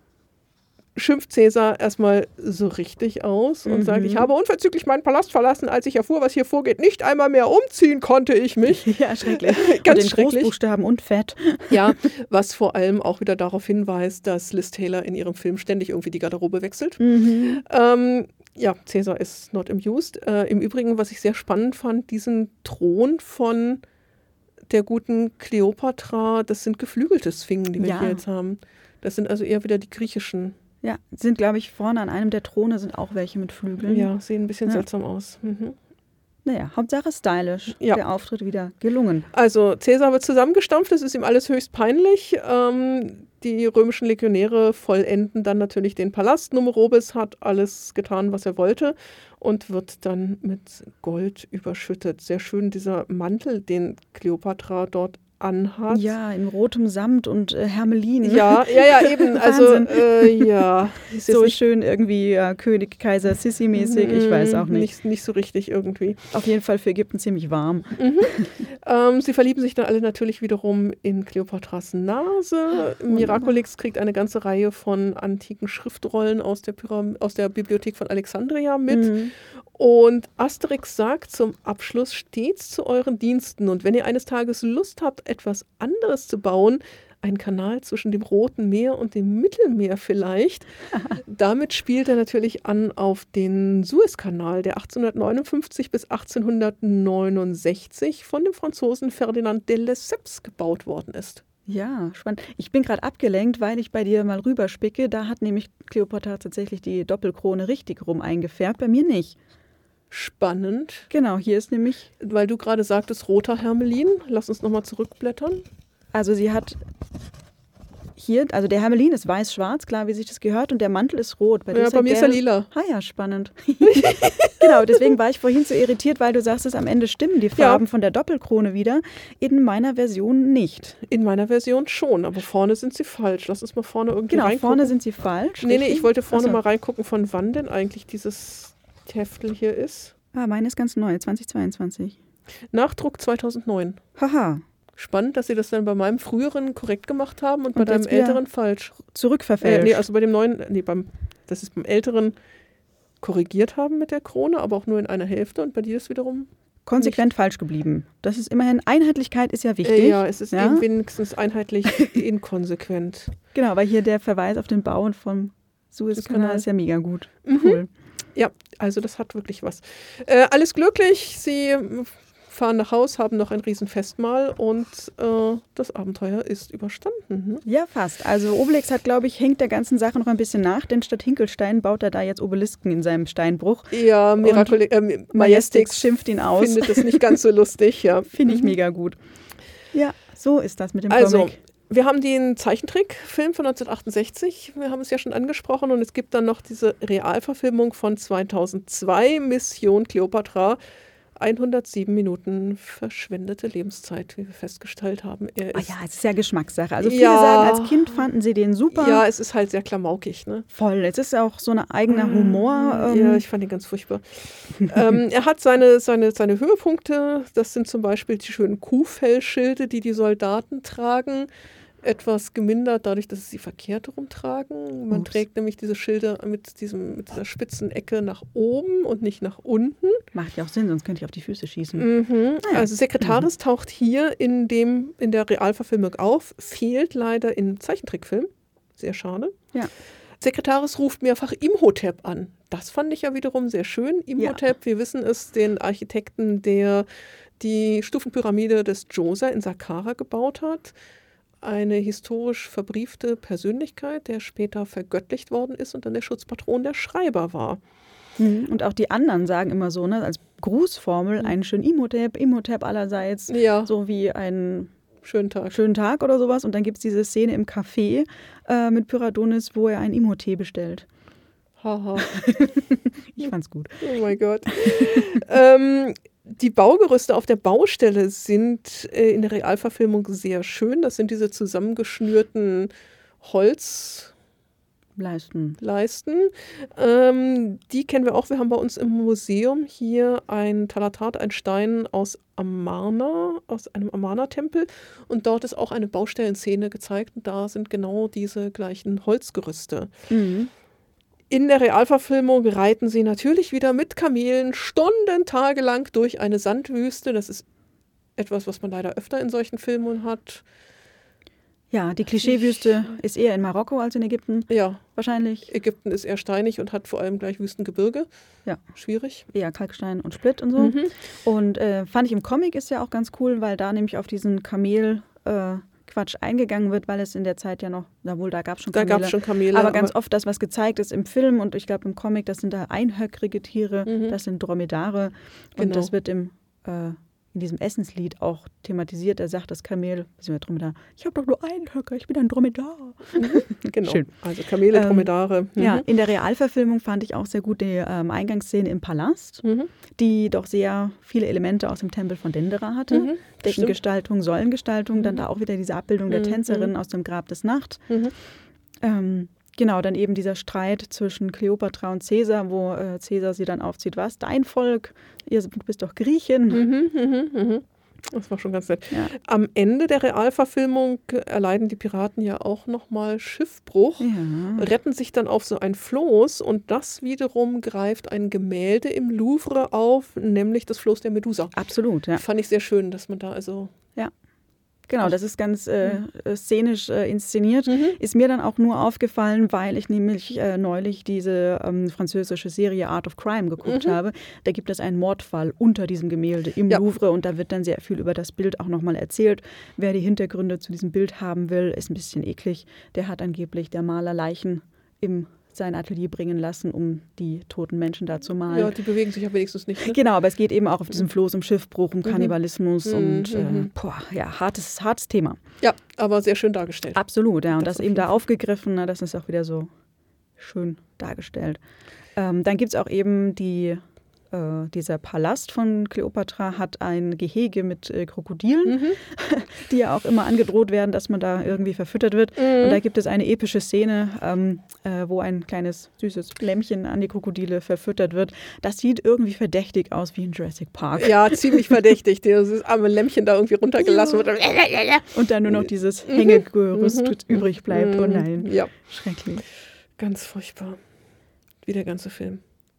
schimpft Cäsar erstmal so richtig aus und Mhm. sagt, ich habe unverzüglich meinen Palast verlassen, als ich erfuhr, was hier vorgeht. Nicht einmal mehr umziehen konnte ich mich. Ja, schrecklich. Ganz und in schrecklich. Großbuchstaben und Fett. Ja, was vor allem auch wieder darauf hinweist, dass Liz Taylor in ihrem Film ständig irgendwie die Garderobe wechselt. Mhm. Ähm, ja, Cäsar ist not amused. Äh, Im Übrigen, was ich sehr spannend fand, diesen Thron von der guten Kleopatra, das sind geflügelte Sphingen, die wir Ja. hier jetzt haben. Das sind also eher wieder die griechischen. Ja, sind, glaube ich, vorne an einem der Throne sind auch welche mit Flügeln. Ja, sehen ein bisschen Ja. seltsam aus. Mhm. Naja, Hauptsache stylisch. Ja. Der Auftritt wieder gelungen. Also Cäsar wird zusammengestampft, das ist ihm alles höchst peinlich. Ähm, die römischen Legionäre vollenden dann natürlich den Palast. Numerobis hat alles getan, was er wollte und wird dann mit Gold überschüttet. Sehr schön dieser Mantel, den Kleopatra dort anhat. Ja, in rotem Samt und äh, Hermelin. Ja, ja, ja, eben. Also, äh, ja. So schön irgendwie ja, König, Kaiser, Sissi-mäßig, ich weiß auch nicht. nicht. Nicht so richtig irgendwie. Auf jeden Fall für Ägypten ziemlich warm. Mhm. ähm, sie verlieben sich dann alle natürlich wiederum in Kleopatras Nase. Miraculix kriegt eine ganze Reihe von antiken Schriftrollen aus der, Pyram- aus der Bibliothek von Alexandria mit. Mhm. Und Asterix sagt zum Abschluss stets zu euren Diensten. Und wenn ihr eines Tages Lust habt, etwas anderes zu bauen, einen Kanal zwischen dem Roten Meer und dem Mittelmeer vielleicht, damit spielt er natürlich an auf den Suezkanal, der achtzehnhundertneunundfünfzig bis achtzehnhundertneunundsechzig von dem Franzosen Ferdinand de Lesseps gebaut worden ist. Ja, spannend. Ich bin gerade abgelenkt, weil ich bei dir mal rüberspicke. Da hat nämlich Kleopatra tatsächlich die Doppelkrone richtig rum eingefärbt, bei mir nicht. Spannend. Genau, hier ist nämlich... Weil du gerade sagtest, roter Hermelin. Lass uns nochmal zurückblättern. Also sie hat hier, also der Hermelin ist weiß-schwarz, klar, wie sich das gehört, und der Mantel ist rot. Bei, ja, bei mir ist er lila. Ah ja, spannend. Genau, deswegen war ich vorhin so irritiert, weil du sagst, dass am Ende stimmen die Farben ja. von der Doppelkrone wieder. In meiner Version nicht. In meiner Version schon, aber vorne sind sie falsch. Lass uns mal vorne irgendwie genau, reingucken. Genau, vorne sind sie falsch. Nee, nee, ich wollte vorne Achso. mal reingucken, von wann denn eigentlich dieses Heftel hier ist. Ah, meine ist ganz neu, zweitausendzweiundzwanzig. Nachdruck zweitausendneun. Haha. Spannend, dass sie das dann bei meinem früheren korrekt gemacht haben und, und bei deinem älteren falsch. Zurückverfälscht. Äh, nee, also bei dem neuen, nee, beim, das ist beim älteren korrigiert haben mit der Krone, aber auch nur in einer Hälfte, und bei dir ist wiederum konsequent nicht falsch geblieben. Das ist immerhin, Einheitlichkeit ist ja wichtig. Äh, ja, es ist ja? eben wenigstens einheitlich inkonsequent. Genau, weil hier der Verweis auf den Bau vom Suezkanal ist ja mega gut. Mhm. Cool. Ja, also das hat wirklich was. Äh, alles glücklich, sie fahren nach Haus, haben noch ein Riesenfestmahl und äh, das Abenteuer ist überstanden. Ne? Ja, fast. Also Obelix hat, glaube ich, hängt der ganzen Sache noch ein bisschen nach, denn statt Hinkelstein baut er da jetzt Obelisken in seinem Steinbruch. Ja, Miraculi- äh, Majestix schimpft ihn aus. Findet das nicht ganz so lustig, ja. Finde ich mhm. mega gut. Ja, so ist das mit dem also, Comic. Wir haben den Zeichentrickfilm von neunzehnhundertachtundsechzig, wir haben es ja schon angesprochen, und es gibt dann noch diese Realverfilmung von zweitausendzwei, Mission Kleopatra. hundertsieben Minuten verschwendete Lebenszeit, wie wir festgestellt haben. Er ist ah ja, es ist ja Geschmackssache. Also viele ja, sagen, als Kind fanden sie den super. Ja, es ist halt sehr klamaukig. Ne? Voll, es ist auch so ein eigener Humor. Ähm, ja, ich fand ihn ganz furchtbar. ähm, er hat seine, seine, seine Höhepunkte, das sind zum Beispiel die schönen Kuhfellschilde, die die Soldaten tragen. Etwas gemindert dadurch, dass sie verkehrt rumtragen. Man Ups. trägt nämlich diese Schilde mit, diesem, mit dieser spitzen Ecke nach oben und nicht nach unten. Macht ja auch Sinn, sonst könnte ich auf die Füße schießen. Mhm. Naja. Also Sekretaris mhm. taucht hier in, dem, in der Realverfilmung auf, fehlt leider im Zeichentrickfilm. Sehr schade. Ja. Sekretaris ruft mehrfach Imhotep an. Das fand ich ja wiederum sehr schön. Imhotep, ja. wir wissen es, den Architekten, der die Stufenpyramide des Djoser in Saqqara gebaut hat. Eine historisch verbriefte Persönlichkeit, der später vergöttlicht worden ist und dann der Schutzpatron der Schreiber war. Und auch die anderen sagen immer so, ne, als Grußformel, mhm. einen schönen Imhotep, Imhotep allerseits, ja. so wie einen schönen Tag. schönen Tag oder sowas. Und dann gibt es diese Szene im Café äh, mit Pyradonis, wo er einen Imhotep bestellt. Haha. Ich fand's gut. Oh mein Gott. ähm, Die Baugerüste auf der Baustelle sind äh, in der Realverfilmung sehr schön. Das sind diese zusammengeschnürten Holzleisten. Leisten. Ähm, die kennen wir auch. Wir haben bei uns im Museum hier ein Talatat, ein Stein aus Amarna, aus einem Amarna-Tempel. Und dort ist auch eine Baustellenszene gezeigt. Und da sind genau diese gleichen Holzgerüste. Mhm. In der Realverfilmung reiten sie natürlich wieder mit Kamelen Stunden, tagelang durch eine Sandwüste. Das ist etwas, was man leider öfter in solchen Filmen hat. Ja, die Klischeewüste ich, ist eher in Marokko als in Ägypten. Ja. Wahrscheinlich. Ägypten ist eher steinig und hat vor allem gleich Wüstengebirge. Ja. Schwierig. Eher Kalkstein und Splitt und so. Mhm. Und äh, fand ich im Comic ist ja auch ganz cool, weil da nämlich auf diesen Kamel... Äh, Quatsch eingegangen wird, weil es in der Zeit ja noch, na wohl, da gab es schon Kamele. Da gab es schon Kamele. Aber ganz aber oft das, was gezeigt ist im Film und ich glaube im Comic, das sind da einhöckrige Tiere, mhm. das sind Dromedare und genau. das wird im äh, in diesem Essenslied auch thematisiert. Er sagt, das Kamel, sind wir Dromedar, ich habe doch nur einen Höcker, ich bin ein Dromedar. Genau, Schön. Also Kamele, Ähm, Dromedare. Mhm. Ja, in der Realverfilmung fand ich auch sehr gut die ähm, Eingangsszene im Palast, Mhm. die doch sehr viele Elemente aus dem Tempel von Dendera hatte. Mhm, Deckengestaltung, Säulengestaltung, dann da auch wieder diese Abbildung der Mhm. Tänzerin aus dem Grab des Nacht. Mhm. Ähm, genau, dann eben dieser Streit zwischen Kleopatra und Caesar, wo äh, Caesar sie dann aufzieht, was, dein Volk, ihr du bist doch Griechen. Mhm, mhm, mhm. Das war schon ganz nett. Ja. Am Ende der Realverfilmung erleiden die Piraten ja auch nochmal Schiffbruch, Ja. retten sich dann auf so ein Floß und das wiederum greift ein Gemälde im Louvre auf, nämlich das Floß der Medusa. Absolut, ja. Fand ich sehr schön, dass man da also... Genau, das ist ganz äh, szenisch äh, inszeniert. Mhm. Ist mir dann auch nur aufgefallen, weil ich nämlich äh, neulich diese ähm, französische Serie Art of Crime geguckt Mhm. habe. Da gibt es einen Mordfall unter diesem Gemälde im Ja. Louvre und da wird dann sehr viel über das Bild auch nochmal erzählt. Wer die Hintergründe zu diesem Bild haben will, ist ein bisschen eklig. Der hat angeblich der Maler Leichen im sein Atelier bringen lassen, um die toten Menschen da zu malen. Ja, die bewegen sich ja wenigstens nicht. Ne? Genau, aber es geht eben auch auf diesem Floß um Schiffbruch, um Kannibalismus Mhm. und äh, Mhm. boah, ja, hartes, hartes Thema. Ja, aber sehr schön dargestellt. Absolut, ja. Und Das das, auf eben jeden da Fall. aufgegriffen, ne, das ist auch wieder so schön dargestellt. Ähm, dann gibt es auch eben die, äh, dieser Palast von Kleopatra hat ein Gehege mit äh, Krokodilen, Mhm. die ja auch immer angedroht werden, dass man da irgendwie verfüttert wird. Mhm. Und da gibt es eine epische Szene, ähm, äh, wo ein kleines, süßes Lämmchen an die Krokodile verfüttert wird. Das sieht irgendwie verdächtig aus wie in Jurassic Park. Ja, ziemlich verdächtig. Dieses arme Lämmchen da irgendwie runtergelassen wird. Und dann nur noch dieses Hängegerüst Mhm. übrig bleibt. Oh nein, Ja, schrecklich. ganz furchtbar. Wie der ganze Film.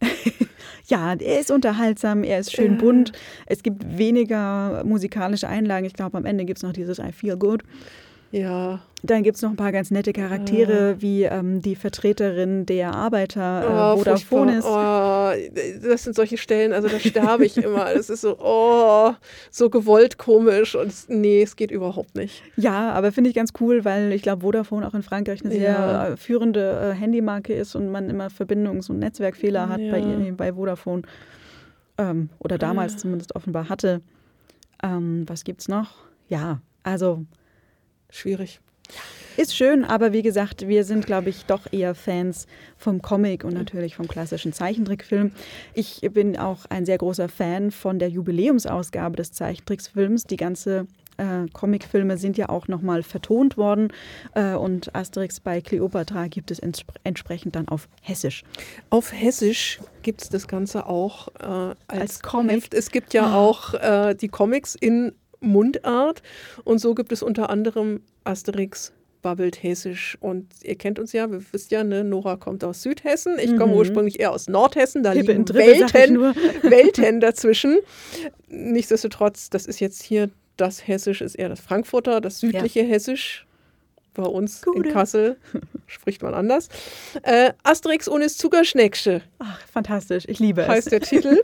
Ja, er ist unterhaltsam, er ist schön Äh. bunt. Es gibt weniger musikalische Einlagen. Ich glaube, am Ende gibt es noch dieses I Feel Good. Ja. Dann gibt es noch ein paar ganz nette Charaktere, wie ähm, die Vertreterin der Arbeiter, äh, Oh, Vodafone ist. furchtbar. Oh, das sind solche Stellen, also da sterbe ich immer. Das ist so, oh, so gewollt komisch. Und es- nee, es geht überhaupt nicht. Ja, aber finde ich ganz cool, weil ich glaube, Vodafone auch in Frankreich eine sehr Ja. äh, führende äh, Handymarke ist und man immer Verbindungs- und Netzwerkfehler hat Ja. bei, ihr- bei Vodafone. Ähm, oder damals zumindest offenbar hatte. Ähm, was gibt's noch? Ja, also Schwierig. ist schön, aber wie gesagt, wir sind, glaube ich, doch eher Fans vom Comic und natürlich vom klassischen Zeichentrickfilm. Ich bin auch ein sehr großer Fan von der Jubiläumsausgabe des Zeichentricksfilms. Die ganze äh, Comicfilme sind ja auch nochmal vertont worden äh, und Asterix bei Kleopatra gibt es entsp- entsprechend dann auf Hessisch. Auf Hessisch gibt es das Ganze auch äh, als, Als Comic. Heft. Es gibt ja Ah. auch äh, die Comics in Mundart und so gibt es unter anderem Asterix babbelt Hessisch und ihr kennt uns ja, wir wisst ja, ne, Nora kommt aus Südhessen, ich komme Mhm. ursprünglich eher aus Nordhessen, da Hippe liegen in Trippe, sag ich Welten, nur. Welten dazwischen. Nichtsdestotrotz, das ist jetzt hier, das Hessisch ist eher das Frankfurter, das südliche Hessisch. Bei uns Gute. in Kassel spricht man anders. Äh, Asterix und das Zuckerschnecksche Ach, fantastisch, ich liebe heißt es. der Titel.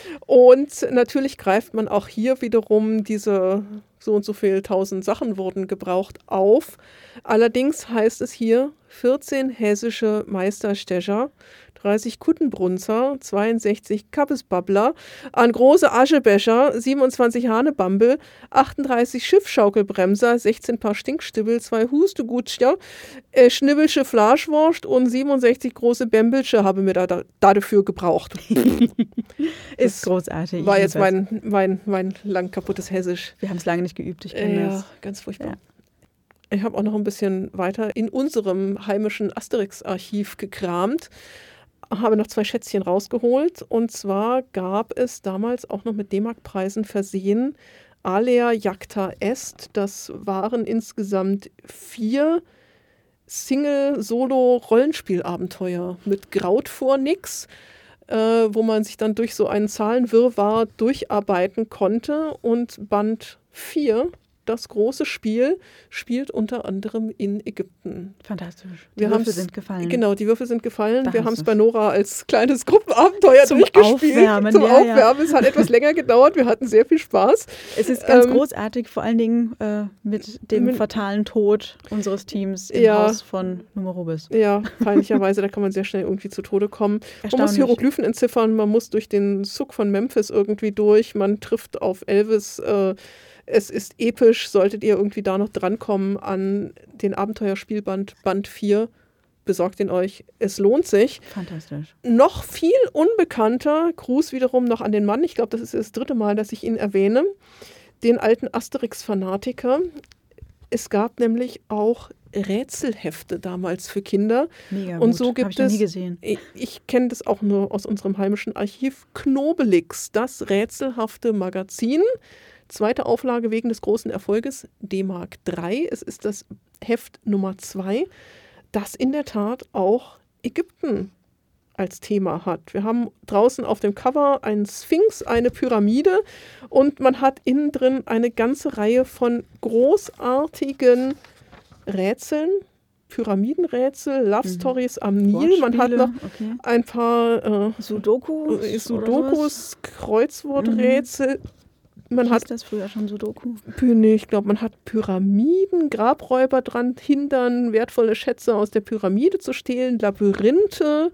Und natürlich greift man auch hier wiederum diese so und so viel tausend Sachen wurden gebraucht auf. Allerdings heißt es hier vierzehn hessische Meisterstecher, dreißig Kuttenbrunzer, zweiundsechzig Kappesbabbler, ein große Aschebecher, siebenundzwanzig Hanebambel, achtunddreißig Schiffschaukelbremser, sechzehn Paar Stinkstibbel, zwei Hustegutschja, äh, Schnibbelsche Flaschwurst und siebenundsechzig große Bämbelsche habe mir da, da, da dafür gebraucht. Ist großartig. ich War jetzt liebe es. mein, mein, mein lang kaputtes Hessisch. Wir haben es lange nicht geübt, ich kenne Ja, das. ganz furchtbar. Ja. Ich habe auch noch ein bisschen weiter in unserem heimischen Asterix-Archiv gekramt, habe noch zwei Schätzchen rausgeholt. Und zwar gab es damals auch noch mit D-Mark-Preisen versehen Alea Jacta Est. Das waren insgesamt vier Single-Solo-Rollenspielabenteuer mit Graut vor nix, äh, wo man sich dann durch so einen Zahlenwirrwarr durcharbeiten konnte. Und Band vier das große Spiel spielt unter anderem in Ägypten. Fantastisch. Die Wir Würfel haben's- sind gefallen. Genau, die Würfel sind gefallen. Da Wir hast haben es du's. bei Nora als kleines Gruppenabenteuer Zum durchgespielt. Aufwärmen, Zum ja, ja. Aufwärmen. Es hat etwas länger gedauert. Wir hatten sehr viel Spaß. Es ist ganz Ähm, großartig, vor allen Dingen äh, mit dem mit- fatalen Tod unseres Teams im Ja. Haus von Numerobis. Ja, peinlicherweise, da kann man sehr schnell irgendwie zu Tode kommen. Man muss Erstaunlich. Hieroglyphen entziffern, man muss durch den Zug von Memphis irgendwie durch, man trifft auf Elvis. Äh, es ist episch, solltet ihr irgendwie da noch drankommen an den Abenteuerspielband Band vier, besorgt ihn euch, es lohnt sich. Fantastisch. Noch viel unbekannter, Gruß wiederum noch an den Mann, ich glaube, das ist das dritte Mal, dass ich ihn erwähne, den alten Asterix-Fanatiker. Es gab nämlich auch Rätselhefte damals für Kinder. Mega Und gut. so gibt Hab ich noch nie es- gesehen. Ich, ich kenne das auch nur aus unserem heimischen Archiv. Knobelix, das rätselhafte Magazin. Zweite Auflage wegen des großen Erfolges, D-Mark drei. Es ist das Heft Nummer zwei, das in der Tat auch Ägypten als Thema hat. Wir haben draußen auf dem Cover einen Sphinx, eine Pyramide und man hat innen drin eine ganze Reihe von großartigen Rätseln, Pyramidenrätsel, Love Stories am Nil. Man hat noch okay. ein paar äh, Sudokus. äh, Sudokus, Kreuzworträtsel. Man Man hat hat das früher schon Sudoku. Nee, ich glaube, man hat Pyramiden, Grabräuber dran hindern, wertvolle Schätze aus der Pyramide zu stehlen, Labyrinthe.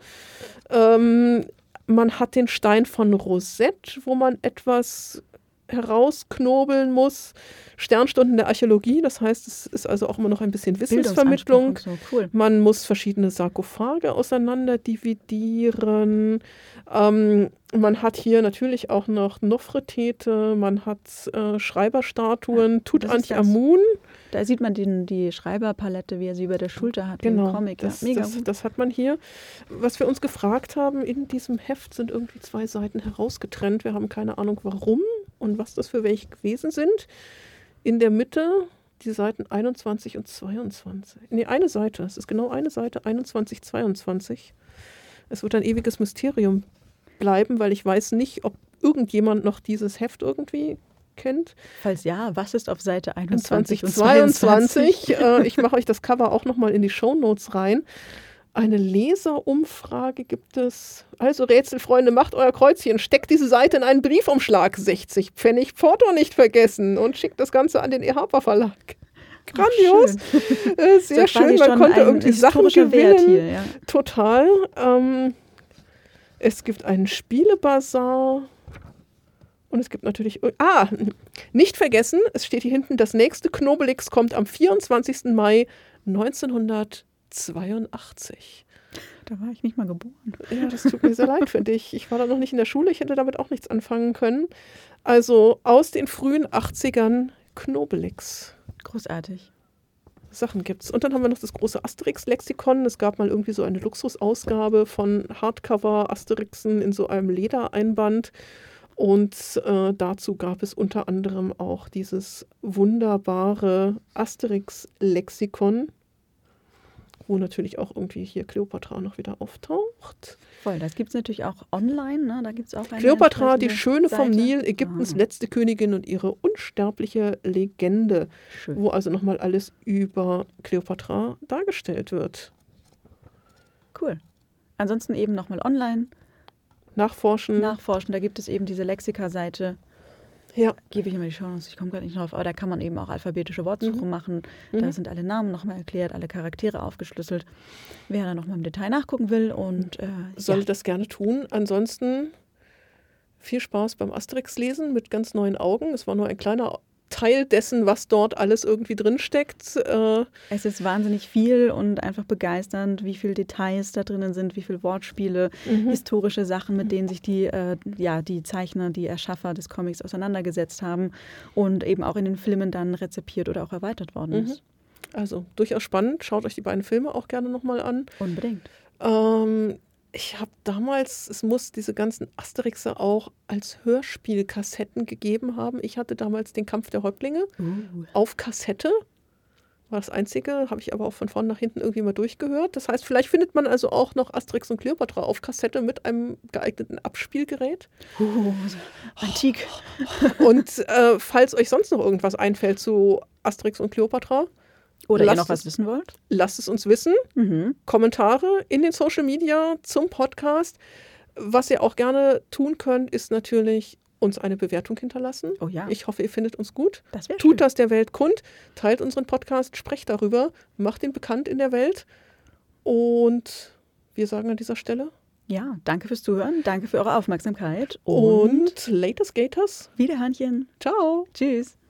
Ähm, man hat den Stein von Rosette, wo man etwas herausknobeln muss. Sternstunden der Archäologie, das heißt, es ist also auch immer noch ein bisschen Wissensvermittlung. Bildungsanspruch und so. Cool. Man muss verschiedene Sarkophage auseinander dividieren. Ähm, man hat hier natürlich auch noch Nofretete, man hat äh, Schreiberstatuen, Ja, Tutanchamun. Da sieht man den, die Schreiberpalette, wie er sie über der Schulter hat, wie Genau, im Comic. Ja, das, mega das, gut. das hat man hier. Was wir uns gefragt haben, in diesem Heft sind irgendwie zwei Seiten herausgetrennt. Wir haben keine Ahnung, warum und was das für welche gewesen sind. In der Mitte die Seiten einundzwanzig und zweiundzwanzig. Nee, eine Seite. Es ist genau eine Seite, einundzwanzig, zweiundzwanzig. Es wird ein ewiges Mysterium bleiben, weil ich weiß nicht, ob irgendjemand noch dieses Heft irgendwie kennt. Falls ja, was ist auf Seite einundzwanzig zwanzig und zweiundzwanzig? zweiundzwanzig. äh, ich mache euch das Cover auch nochmal in die Shownotes rein. Eine Leserumfrage gibt es. Also Rätselfreunde, macht euer Kreuzchen, steckt diese Seite in einen Briefumschlag, sechzig Pfennig Porto nicht vergessen und schickt das Ganze an den E. Harper Verlag. Grandios, Ach, äh, sehr So quasi schön, man schon konnte ein irgendwie Sachen historischer gewinnen. Wert hier, ja. Total. Ähm, es gibt einen Spielebazar. Und es gibt natürlich... Ah, nicht vergessen, es steht hier hinten, das nächste Knobelix kommt am vierundzwanzigsten Mai neunzehnhundertzweiundachtzig. Da war ich nicht mal geboren. Ja, das tut mir sehr leid für dich. Ich war da noch nicht in der Schule, ich hätte damit auch nichts anfangen können. Also aus den frühen achtzigern Knobelix. Großartig. Sachen gibt's. Und dann haben wir noch das große Asterix-Lexikon. Es gab mal irgendwie so eine Luxusausgabe von Hardcover-Asterixen in so einem Ledereinband. Und äh, dazu gab es unter anderem auch dieses wunderbare Asterix-Lexikon, wo natürlich auch irgendwie hier Kleopatra noch wieder auftaucht. Voll, das gibt es natürlich auch online. Ne? Da gibt's auch eine Kleopatra, die entsprechende Schöne vom Seite. Nil, Ägyptens Ah, letzte Königin und ihre unsterbliche Legende, schön. wo also nochmal alles über Kleopatra dargestellt wird. Cool. Ansonsten eben nochmal online Nachforschen. nachforschen. Da gibt es eben diese Lexika-Seite. Ja. Gebe ich immer die Chance, ich komme gerade nicht drauf, aber da kann man eben auch alphabetische Wortsuche Mhm. machen. Mhm. Da sind alle Namen nochmal erklärt, alle Charaktere aufgeschlüsselt. Wer da nochmal im Detail nachgucken will und äh, Sollte ja. das gerne tun. Ansonsten viel Spaß beim Asterix-Lesen mit ganz neuen Augen. Es war nur ein kleiner Teil dessen, was dort alles irgendwie drinsteckt. Äh, Es ist wahnsinnig viel und einfach begeisternd, wie viele Details da drinnen sind, wie viele Wortspiele, mhm. historische Sachen, mit denen sich die, äh, ja, die Zeichner, die Erschaffer des Comics auseinandergesetzt haben und eben auch in den Filmen dann rezipiert oder auch erweitert worden Mhm. ist. Also durchaus spannend. Schaut euch die beiden Filme auch gerne nochmal an. Unbedingt. Ähm, ich habe damals, es muss diese ganzen Asterixe auch als Hörspielkassetten gegeben haben. Ich hatte damals den Kampf der Häuptlinge Uh. auf Kassette. War das einzige, habe ich aber auch von vorn nach hinten irgendwie mal durchgehört. Das heißt, vielleicht findet man also auch noch Asterix und Kleopatra auf Kassette mit einem geeigneten Abspielgerät. Uh, antik. Und äh, falls euch sonst noch irgendwas einfällt zu Asterix und Kleopatra, oder ihr noch es, was wissen wollt, lasst es uns wissen. Mhm. Kommentare in den Social Media zum Podcast. Was ihr auch gerne tun könnt, ist natürlich uns eine Bewertung hinterlassen. Oh ja. Ich hoffe, ihr findet uns gut. Das wäre Tut schön. das der Welt kund, teilt unseren Podcast, sprecht darüber, macht ihn bekannt in der Welt. Und wir sagen an dieser Stelle Ja, danke fürs Zuhören, danke für eure Aufmerksamkeit und, und latest Gators. Wiederhörnchen. Ciao. Tschüss.